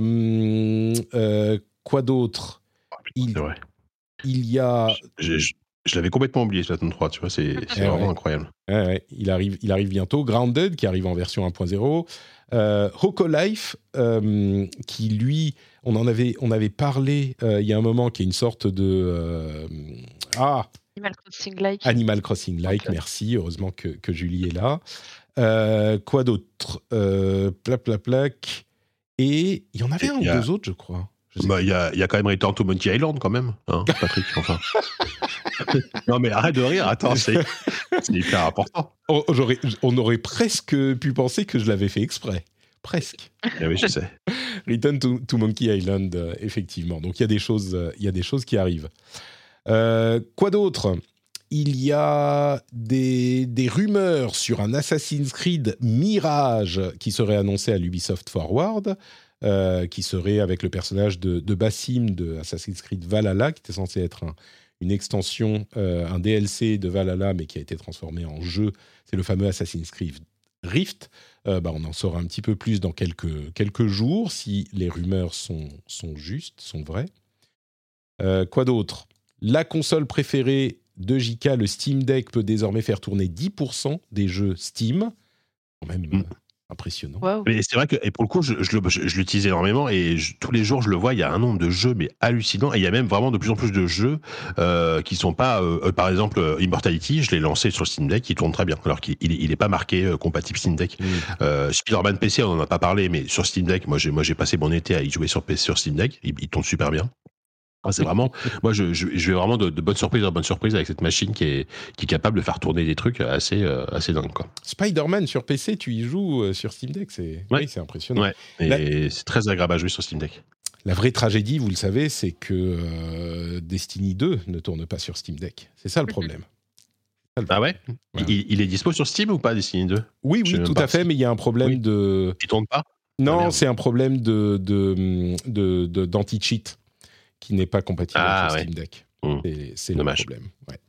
euh, euh, quoi d'autre ? Oh, putain, il, c'est vrai. Il y a... Je, je, je l'avais complètement oublié, Splatoon trois, tu vois, c'est, c'est ouais, vraiment ouais. incroyable. Ouais, ouais. Il, arrive, il arrive bientôt. Grounded, qui arrive en version un point zéro. Euh, Hoko Life, euh, qui lui... On en avait, on avait parlé euh, il y a un moment, qui est une sorte de... Euh, ah Animal Crossing-like. Animal Crossing-like, okay. Merci. Heureusement que, que Julie est là. Euh, quoi d'autre euh, Plac, plac, plac. Et il y en avait et un ou a... deux autres, je crois. Il bah, y, a, y a quand même Return to Monkey Island, quand même, hein, Patrick, enfin. Non, mais arrête de rire, attends, c'est, c'est hyper important. On, on aurait presque pu penser que je l'avais fait exprès. Presque. Ah oui, je sais. Return to, to Monkey Island, euh, effectivement. Donc, il y a des choses, euh, il y a des choses qui arrivent. Euh, quoi d'autre ? Il y a des, des rumeurs sur un Assassin's Creed Mirage qui serait annoncé à l'Ubisoft Forward, euh, qui serait avec le personnage de, de Basim de Assassin's Creed Valhalla, qui était censé être un, une extension, euh, un D L C de Valhalla, mais qui a été transformé en jeu. C'est le fameux Assassin's Creed Rift. Euh, bah, on en saura un petit peu plus dans quelques, quelques jours, si les rumeurs sont, sont justes, sont vraies. Euh, quoi d'autre ? La console préférée de J K, le Steam Deck, peut désormais faire tourner dix pour cent des jeux Steam. Quand même euh, impressionnant. Wow. Mais c'est vrai que, et pour le coup, je, je, le- je- je l'utilise énormément et je- tous les jours, je le vois, il y a un nombre de jeux, mais hallucinant. Et il y a même vraiment de plus en plus de jeux euh, qui sont pas, euh, euh, par exemple, euh, Immortality, je l'ai lancé sur le Steam Deck, il tourne très bien, alors qu'il il, est- il est pas marqué euh, compatible Steam Deck. Mmh. Euh, Spider-Man P C, on en a pas parlé, mais sur Steam Deck, moi j'ai, moi j'ai passé mon été à y jouer sur P C, sur Steam Deck, il, il tourne super bien. Ah, c'est vraiment, moi je, je, je vais vraiment de, de bonnes surprises en bonnes surprises avec cette machine qui est, qui est capable de faire tourner des trucs assez, euh, assez dingues, quoi. Spider-Man sur P C, tu y joues euh, sur Steam Deck, c'est, Ouais. oui, c'est impressionnant. Ouais, et La- c'est très agréable à jouer sur Steam Deck. La vraie tragédie, vous le savez, c'est que euh, Destiny deux ne tourne pas sur Steam Deck. C'est ça le problème. C'est ça le Ah ouais, Ouais. il, il est dispo sur Steam ou pas, Destiny deux? Oui, Je oui, sais tout même pas à fait, si- mais il y a un problème Oui. de... Il tourne pas? Non, Ah, merde. c'est un problème de, de, de, de- d'anti-cheat qui n'est pas compatible Ah, sur ouais. Steam Deck. Mmh. C'est, c'est le Dommage. problème. Ouais.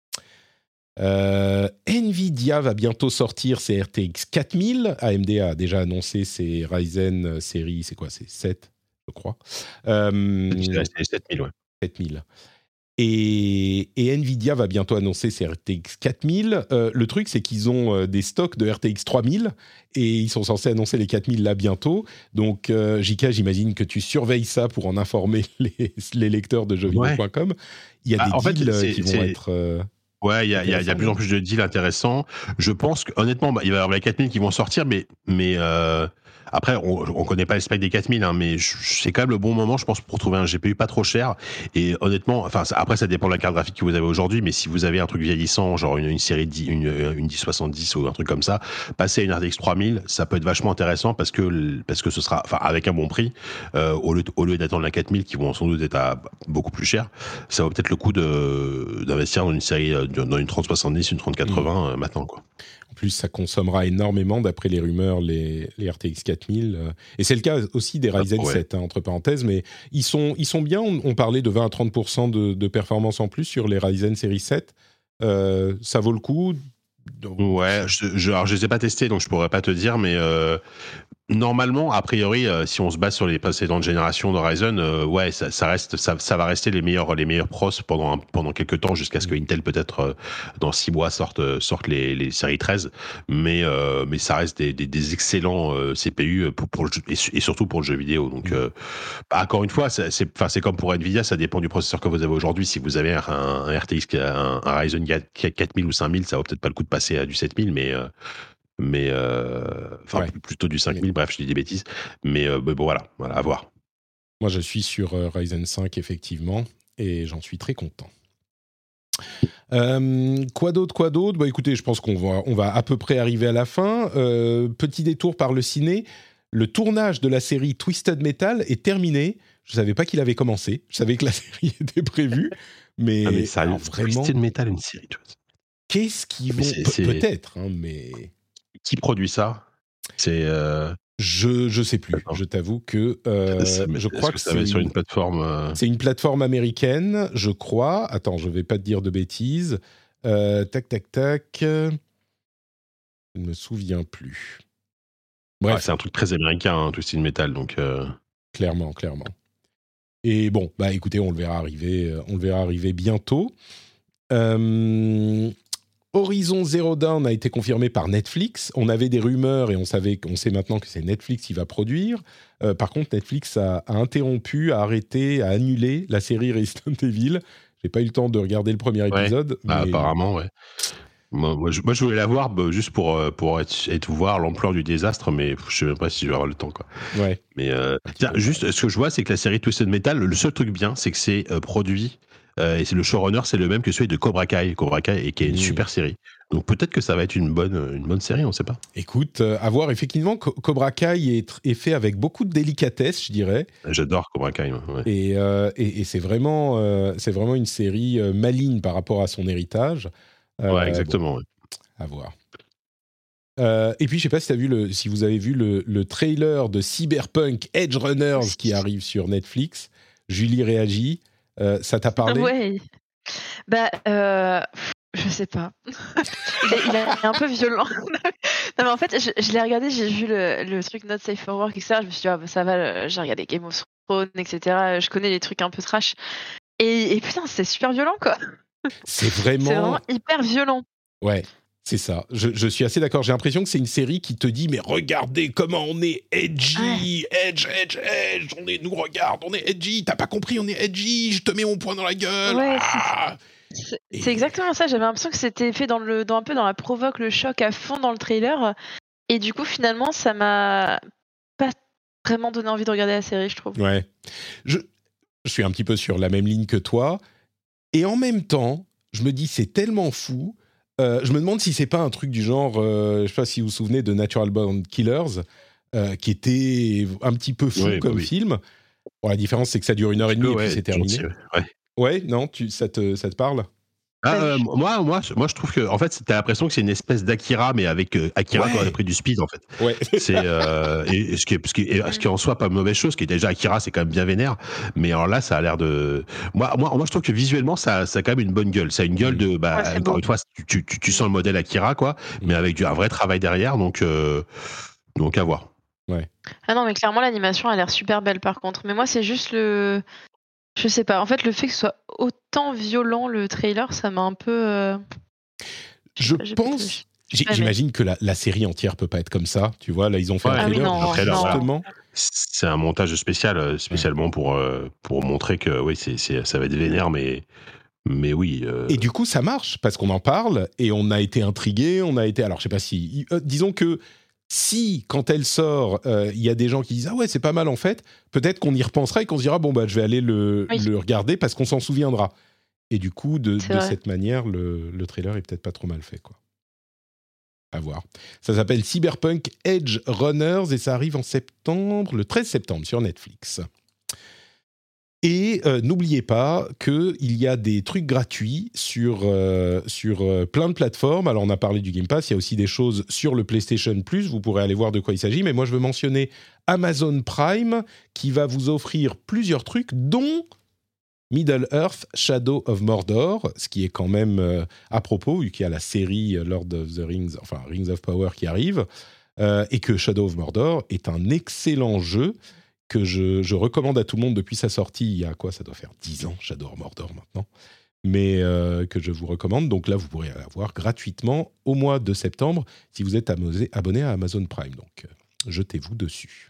Euh, Nvidia va bientôt sortir ses R T X quatre mille. A M D a déjà annoncé ses Ryzen série, c'est quoi? C'est sept, je crois. Euh, C'est sept mille, ouais. sept mille. Et, et Nvidia va bientôt annoncer ses R T X quatre mille. Euh, le truc, c'est qu'ils ont euh, des stocks de R T X trois mille et ils sont censés annoncer les quatre mille là bientôt. Donc, euh, J K, j'imagine que tu surveilles ça pour en informer les, les lecteurs de jeux vidéo point com. Il y a Ah, des en fait, deals euh, c'est- qui vont c'est- être... euh, Ouais, il y a, il y a- il y a de plus en plus de deals intéressants. Je pense qu'honnêtement, bah, il va y avoir les quatre mille qui vont sortir, mais, mais euh, après, on ne connaît pas les specs des quatre mille, hein, mais je- c'est quand même le bon moment, je pense, pour trouver un G P U pas trop cher. Et honnêtement, enfin, ça- après, ça dépend de la carte graphique que vous avez aujourd'hui, mais si vous avez un truc vieillissant, genre une, une série dix, une, une dix soixante-dix ou un truc comme ça, passer à une R T X trois mille, ça peut être vachement intéressant parce que, parce que ce sera, enfin, avec un bon prix, euh, au lieu, au lieu d'attendre la quatre mille qui vont sans doute être à beaucoup plus cher, ça vaut peut-être le coup de, d'investir dans une série, euh, dans une trente soixante-dix, une trente quatre-vingts euh, maintenant, quoi. En plus, ça consommera énormément, d'après les rumeurs, les, les R T X quatre mille. euh, Et c'est le cas aussi des Ryzen ouais. sept, hein, entre parenthèses. Mais ils sont, ils sont bien. On, on parlait de vingt à trente pour cent de, de performance en plus sur les Ryzen série sept. Euh, ça vaut le coup. Donc, Ouais, je, je, alors je les ai pas testés, donc je pourrais pas te dire, mais euh, normalement, a priori, euh, si on se base sur les précédentes générations de Ryzen, euh, ouais, ça, ça reste, ça, ça va rester les meilleurs, les meilleurs pros pendant un- pendant quelques temps, jusqu'à ce que Intel peut-être euh, dans six mois sorte euh, sorte les, les séries treize, mais euh, mais ça reste des, des, des excellents euh, C P U pour, pour le jeu, et, su- et surtout pour le jeu vidéo. Donc, euh, bah, encore une fois, c'est, c'est, enfin, c'est comme pour Nvidia, ça dépend du processeur que vous avez aujourd'hui. Si vous avez un, un R T X, un, un Ryzen quatre mille ou cinq mille, ça vaut peut-être pas le coup de passer à du sept mille, mais euh, mais euh, enfin Ouais. plutôt du cinq mille. Bref, je dis des bêtises, mais, euh, mais bon voilà, voilà, à voir. moi, je suis sur euh, Ryzen cinq, effectivement, et j'en suis très content. Euh, quoi d'autre, quoi d'autre bah, écoutez, je pense qu'on va, on va à peu près arriver à la fin. Euh, petit détour par le ciné. Le tournage de la série Twisted Metal est terminé. Je ne savais pas qu'il avait commencé. Je savais que la série était prévue. Mais, Ah, mais ça, alors, vraiment, Twisted Metal, une série, tu vois. qu'est-ce qu'ils Mais vont... c'est- Pe- c'est- Peut-être, hein, mais Qui produit ça? C'est euh, je je sais plus. D'accord. Je t'avoue que euh, c'est- je est-ce crois que que, ça c'est va être sur une- une plateforme. euh, c'est une plateforme américaine, je crois. Attends, je vais pas te dire de bêtises. Euh, tac, tac, tac. Je ne me souviens plus. Bref, ouais, c'est un truc très américain, hein, Twisted Metal, donc. euh, clairement, clairement. Et bon, bah écoutez, on le verra arriver, euh, on le verra arriver bientôt. Euh, Horizon Zero Dawn a été confirmé par Netflix. On avait des rumeurs et on savait, on sait maintenant que c'est Netflix qui va produire. Euh, par contre, Netflix a, a interrompu, a arrêté, a annulé la série Resident Evil. J'ai pas eu le temps de regarder le premier Ouais. épisode. bah, mais... apparemment, ouais. Moi, moi, je, moi, je voulais la voir bah, juste pour, euh, pour être, être voir l'ampleur du désastre, mais je sais même pas si je vais avoir le temps, quoi. Ouais. Mais euh, Un petit tiens, peu, juste, ce que je vois, c'est que la série Twisted Metal, le seul truc bien, c'est que c'est euh, produit Euh, et c'est le showrunner, c'est le même que celui de Cobra Kai, Cobra Kai, et qui est une Mmh. super série. Donc peut-être que ça va être une bonne, une bonne série, on ne sait pas. Écoute, euh, à voir, effectivement, Co- Cobra Kai est, tr- est fait avec beaucoup de délicatesse, je dirais. J'adore Cobra Kai. Ouais. Et, euh, et, et c'est, vraiment, euh, c'est vraiment une série euh, maligne par rapport à son héritage. Euh, Ouais, exactement. bon, ouais. à voir. Euh, et puis, je ne sais pas si, t'as vu le, si vous avez vu le, le trailer de Cyberpunk Edge Runners qui arrive sur Netflix. Julie réagit. Euh, ça t'a parlé ? Ouais. Bah, euh, je sais pas. il, est, il est un peu violent. Non, mais en fait, je, je l'ai regardé, j'ai vu le, le truc Not Safe for Work, et cetera. Je me suis dit, ah, bah, ça va, j'ai regardé Game of Thrones, et cetera. Je connais les trucs un peu trash. Et, et putain, c'est super violent, quoi. C'est vraiment... C'est vraiment hyper violent. Ouais, c'est ça. Je, je suis assez d'accord. J'ai l'impression que c'est une série qui te dit, mais regardez comment on est edgy, Ouais. edge, edge, edge. On est, nous regarde, on est edgy. T'as pas compris, on est edgy. Je te mets mon poing dans la gueule. Ouais, Ah C'est Et- c'est exactement ça. J'avais l'impression que c'était fait dans le, dans un peu dans la provoque, le choc à fond dans le trailer. Et du coup, finalement, ça m'a pas vraiment donné envie de regarder la série, je trouve. Ouais. Je, je suis un petit peu sur la même ligne que toi. Et en même temps, je me dis, c'est tellement fou. Euh, je me demande si c'est pas un truc du genre, euh, je sais pas si vous vous souvenez de Natural Born Killers, euh, qui était un petit peu fou Oui, bah comme oui. film. Bon, la différence, c'est que ça dure une heure et demie et Ouais, puis c'est terminé. gentil, ouais. Ouais, non, tu, ça, te, ça te parle ? Ah, Pas euh, vu. moi, moi, moi, je trouve que, en fait, t'as l'impression que c'est une espèce d'Akira, mais avec euh, Akira Ouais. qui aurait pris du speed, en fait. Ouais. C'est euh, et, et ce qui est, ce qui est, et ce qui est en soi pas une mauvaise chose, qui est déjà Akira, c'est quand même bien vénère. Mais alors là, ça a l'air de. Moi, moi, moi, je trouve que visuellement, ça, ça a quand même une bonne gueule. Ça a une gueule de, bah, Ouais, c'est encore beau. une fois, tu, tu, tu, tu sens le modèle Akira, quoi, Mm. mais avec du, un vrai travail derrière, donc, euh, donc à voir. Ah non, mais clairement, l'animation a l'air super belle par contre. Mais moi, c'est juste le. Je sais pas. En fait, le fait que ce soit autant violent, le trailer, ça m'a un peu. euh, Je j'ai pas pense. été- J'ai- pas aimé. J'imagine que la, la série entière peut pas être comme ça. Tu vois, là, ils ont fait Ouais, un Ah oui, trailer non, un trailer, voilà. justement. C'est un montage spécial, euh, spécialement pour, euh, pour montrer que, oui, c'est, c'est, ça va être vénère, mais, mais oui. euh, Et du coup, ça marche parce qu'on en parle et on a été intrigué. On a été. Alors, je sais pas si. euh, disons que si, quand elle sort, euh, il y a des gens qui disent ah ouais, c'est pas mal en fait. Peut-être qu'on y repensera et qu'on se dira bon bah je vais aller le, Oui. le regarder parce qu'on s'en souviendra. Et du coup, de, C'est de vrai. cette manière, le, le trailer est peut-être pas trop mal fait, quoi. À voir. Ça s'appelle Cyberpunk Edge Runners et ça arrive en septembre, le treize septembre sur Netflix. Et euh, n'oubliez pas qu'il y a des trucs gratuits sur, euh, sur euh, plein de plateformes. Alors, on a parlé du Game Pass, il y a aussi des choses sur le PlayStation Plus. Vous pourrez aller voir de quoi il s'agit. Mais moi, je veux mentionner Amazon Prime qui va vous offrir plusieurs trucs, dont Middle-earth Shadow of Mordor, ce qui est quand même euh, à propos, vu qu'il y a la série Lord of the Rings, enfin Rings of Power qui arrive, euh, et que Shadow of Mordor est un excellent jeu que je, je recommande à tout le monde depuis sa sortie, il y a quoi, ça doit faire dix ans, Shadow of Mordor maintenant, mais euh, que je vous recommande. Donc là, vous pourrez l'avoir gratuitement au mois de septembre si vous êtes amosé, abonné à Amazon Prime. Donc, euh, jetez-vous dessus.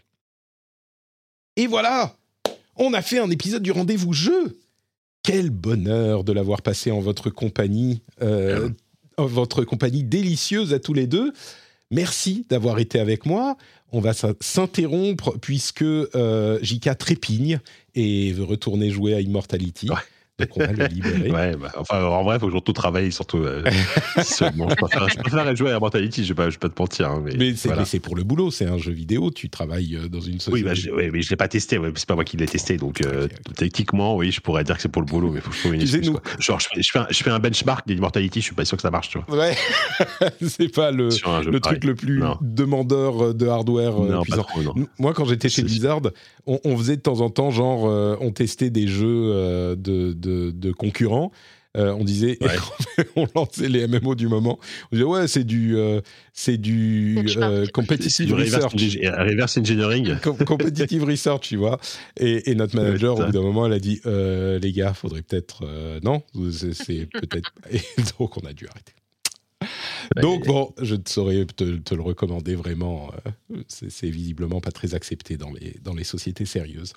Et voilà, on a fait un épisode du Rendez-vous Jeu. Quel bonheur de l'avoir passé en votre compagnie, euh, en votre compagnie délicieuse à tous les deux. Merci d'avoir été avec moi. On va s'interrompre puisque euh, J K trépigne et veut retourner jouer à Immortality. Ouais. Donc on va le libérer. Ouais, bah, enfin, en vrai, il faut toujours tout travailler, surtout. Euh, seulement. Je préfère, je préfère jouer à Mortality, je vais pas, je vais pas te mentir. Hein, mais Mais c'est, voilà. mais c'est pour le boulot, c'est un jeu vidéo, tu travailles dans une société. Oui, bah, je, ouais, mais je l'ai pas testé, ouais, c'est pas moi qui l'ai testé, donc euh, Ok, ok. techniquement, oui, je pourrais dire que c'est pour le boulot, mais il faut que je trouve une Tu sais, excuse. nous- Quoi. Genre, je fais, je, fais un, je fais un benchmark d'Immortality, je suis pas sûr que ça marche, tu vois. Ouais, c'est pas le, Sur un jeu le pareil. truc le plus Non. demandeur de hardware euh, Non, pas puissant. trop, non. Moi, quand j'étais chez C'est- Blizzard, on, on faisait de temps en temps, genre, euh, on testait des jeux euh, de, de, de concurrents. Euh, on disait, Ouais. on lançait les M M O du moment. On disait, ouais, c'est du, euh, c'est du Benchmark. euh, C'est competitive du reverse, research. engi- reverse engineering. Com- competitive research, tu vois. Et, et notre manager, Ouais, au bout d'un moment, elle a dit, euh, les gars, faudrait peut-être, euh, non, c'est, c'est peut-être. Et donc, on a dû arrêter. Donc bon, je ne saurais te, te le recommander vraiment. euh, c'est, c'est visiblement pas très accepté dans les, dans les sociétés sérieuses.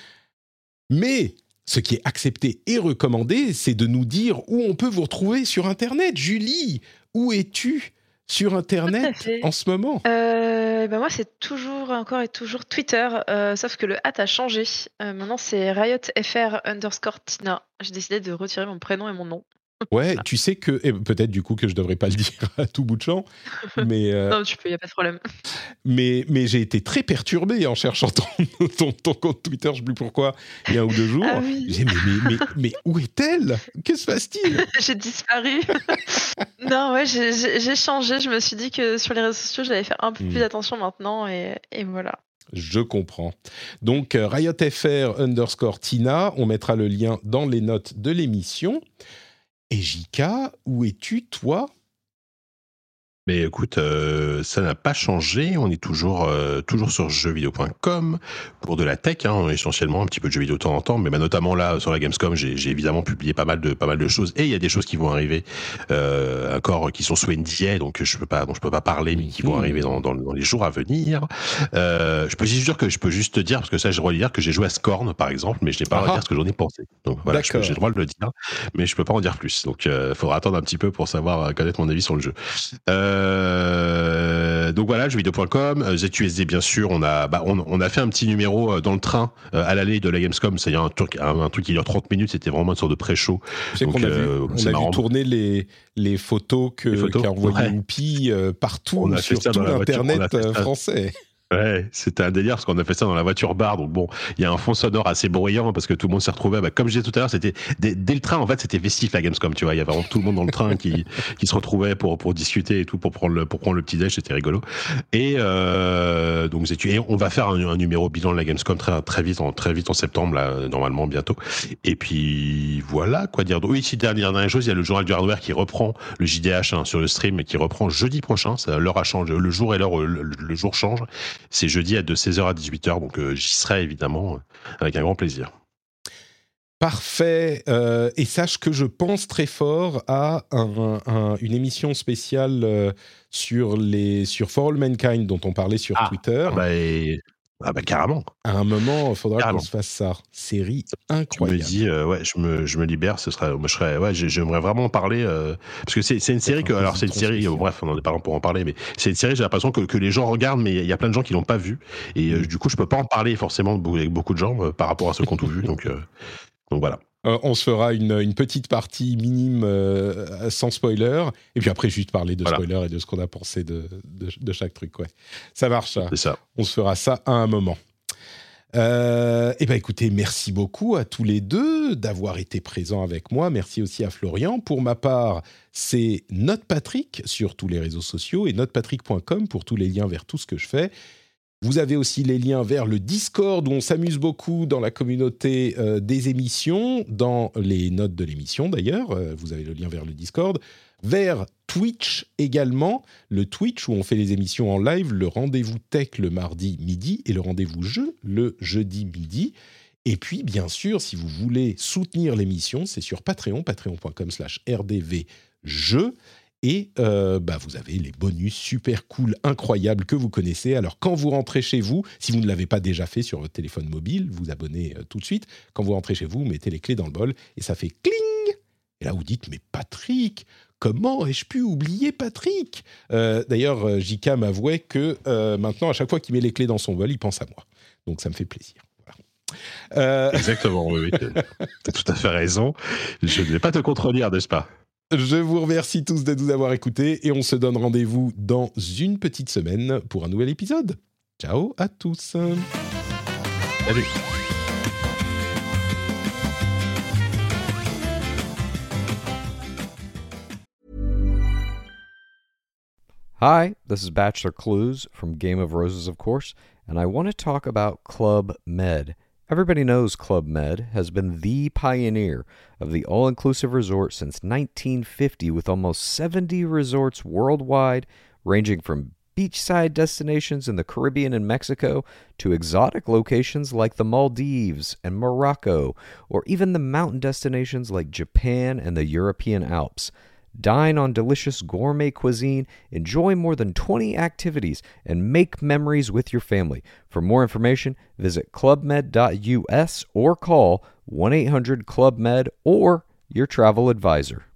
Mais ce qui est accepté et recommandé, c'est de nous dire où on peut vous retrouver sur Internet. Julie, où es-tu sur Internet en ce moment? Euh, bah moi, c'est toujours, encore et toujours Twitter, euh, sauf que le hâte a changé. Euh, maintenant, c'est RiotFR underscore Tina. J'ai décidé de retirer mon prénom et mon nom. Ouais, tu sais que, et peut-être du coup que je devrais pas le dire à tout bout de champ, mais euh, Non, tu peux, y a pas de problème. mais mais j'ai été très perturbé en cherchant ton, ton, ton compte Twitter, je sais plus pourquoi, il y a un ou deux jours. Ah oui. J'ai dit, mais, mais, mais, mais où est-elle? Que se passe-t-il? J'ai disparu. Non, ouais, j'ai, j'ai, j'ai changé. Je me suis dit que sur les réseaux sociaux, j'allais faire un peu Hmm. plus attention maintenant, et, et voilà. Je comprends. Donc, euh, RiotFR underscore Tina, on mettra le lien dans les notes de l'émission. Et J K, où es-tu, toi? Mais écoute, euh, ça n'a pas changé. On est toujours, euh, toujours sur jeux vidéo point com pour de la tech, hein, essentiellement un petit peu de jeux vidéo de temps en temps. Mais bah, notamment là sur la Gamescom, j'ai, j'ai évidemment publié pas mal de, pas mal de choses. Et il y a des choses qui vont arriver euh, encore, qui sont sous N D A, donc je peux pas, dont je peux pas parler, mais qui vont Mmh. arriver dans, dans, dans les jours à venir. Euh, je peux juste dire que je peux juste te dire, parce que ça, j'ai le droit de dire que j'ai joué à Scorn, par exemple, mais je n'ai pas le droit de Ah. dire ce que j'en ai pensé. Donc voilà, je peux- D'accord. j'ai le droit de le dire, mais je peux pas en dire plus. Donc il euh, faudra attendre un petit peu pour savoir euh, connaître mon avis sur le jeu. Euh, donc voilà, jeux vidéo point com, euh, Z U S D bien sûr. On a, bah, on, on a fait un petit numéro euh, dans le train euh, à l'aller de la Gamescom. C'est-à-dire un truc, un, un truc qui dure trente minutes. C'était vraiment une sorte de pré-show. Tu sais Donc, qu'on a, euh, vu, on c'est a marrant. vu tourner les, les photos que, Les photos, qu'a envoyé ouais. Whoopi euh, partout On a fait sur ça tout dans la voiture, l'Internet on a fait euh, ça. français. Ouais, c'était un délire parce qu'on a fait ça dans la voiture bar. Donc bon, il y a un fond sonore assez bruyant parce que tout le monde s'est retrouvé. Bah, comme je disais tout à l'heure, c'était dès, dès le train en fait, c'était festif la Gamescom. Tu vois, il y avait vraiment tout le monde dans le train qui qui se retrouvait pour pour discuter et tout, pour prendre le pour prendre le petit déj. C'était rigolo. Et euh, donc et on va faire un, un numéro bilan de la Gamescom très très vite en très vite en septembre là, normalement bientôt. Et puis voilà quoi dire. Oui, ici dernière dernière chose, il y a le journal du hardware qui reprend le J D H hein, sur le stream et qui reprend jeudi prochain. Ça, l'heure a changé, le jour et l'heure le, le jour change. C'est jeudi à de seize heures à dix-huit heures, donc euh, j'y serai évidemment euh, avec un grand plaisir. Parfait. Euh, et sache que je pense très fort à un, un, une émission spéciale euh, sur, les, sur For All Mankind dont on parlait sur Ah, Twitter. Bah, et... Ah bah carrément. À un moment, il faudra Carrément. qu'on se fasse ça. Série Je incroyable. me dis, euh, ouais, je me, je me libère. Ce serait, moi, je serais, ouais, j'aimerais vraiment en parler euh, parce que c'est, c'est une série que, alors c'est une série. Euh, bref, on en est pas là pour en parler, mais c'est une série. J'ai l'impression que, que les gens regardent, mais il y a plein de gens qui l'ont pas vu, et euh, du coup, je peux pas en parler forcément avec beaucoup de gens euh, par rapport à ceux qui ont tout vu. Donc, euh, donc voilà. Euh, on se fera une, une petite partie minime euh, sans spoiler, et puis après juste parler de Voilà. spoiler et de ce qu'on a pensé de, de, de chaque truc. Ouais. Ça marche, ça. C'est ça. On se fera ça à un moment. Euh, et ben écoutez, merci beaucoup à tous les deux d'avoir été présents avec moi. Merci aussi à Florian. Pour ma part, c'est NotePatrick sur tous les réseaux sociaux et notepatrick point com pour tous les liens vers tout ce que je fais. Vous avez aussi les liens vers le Discord où on s'amuse beaucoup dans la communauté euh, des émissions, dans les notes de l'émission d'ailleurs. Euh, vous avez le lien vers le Discord. Vers Twitch également, le Twitch où on fait les émissions en live, le rendez-vous tech le mardi midi et le rendez-vous jeu le jeudi midi. Et puis, bien sûr, si vous voulez soutenir l'émission, c'est sur Patreon, patreon point com slash r d v jeux. Et euh, bah, vous avez les bonus super cool, incroyables que vous connaissez. Alors, quand vous rentrez chez vous, si vous ne l'avez pas déjà fait sur votre téléphone mobile, vous abonnez euh, tout de suite. Quand vous rentrez chez vous, vous mettez les clés dans le bol et ça fait cling. Et là, vous dites, mais Patrick, comment ai-je pu oublier Patrick ? euh, D'ailleurs, J K m'avouait que euh, maintenant, à chaque fois qu'il met les clés dans son bol, il pense à moi. Donc, ça me fait plaisir. Voilà. Euh... Exactement, oui, oui. Tu as tout à fait raison. Je ne vais pas te contredire, n'est-ce pas ? Je vous remercie tous de nous avoir écoutés et on se donne rendez-vous dans une petite semaine pour un nouvel épisode. Ciao à tous. Salut. Hi, this is Bachelor Clues from Game of Roses, of course, and I want to talk about Club Med. Everybody knows Club Med has been the pioneer of the all-inclusive resort since nineteen fifty, with almost seventy resorts worldwide, ranging from beachside destinations in the Caribbean and Mexico to exotic locations like the Maldives and Morocco, or even the mountain destinations like Japan and the European Alps. Dine on delicious gourmet cuisine, enjoy more than twenty activities, and make memories with your family. For more information, visit club med dot u s or call one eight hundred club med or your travel advisor.